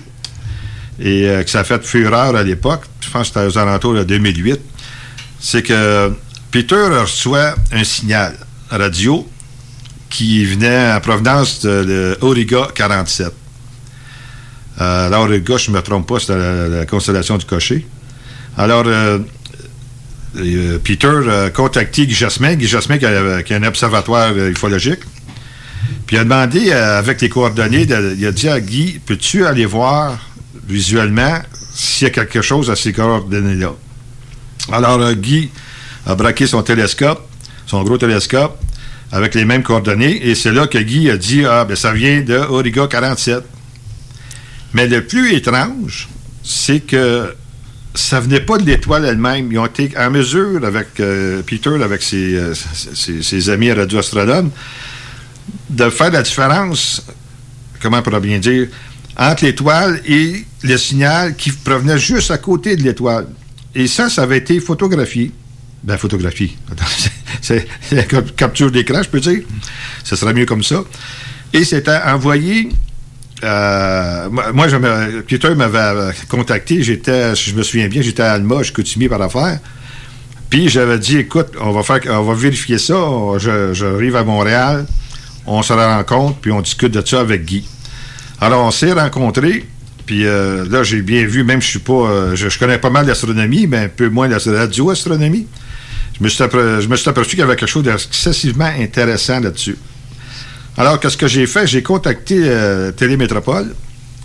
et euh, que ça a fait fureur à l'époque. Je pense que c'était aux alentours de deux mille huit. C'est que Peter reçoit un signal radio qui venait en provenance de l'Auriga quarante-sept. Euh, L'Auriga, je ne me trompe pas, c'était la, la constellation du Cocher. Alors, euh, euh, Peter a contacté Guy Jasmin, Guy Jasmin qui a, qui a un observatoire euh, ufologique, puis il a demandé, euh, avec les coordonnées, de, il a dit à Guy, peux-tu aller voir visuellement s'il y a quelque chose à ces coordonnées-là? Alors, euh, Guy a braqué son télescope, son gros télescope, avec les mêmes coordonnées, et c'est là que Guy a dit, ah, ben ça vient de Auriga quarante-sept. Mais le plus étrange, c'est que ça venait pas de l'étoile elle-même. Ils ont été en mesure, avec euh, Peter, avec ses, euh, ses, ses amis radioastronomes, de faire la différence, comment on pourrait bien dire, entre l'étoile et le signal qui provenait juste à côté de l'étoile. Et ça, ça avait été photographié. Ben, photographié. C'est, c'est une capture d'écran, je peux dire. Ce serait mieux comme ça. Et c'était envoyé... Euh, moi, je me, Peter m'avait contacté. J'étais, si je me souviens bien, j'étais à Alma, je suis coutumier par affaire. Puis j'avais dit, écoute, on va faire, on va vérifier ça. Je, j'arrive à Montréal, on se rencontre, puis on discute de ça avec Guy. Alors, on s'est rencontrés, puis euh, là, j'ai bien vu, même je suis pas, euh, je, je connais pas mal l'astronomie, mais un peu moins la radioastronomie. Je me suis aperçu, je me suis aperçu qu'il y avait quelque chose d'excessivement intéressant là-dessus. Alors, qu'est-ce que j'ai fait? J'ai contacté euh, Télémétropole,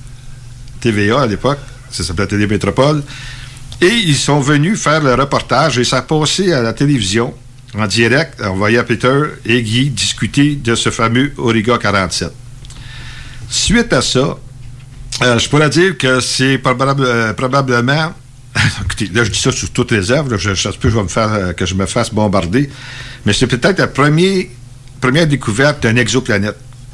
T V A à l'époque, ça s'appelait Télémétropole, et ils sont venus faire le reportage, et ça a passé à la télévision. en direct, on voyait Peter et Guy discuter de ce fameux Auriga quarante-sept. Suite à ça, euh, je pourrais dire que c'est probable, euh, probablement... Écoutez, là, je dis ça sous toute réserve. Là, je, je, je, je vais me faire, euh, que je me fasse bombarder. Mais c'est peut-être la première, première découverte d'une exoplanète.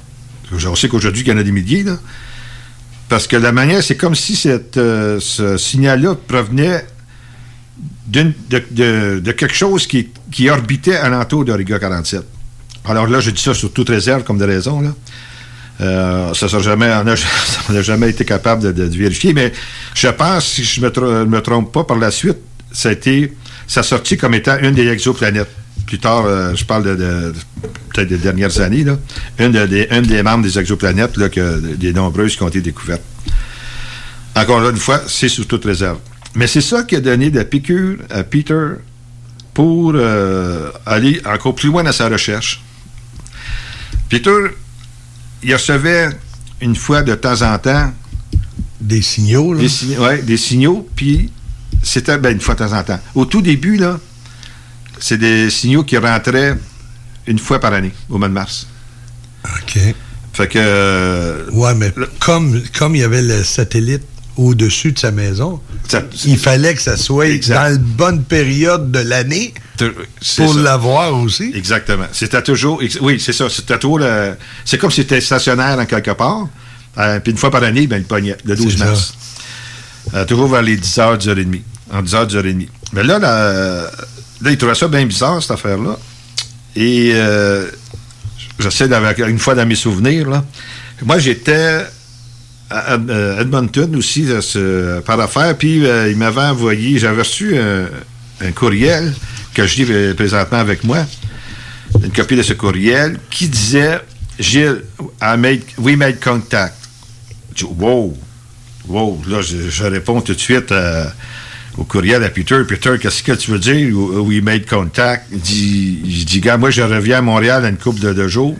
On sait qu'aujourd'hui, il y en a des milliers, là. Parce que la manière, c'est comme si cette, euh, ce signal-là provenait d'une, de, de, de quelque chose qui, qui orbitait alentour d'Auriga quarante-sept. Alors là, je dis ça sous toute réserve, comme de raison, là. Euh, ça n'a jamais, on jamais été capable de, de, de vérifier, mais je pense, si je ne me, tr- me trompe pas, par la suite, ça a été, ça a sorti comme étant une des exoplanètes. Plus tard, euh, je parle de, de, de peut-être des dernières années, là, une, de, des, une des membres des exoplanètes, là, que, des nombreuses qui ont été découvertes. Encore là, une fois, c'est sous toute réserve. Mais c'est ça qui a donné de la piqûre à Peter pour euh, aller encore plus loin dans sa recherche. Peter, il recevait une fois de temps en temps des signaux, là. Des signaux, oui, des signaux, puis c'était ben, une fois de temps en temps. Au tout début, là, c'est des signaux qui rentraient une fois par année, au mois de mars. OK. Fait que... Euh, ouais, mais le, comme, comme il y avait le satellite au-dessus de sa maison, ça, il fallait que ça soit exact. Dans la bonne période de l'année pour ça. L'avoir aussi. Exactement. C'était toujours... Oui, c'est ça. C'était toujours le, c'est comme si c'était stationnaire en quelque part. Euh, puis une fois par année, ben, il pognait, le douze mars. Euh, toujours vers les dix heures, dix heures trente. En dix heures, dix heures trente. Mais là, là, là, il trouvait ça bien bizarre, cette affaire-là. Et euh, j'essaie d'avoir une fois dans mes souvenirs, là. Moi, j'étais à Edmonton aussi, là, ce, par affaire, puis euh, il m'avait envoyé, j'avais reçu un, un courriel que je lis présentement avec moi, une copie de ce courriel qui disait « Gilles, I made, we made contact ». Je dis « Wow! Wow! » Là, je, je réponds tout de suite euh, au courriel à Peter. « Peter, qu'est-ce que tu veux dire? « We made contact ». Je dis, je dis « Gars, moi, je reviens à Montréal à une couple de, de jours.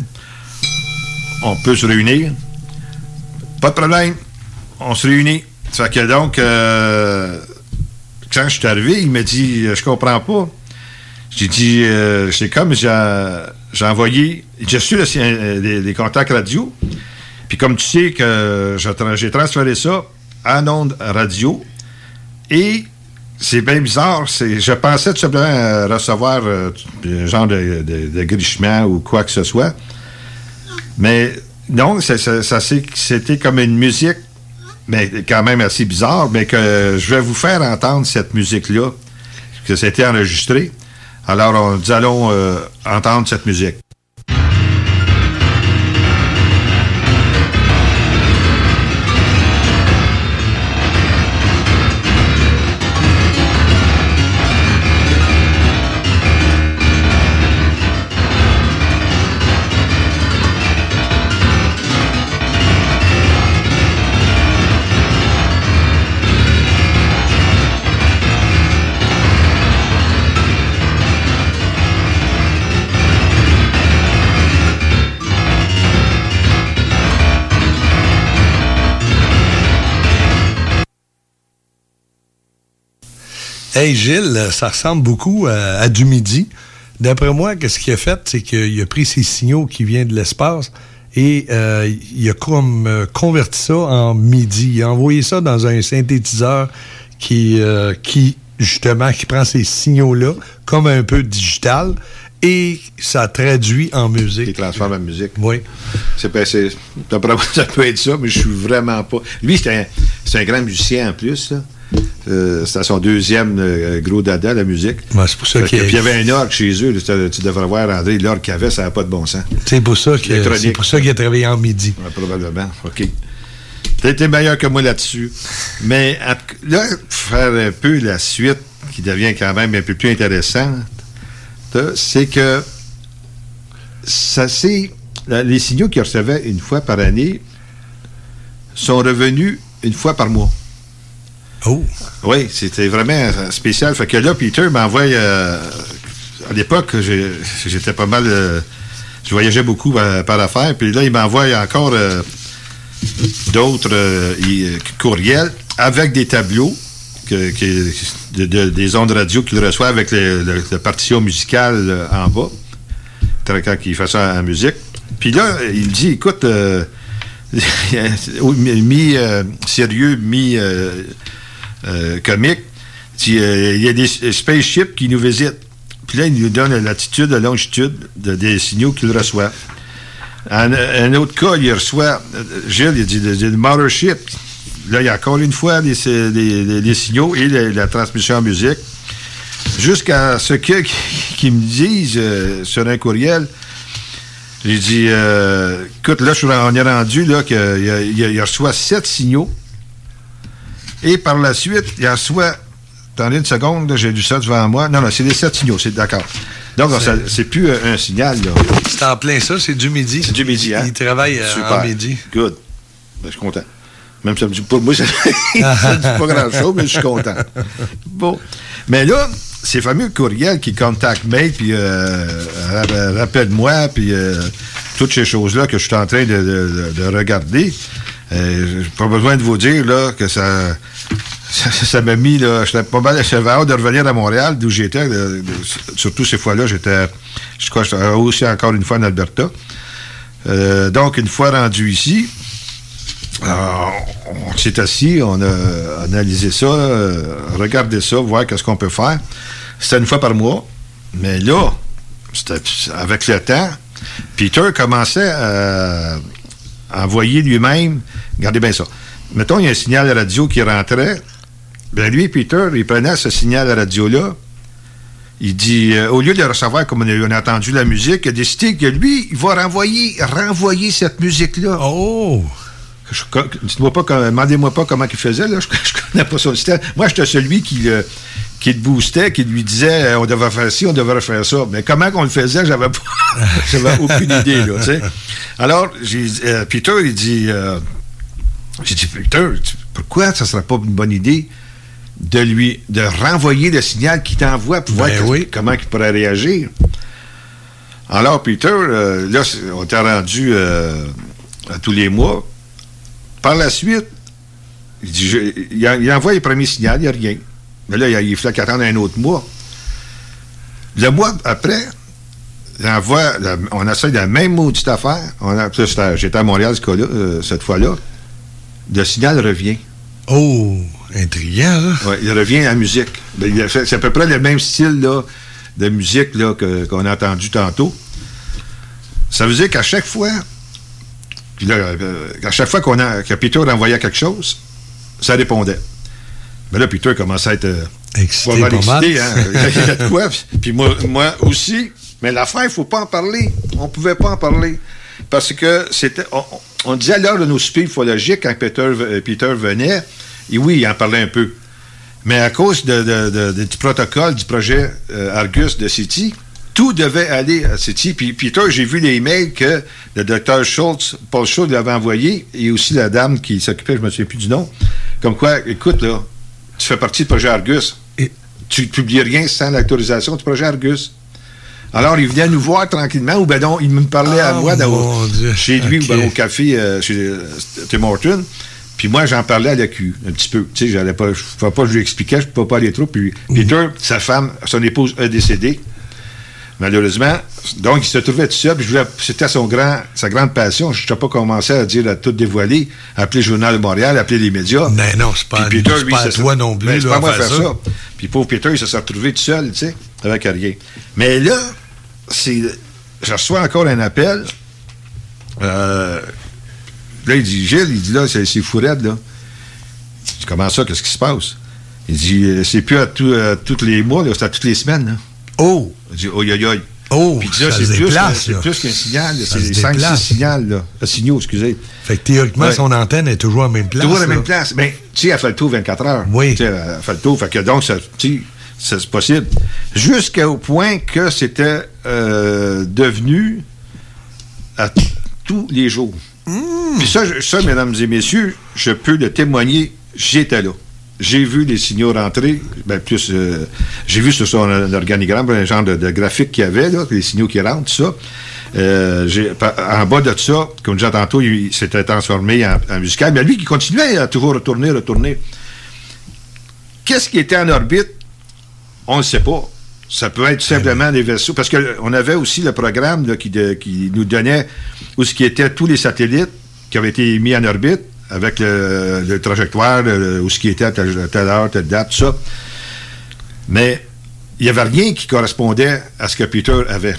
On peut se réunir. » Pas de problème. On se réunit. Ça fait que donc, euh, quand je suis arrivé, il m'a dit « Je comprends pas. » J'ai dit euh, « C'est comme j'ai, j'ai envoyé... J'ai reçu le, les, les contacts radio. Puis comme tu sais que j'ai, j'ai transféré ça en ondes radio. Et c'est bien bizarre. C'est, je pensais tout simplement recevoir euh, un genre de, de, de grichement ou quoi que ce soit. Mais... Non, ça, ça, ça, c'était comme une musique, mais quand même assez bizarre, mais que je vais vous faire entendre cette musique-là, que ça a été enregistré. Alors, on, nous allons euh, entendre cette musique. Hey Gilles, ça ressemble beaucoup à, à du midi. D'après moi, qu'est-ce qu'il a fait, c'est qu'il a pris ces signaux qui viennent de l'espace et euh, il a comme euh, converti ça en midi. Il a envoyé ça dans un synthétiseur qui, euh, qui justement, qui prend ces signaux-là comme un peu digital et ça traduit en musique. Il transforme en musique. Oui. C'est, c'est, ça peut être ça, mais je suis vraiment pas... Lui, c'est un, c'est un grand musicien en plus, là. Euh, c'était son deuxième euh, gros dada, la musique. Ouais, c'est pour ça qu'il y, a... y avait un orgue chez eux. Là, tu devrais voir, André, l'orgue qu'il avait, ça n'avait pas de bon sens. C'est pour ça, que, c'est pour ça qu'il a travaillé en midi. Ouais, probablement. OK. Tu as été meilleur que moi là-dessus. Mais là, pour faire un peu la suite, qui devient quand même un peu plus intéressante, c'est que ça c'est les signaux qu'il recevait une fois par année sont revenus une fois par mois. Oh! Oui, c'était vraiment spécial. Fait que là, Peter m'envoie... Euh, à l'époque, j'ai, j'étais pas mal... Euh, je voyageais beaucoup euh, par affaires. Puis là, il m'envoie encore euh, d'autres euh, courriels avec des tableaux que, que, de, de, des ondes radio qu'il reçoit avec le, le, la partition musicale euh, en bas, quand il fait ça en musique. Puis là, il me dit, écoute, euh, mi-sérieux, mi-comique, euh, euh, il euh, y a des spaceships qui nous visitent. Puis là, il nous donne la latitude, la longitude de, des signaux qu'il reçoit. En un autre cas, il reçoit, Gilles, il dit, le mothership. Là, il y a encore une fois les, les, les, les signaux et la, la transmission en musique. Jusqu'à ce que qu'ils me disent euh, sur un courriel, j'ai dit, euh, écoute, là, je, on est rendu là qu'il il, il reçoit sept signaux. Et par la suite, il reçoit, attendez une seconde, là, j'ai lu ça devant moi. Non, non, c'est les sept signaux, c'est d'accord. Donc, c'est, ça, c'est plus un, un signal, là. C'est en plein ça, c'est du midi. C'est du midi, hein? Il travaille euh, en midi. Good. Ben, je suis content. Même ça me dit pas, moi, ça ne dit pas grand-chose, mais je suis content. Bon. Mais là, ces fameux courriels qui contactent Mail, puis euh, rappelle-moi, puis euh, toutes ces choses-là que je suis en train de, de, de regarder, euh, j'ai pas besoin de vous dire, là, que ça... Ça, ça m'a mis, là, j'étais pas mal, j'avais hâte de revenir à Montréal, d'où j'étais, de, de, surtout ces fois-là, j'étais, je crois, j'étais aussi encore une fois en Alberta. Euh, donc, une fois rendu ici, alors, on s'est assis, on a analysé ça, euh, regardé ça, voir qu'est-ce qu'on peut faire. C'était une fois par mois, mais là, c'était avec le temps, Peter commençait à, à envoyer lui-même, regardez bien ça, mettons, il y a un signal de radio qui rentrait. Bien, lui, Peter, il prenait ce signal de radio-là. Il dit, euh, au lieu de le recevoir comme on a, on a entendu la musique, il a décidé que lui, il va renvoyer, renvoyer cette musique-là. Oh! Je, dites-moi pas, demandez-moi pas comment il faisait, là. Je, je connais pas son système. Moi, j'étais celui qui le, qui le boostait, qui lui disait, on devrait faire ci, on devrait faire ça. Mais comment qu'on le faisait, j'avais pas, j'avais aucune idée, là, tu sais. Alors, j'ai, euh, Peter, il dit, euh, j'ai dit, Peter, pourquoi ça serait pas une bonne idée de lui, de renvoyer le signal qu'il t'envoie pour voir ben que, oui. comment il pourrait réagir. Alors, Peter, euh, là, on t'a rendu euh, à tous les mois. Par la suite, il, dit, je, il, il envoie les premiers signaux, il n'y a rien. Mais là, il, il fallait qu'attendre un autre mois. Le mois après, il envoie, la, on essaie de la même maudite affaire. On a, j'étais à Montréal ce cas-là, euh, cette fois-là. Le signal revient. Oh, intriguant, là. Oui, il revient à la musique. Ben, il a fait, c'est à peu près le même style là, de musique là, que, qu'on a entendu tantôt. Ça veut dire qu'à chaque fois, puis là, euh, à chaque fois qu'on a, que Peter envoyait quelque chose, ça répondait. Mais là, Peter commençait à être euh, excité, pas mal excité. Hein? Il y a de quoi. Puis moi, moi aussi. Mais l'affaire, il ne faut pas en parler. On ne pouvait pas en parler. Parce que c'était... On, on disait à l'heure de nos soupers ufologiques, quand Peter, Peter venait, et oui, il en parlait un peu. Mais à cause de, de, de, de, du protocole du projet euh, Argus de City, tout devait aller à City. Puis Peter, j'ai vu les emails que le docteur Schultz, Paul Schultz l'avait envoyé, et aussi la dame qui s'occupait, je ne me souviens plus du nom, comme quoi, écoute, là, tu fais partie du projet Argus. Et tu ne publies rien sans l'autorisation du projet Argus. Alors, il venait nous voir tranquillement, ou ben non, il me parlait ah, à moi dans, chez lui, okay. ou ben, au café euh, chez euh, Tim Horton. Puis moi, j'en parlais à la Q, un petit peu. Tu sais, j'allais pas, je ne pouvais pas, je lui expliquais, je ne pouvais pas aller trop. Puis mmh. Peter, sa femme, son épouse a décédé, malheureusement. Donc, il se trouvait tout seul, puis je voulais, c'était son grand, sa grande passion. Je n'ai pas commencé à dire, à tout dévoiler, appeler le Journal de Montréal, appeler les médias. Mais non, c'est pas, Peter, c'est lui, pas à toi non plus. Ben, c'est là, pas moi faire ça. ça. Puis pauvre Peter, il se s'est retrouvé tout seul, tu sais, avec rien. Mais là, c'est, je reçois encore un appel. Euh, là, il dit, Gilles, il dit, là, c'est, c'est fou raide, là. Je dis, comment ça, qu'est-ce qui se passe? Il dit, c'est plus à, tout, à tous les mois, là, c'est à toutes les semaines, là. Oh! Il dit, oi, oi, oi. Oh! Puis là, c'est, plus, là, c'est plus qu'un signal, là, c'est cinq six signaux, là. Euh, signaux, excusez. Fait que théoriquement, ouais. son antenne est toujours à la même place. Toujours à la là. même place. Mais, tu sais, elle fait le tour vingt-quatre heures. Oui. Tu sais, elle fait le tour. Fait que donc, ça, tu sais, c'est possible. Jusqu'au point que c'était euh, devenu à t- tous les jours. Mmh. Puis ça, ça, mesdames et messieurs, je peux le témoigner, j'étais là. J'ai vu les signaux rentrer, ben plus, euh, j'ai vu sur son organigramme un genre de, de graphique qu'il y avait, là, les signaux qui rentrent, tout ça. Euh, j'ai, en bas de ça, comme je disais tantôt, il, il s'était transformé en, en musical, mais lui qui continuait à toujours retourner, retourner. qu'est-ce qui était en orbite? On ne sait pas. Ça peut être simplement des vaisseaux. Parce qu'on avait aussi le programme là, qui, de, qui nous donnait où ce qui était tous les satellites qui avaient été mis en orbite avec le, le trajectoire, le, où ce qui était à telle, à telle heure, telle date, tout ça. Mais il n'y avait rien qui correspondait à ce que Peter avait.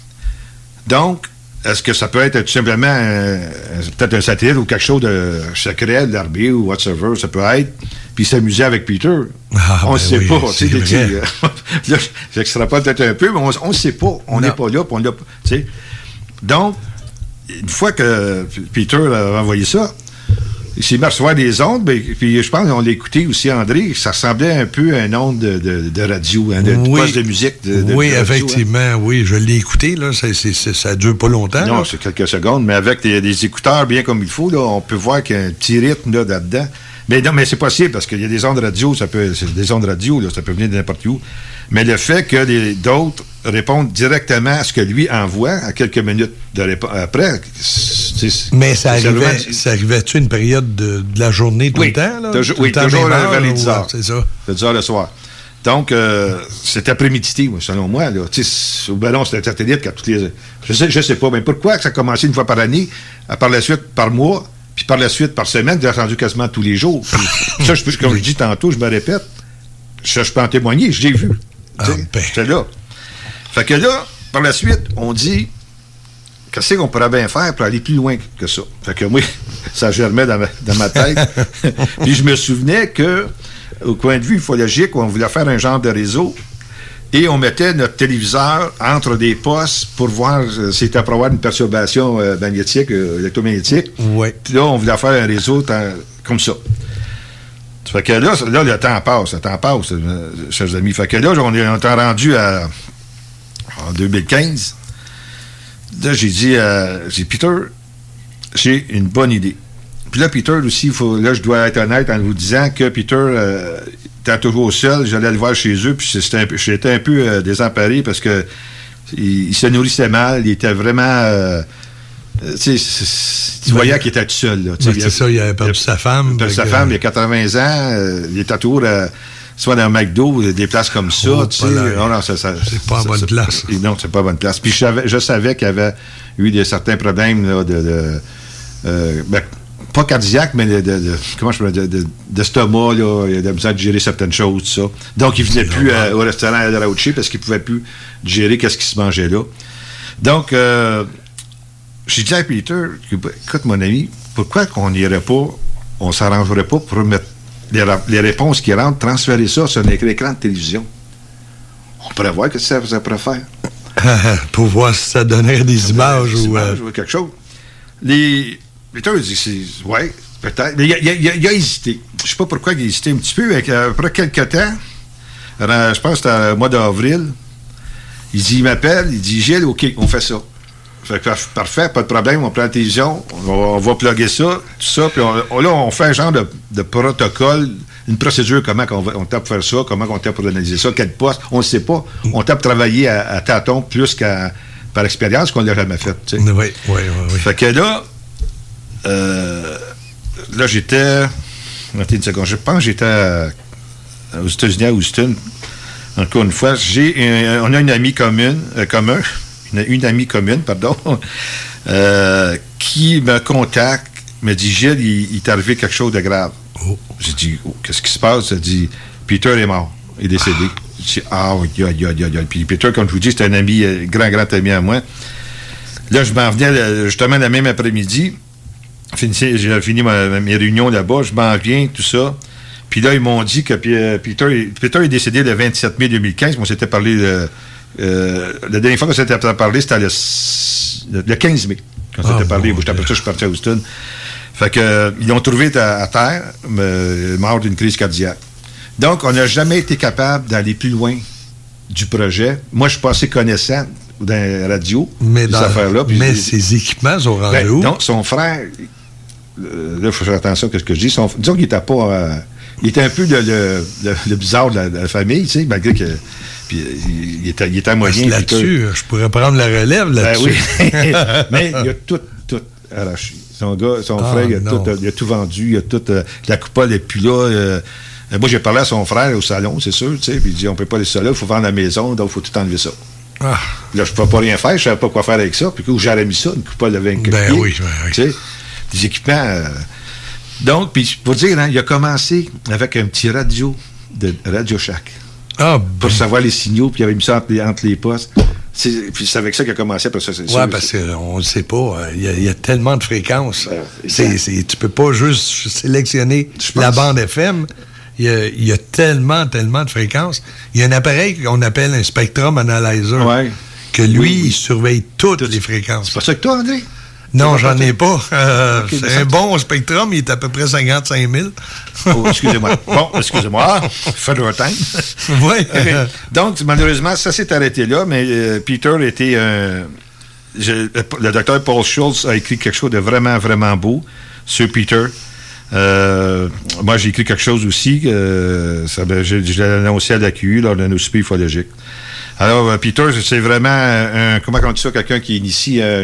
Donc, est-ce que ça peut être tout simplement un, peut-être un satellite ou quelque chose de secret, de l'armée ou whatever, ça peut être, puis s'amuser avec Peter? Ah, on ne ben sait oui, pas. c'est Tu sais, vrai. là, j'extrapole peut-être un peu, mais on ne sait pas. On n'est pas là, puis on l'a. Tu sais. Donc, une fois que Peter a envoyé ça, il s'est mis à recevoir des ondes, ben, puis je pense qu'on l'a écouté aussi, André, ça ressemblait un peu à une onde de, de, de radio, hein, de, de Oui. poste de musique. De, de, oui, de radio, effectivement, hein. oui, je l'ai écouté, là, ça, c'est, c'est, ça dure pas longtemps. Non, là. c'est quelques secondes, mais avec des, des écouteurs bien comme il faut, là, on peut voir qu'il y a un petit rythme là, là-dedans. Mais non, mais c'est possible, parce qu'il y a des ondes radio, ça peut, c'est des ondes radio, là, ça peut venir de n'importe où. Mais le fait que les, d'autres répondent directement à ce que lui envoie, à quelques minutes de répo- après, c'est, Mais ça c'est arrivait, vraiment- ça arrivait-tu une période de, de la journée tout Oui, le temps? Là? toujours, Tout oui, le temps toujours même heure, vers les ou- dix heures. C'est ça. C'est dix heures le soir. Donc, euh, c'est après-midi, moi, selon moi. Là. Tu sais, au ballon, c'était un satellite qu'à toutes les... Je sais, je sais pas, mais pourquoi que ça a commencé une fois par année, à par la suite par mois, puis par la suite par semaine, j'ai rendu quasiment tous les jours. Puis, ça, je, peux- comme je dis tantôt, je me répète, ça, je peux en témoigner, je l'ai vu. Ah, ben. J'étais là. Fait que là, par la suite, on dit, qu'est-ce qu'on pourrait bien faire pour aller plus loin que ça? Fait que moi, ça germait dans ma, dans ma tête. Puis je me souvenais que, au coin de vue ufologique, on voulait faire un genre de réseau et on mettait notre téléviseur entre des postes pour voir euh, si c'était pour avoir une perturbation euh, magnétique, euh, électromagnétique. Oui. Puis là, on voulait faire un réseau tant- comme ça. Ça fait que là, là, le temps passe, le temps passe, euh, chers amis. Fait que là, on est, on est rendu à, en deux mille quinze. Là, j'ai dit, euh, j'ai dit, Peter, j'ai une bonne idée. Puis là, Peter aussi, faut, là, je dois être honnête en vous disant que Peter euh, était toujours seul. J'allais le voir chez eux, puis c'était un peu, j'étais un peu euh, désemparé parce que il, il se nourrissait mal, il était vraiment... Euh, euh, tu sais, tu voyais qu'il était tout seul. Là, Ben, c'est ça, il avait perdu sa femme. Il a perdu sa fait que- femme, il a quatre-vingts ans, euh, il est toujours euh, soit dans un McDo, des places comme ça. Oh, tu pas sais. là. Non, non, ça, ça, C'est pas en ça, bonne ça- place. Non, c'est pas en bonne place. Puis je savais, je savais qu'il y avait eu des, certains problèmes là, de... de euh, ben, pas cardiaque, mais de, de, de comment je peux dire, de, de, d'estomac, là, il a besoin de gérer certaines choses, tout ça. Donc, il venait plus euh, au restaurant à la Rauchi parce qu'il pouvait plus gérer qu'est-ce qui se mangeait là. Donc, euh, j'ai dit à Peter, écoute, mon ami, pourquoi qu'on n'irait pas, on s'arrangerait pas pour mettre les, ra- les réponses qui rentrent, transférer ça sur un écran de télévision? On pourrait voir que ça, ça pourrait faire. pour voir si ça donnerait des images Des ou... euh, images ou quelque chose. Les... Peter a dit, c'est... Ouais, peut-être. Mais il a, il a- il a- il a hésité. Je sais pas pourquoi il a hésité un petit peu. Mais après quelques temps, euh, je pense que c'était au mois d'avril, il dit, il m'appelle, il dit, Gilles, OK, on fait ça. Fait que, parfait, pas de problème, on prend la télévision, on va, on va plugger ça, tout ça, puis on, on- là, on fait un genre de, de protocole, une procédure, comment on, va, on tape pour faire ça, comment on tape pour analyser ça, quel poste, on ne sait pas. On tape travailler à, à tâtons plus qu'à par expérience qu'on ne l'a jamais fait. Tu sais. Oui, oui, oui, oui. Fait que là, euh, là, j'étais. Attends une seconde, je pense que j'étais à- aux États-Unis, à Houston. Encore une fois, j'ai un- on a une amie commune, euh, commun, une, une amie commune, pardon, euh, qui me contacte, me dit, Gilles, il, il t'est arrivé quelque chose de grave. J'ai dit, oh, qu'est-ce qui se passe? Elle dit, Peter est mort, il est décédé. J'ai dit, ah oui, aïe, aïe, aïe, aïe. Puis Peter, comme je vous dis, c'est un ami, euh, grand, grand ami à moi. Là, je m'en venais euh, justement le même après-midi. Finissé- J'ai fini ma- mes réunions là-bas, je m'en viens, tout ça. Puis là, ils m'ont dit que Pi- euh, Peter, Peter est décédé le vingt-sept mai deux mille quinze. On s'était parlé, euh, euh, la dernière fois qu'on s'était parlé, c'était le, s- le- le quinze mai. Quand on Ah, s'était parlé, bon, après ça, je suis parti à Houston. Fait que, euh, ils l'ont trouvé à, à terre, euh, mort d'une crise cardiaque. Donc, on n'a jamais été capable d'aller plus loin du projet. Moi, je suis pas assez connaissant dans la radio, Mais, ces dans, affaires-là. puis mais j'ai- ses équipements sont rendus ben, où? donc, son frère, euh, là, il faut faire attention à ce que je dis. Son, disons qu'il était pas. euh, il était un peu le, le, le- le bizarre de la, de la famille, tu sais, malgré que. Puis, euh, il, il était, il était moyen. Parce que là-dessus, je pourrais prendre la relève Ben là-dessus. oui. Mais il a tout, tout arraché. Son gars, son Ah, frère, il a, non. tout, il a tout vendu. Il a tout, euh, la coupole n'est plus là. euh, Euh, moi, j'ai parlé à son frère au salon, c'est sûr, tu sais, puis il dit, on peut pas laisser ça là, il faut vendre la maison, donc il faut tout enlever ça. Ah. Là, je ne pouvais pas rien faire, je ne savais pas quoi faire avec ça, puis où j'aurais mis ça, une coupole de vingt-quatre ben pieds, oui, ben oui. Tu sais, des équipements... Euh, donc, puis pour dire, hein, il a commencé avec un petit radio de Radio Shack. Ah, pour ben. savoir les signaux, puis il avait mis ça entre les, entre les postes. C'est, puis c'est avec ça qu'il a commencé. Après ça, c'est oui, parce qu'on ne le sait pas. Il y, y a tellement de fréquences. Ben, c'est, c'est, tu peux pas juste sélectionner la bande F M. Il y, a, il y a tellement, tellement de fréquences. Il y a un appareil qu'on appelle un Spectrum Analyzer. Ouais. Que lui, oui, oui. il surveille toutes les fréquences. C'est pas ça que toi, André? Non, j'en ai pas. Euh, okay, c'est un bon Spectrum, il est à peu près cinquante-cinq mille. Oh, excusez-moi. Bon, excusez-moi. Federal time. Oui. Okay. Donc, malheureusement, ça s'est arrêté là, mais euh, Peter était un... Je, le docteur Paul Schultz a écrit quelque chose de vraiment, vraiment beau sur Peter. Euh, moi, j'ai écrit quelque chose aussi. Euh, ça, ben, je, je l'ai annoncé à l'A Q U lors d'un souper ufologique. Alors, euh, Peter, c'est vraiment un... Comment on dit ça? Quelqu'un qui initie... Euh,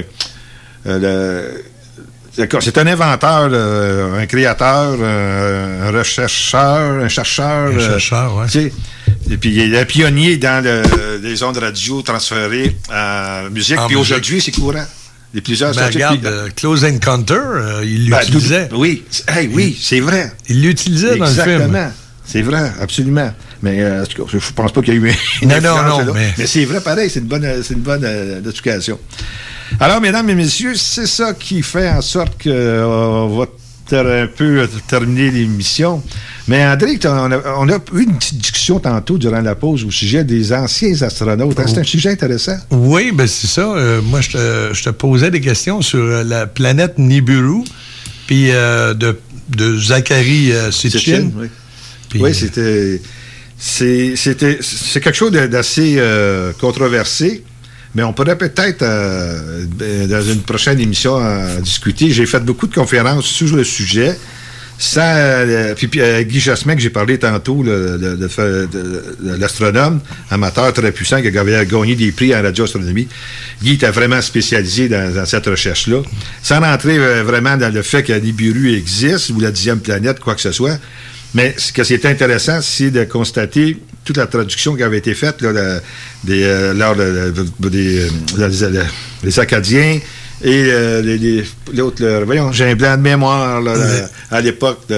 Euh, le, c'est un inventeur, le, un créateur, un, un rechercheur, un chercheur. Un chercheur, oui. Tu sais, et puis il est un pionnier dans le, les ondes radio transférées en musique. En puis musique. Aujourd'hui, c'est courant. Les plusieurs ben, regarde, puis, euh, Close Encounter, euh, il l'utilisait. Ben, oui, hey, oui, c'est vrai. Il l'utilisait dans le film. Exactement. C'est vrai, absolument. Mais euh, je ne pense pas qu'il y a eu une non, non, non, là. Mais... mais c'est vrai, pareil, c'est une bonne, c'est une bonne euh, éducation. Alors, mesdames et messieurs, c'est ça qui fait en sorte qu'on euh, va ter- un peu terminer l'émission. Mais André, on a, on a eu une petite discussion tantôt durant la pause au sujet des anciens astronautes. Oh. C'est un sujet intéressant. Oui, bien c'est ça. Euh, moi, je te, je te posais des questions sur euh, la planète Nibiru, puis euh, de, de Zachary euh, Sitchin. Oui, puis, oui c'était, c'est, c'était, c'est quelque chose d'assez euh, controversé. Mais on pourrait peut-être, euh, dans une prochaine émission, en discuter. J'ai fait beaucoup de conférences sur le sujet. Ça, euh, puis, puis euh, Guy Jasmin, que j'ai parlé tantôt, le, le, le, le, le, l'astronome amateur très puissant qui avait gagné des prix en radioastronomie. Guy était vraiment spécialisé dans, dans cette recherche-là. Sans rentrer euh, vraiment dans le fait que Nibiru existe, ou la dixième planète, quoi que ce soit. Mais ce qui est intéressant, c'est de constater toute la traduction qui avait été faite là, de, des, euh, lors de, de, des, de, les Acadiens et euh, les, les, l'autre, là, voyons, j'ai un blanc de mémoire là, là, à l'époque. De,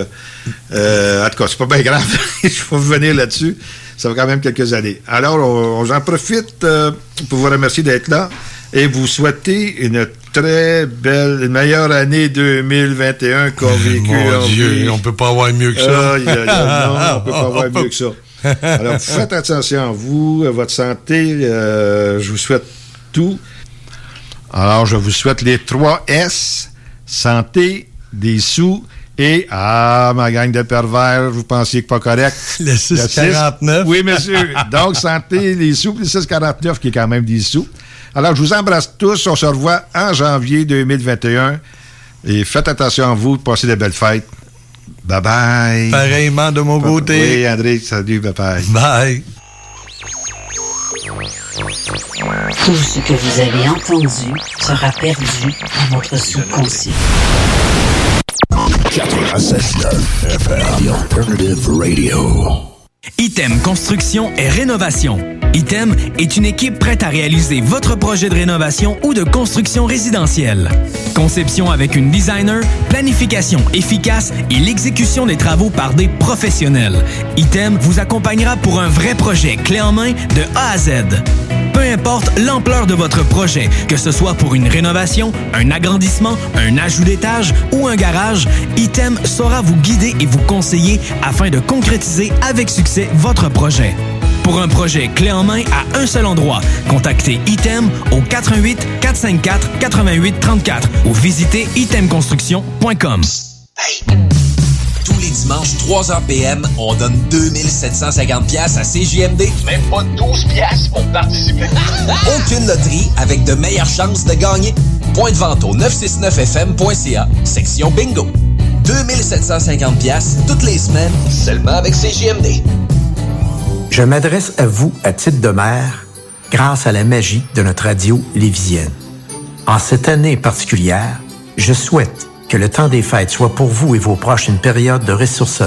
euh, en tout cas, c'est pas bien grave, il faut revenir là-dessus. Ça va quand même quelques années. Alors, on, on j'en profite euh, pour vous remercier d'être là et vous souhaiter une très belle, une meilleure année deux mille vingt et un qu'on vécu. Mon Dieu, on peut pas avoir mieux que ça. Euh, y a, y a, non, on peut pas avoir mieux que ça. Alors, faites attention à vous, à votre santé. Euh, je vous souhaite tout. Alors, je vous souhaite les trois S, santé, des sous et, ah, ma gang de pervers, vous pensiez que pas correct. Le six quarante-neuf. Oui, monsieur. Donc, santé, les sous, puis le six quarante-neuf, qui est quand même des sous. Alors, je vous embrasse tous. On se revoit en janvier deux mille vingt et un. Et faites attention à vous. Passez de belles fêtes. Bye-bye. Pareillement de mon côté. Oui, André, salut, bye-bye. Bye. Tout ce que vous avez entendu sera perdu dans votre subconscient. quatre-vingt-seize neuf F M, The Alternative Radio. Item Construction et Rénovation. Item est une équipe prête à réaliser votre projet de rénovation ou de construction résidentielle. Conception avec une designer, planification efficace et l'exécution des travaux par des professionnels. Item vous accompagnera pour un vrai projet clé en main de A à Z. Peu importe l'ampleur de votre projet, que ce soit pour une rénovation, un agrandissement, un ajout d'étage ou un garage, Item saura vous guider et vous conseiller afin de concrétiser avec succès votre projet. Pour un projet clé en main à un seul endroit, contactez Item au quatre un huit, quatre cinq quatre, huit huit trois quatre ou visitez item construction point com. Hey. Tous les dimanches, trois heures p m, on donne deux mille sept cent cinquante dollars à C J M D. Même pas douze piastres pour participer. Aucune loterie avec de meilleures chances de gagner. Point de vente au neuf cent soixante-neuf F M point C A, section bingo. deux mille sept cent cinquante dollars toutes les semaines, seulement avec C J M D. Je m'adresse à vous à titre de maire grâce à la magie de notre radio lévisienne. En cette année particulière, je souhaite que le temps des fêtes soit pour vous et vos proches une période de ressourcement,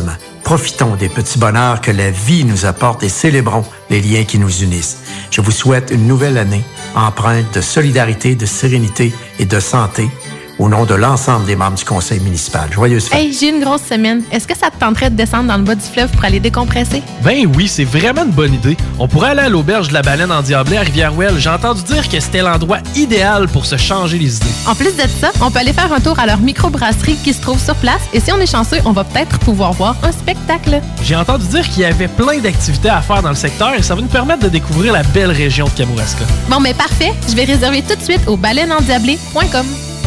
Profitons des petits bonheurs que la vie nous apporte et célébrons les liens qui nous unissent. Je vous souhaite une nouvelle année empreinte de solidarité, de sérénité et de santé au nom de l'ensemble des membres du conseil municipal. Joyeuse fête. Hey, j'ai une grosse semaine. Est-ce que ça te tenterait de descendre dans le bas du fleuve pour aller décompresser? Ben oui, c'est vraiment une bonne idée. On pourrait aller à l'auberge de la Baleine en Diablé à Rivière-Ouelle. J'ai entendu dire que c'était l'endroit idéal pour se changer les idées. En plus de ça, on peut aller faire un tour à leur microbrasserie qui se trouve sur place et si on est chanceux, on va peut-être pouvoir voir un spectacle. J'ai entendu dire qu'il y avait plein d'activités à faire dans le secteur et ça va nous permettre de découvrir la belle région de Kamouraska. Bon, mais parfait. Je vais réserver tout de suite au baleine en diablé point com.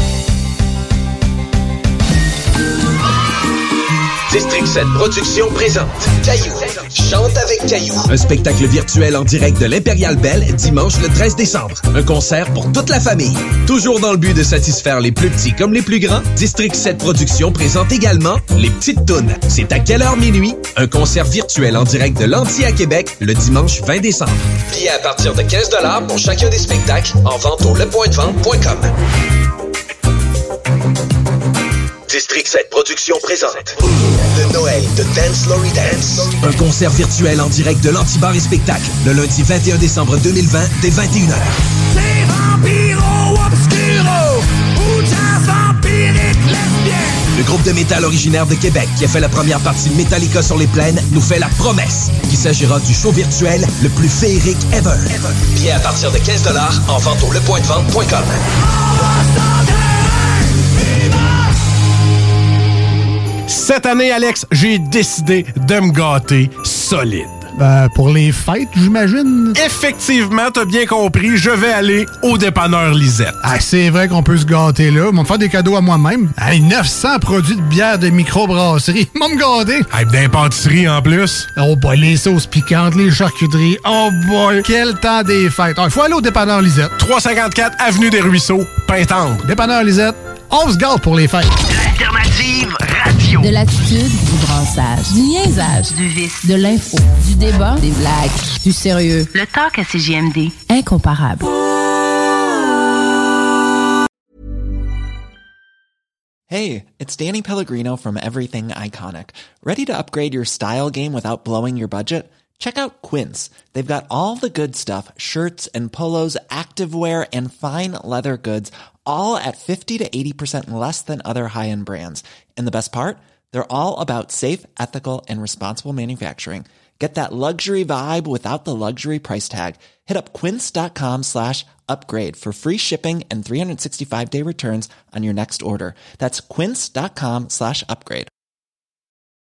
District sept Productions présente Caillou, chante avec Caillou. Un spectacle virtuel en direct de l'Impérial Belle dimanche le treize décembre. Un concert pour toute la famille. Toujours dans le but de satisfaire les plus petits comme les plus grands, District sept Productions présente également Les Petites Tounes. C'est à quelle heure minuit? Un concert virtuel en direct de l'Anti à Québec le dimanche vingt décembre. Billets à partir de quinze dollars pour chacun des spectacles en vente au le point de vente point com. District sept Productions présente le Noël de Dance Lory Dance. Un concert virtuel en direct de l'Antibar et Spectacle le lundi vingt et un décembre deux mille vingt dès vingt et une heures. C'est Vampiro Obscuro ou jazz vampirique lesbien. Le groupe de métal originaire de Québec qui a fait la première partie de Metallica sur les plaines nous fait la promesse qu'il s'agira du show virtuel le plus féerique ever. ever. Billets à partir de quinze dollars en vente au le point de vente point com. Cette année, Alex, j'ai décidé de me gâter solide. Ben, pour les fêtes, j'imagine. Effectivement, t'as bien compris, je vais aller au dépanneur Lisette. Ah, c'est vrai qu'on peut se gâter là. Ils vont me faire des cadeaux à moi-même. Hey, neuf cents produits de bière de microbrasserie. Ils vont me gâter. Hey, d'impantisserie en plus. Oh boy, les sauces piquantes, les charcuteries. Oh boy, quel temps des fêtes. Il faut aller au dépanneur Lisette. trois cent cinquante-quatre Avenue des Ruisseaux, Pintendre. Dépanneur Lisette, on se gâte pour les fêtes. L'alternative radio. De l'attitude, du brassage, du niaisage, du vice, de l'info, du débat, des blagues, du sérieux. Le talk à C G M D. Incomparable. Hey, it's Danny Pellegrino from Everything Iconic. Ready to upgrade your style game without blowing your budget? Check out Quince. They've got all the good stuff, shirts and polos, activewear, and fine leather goods, all at fifty to eighty percent less than other high-end brands. And the best part? They're all about safe, ethical, and responsible manufacturing. Get that luxury vibe without the luxury price tag. Hit up quince.com slash upgrade for free shipping and three sixty-five day returns on your next order. That's quince.com slash upgrade.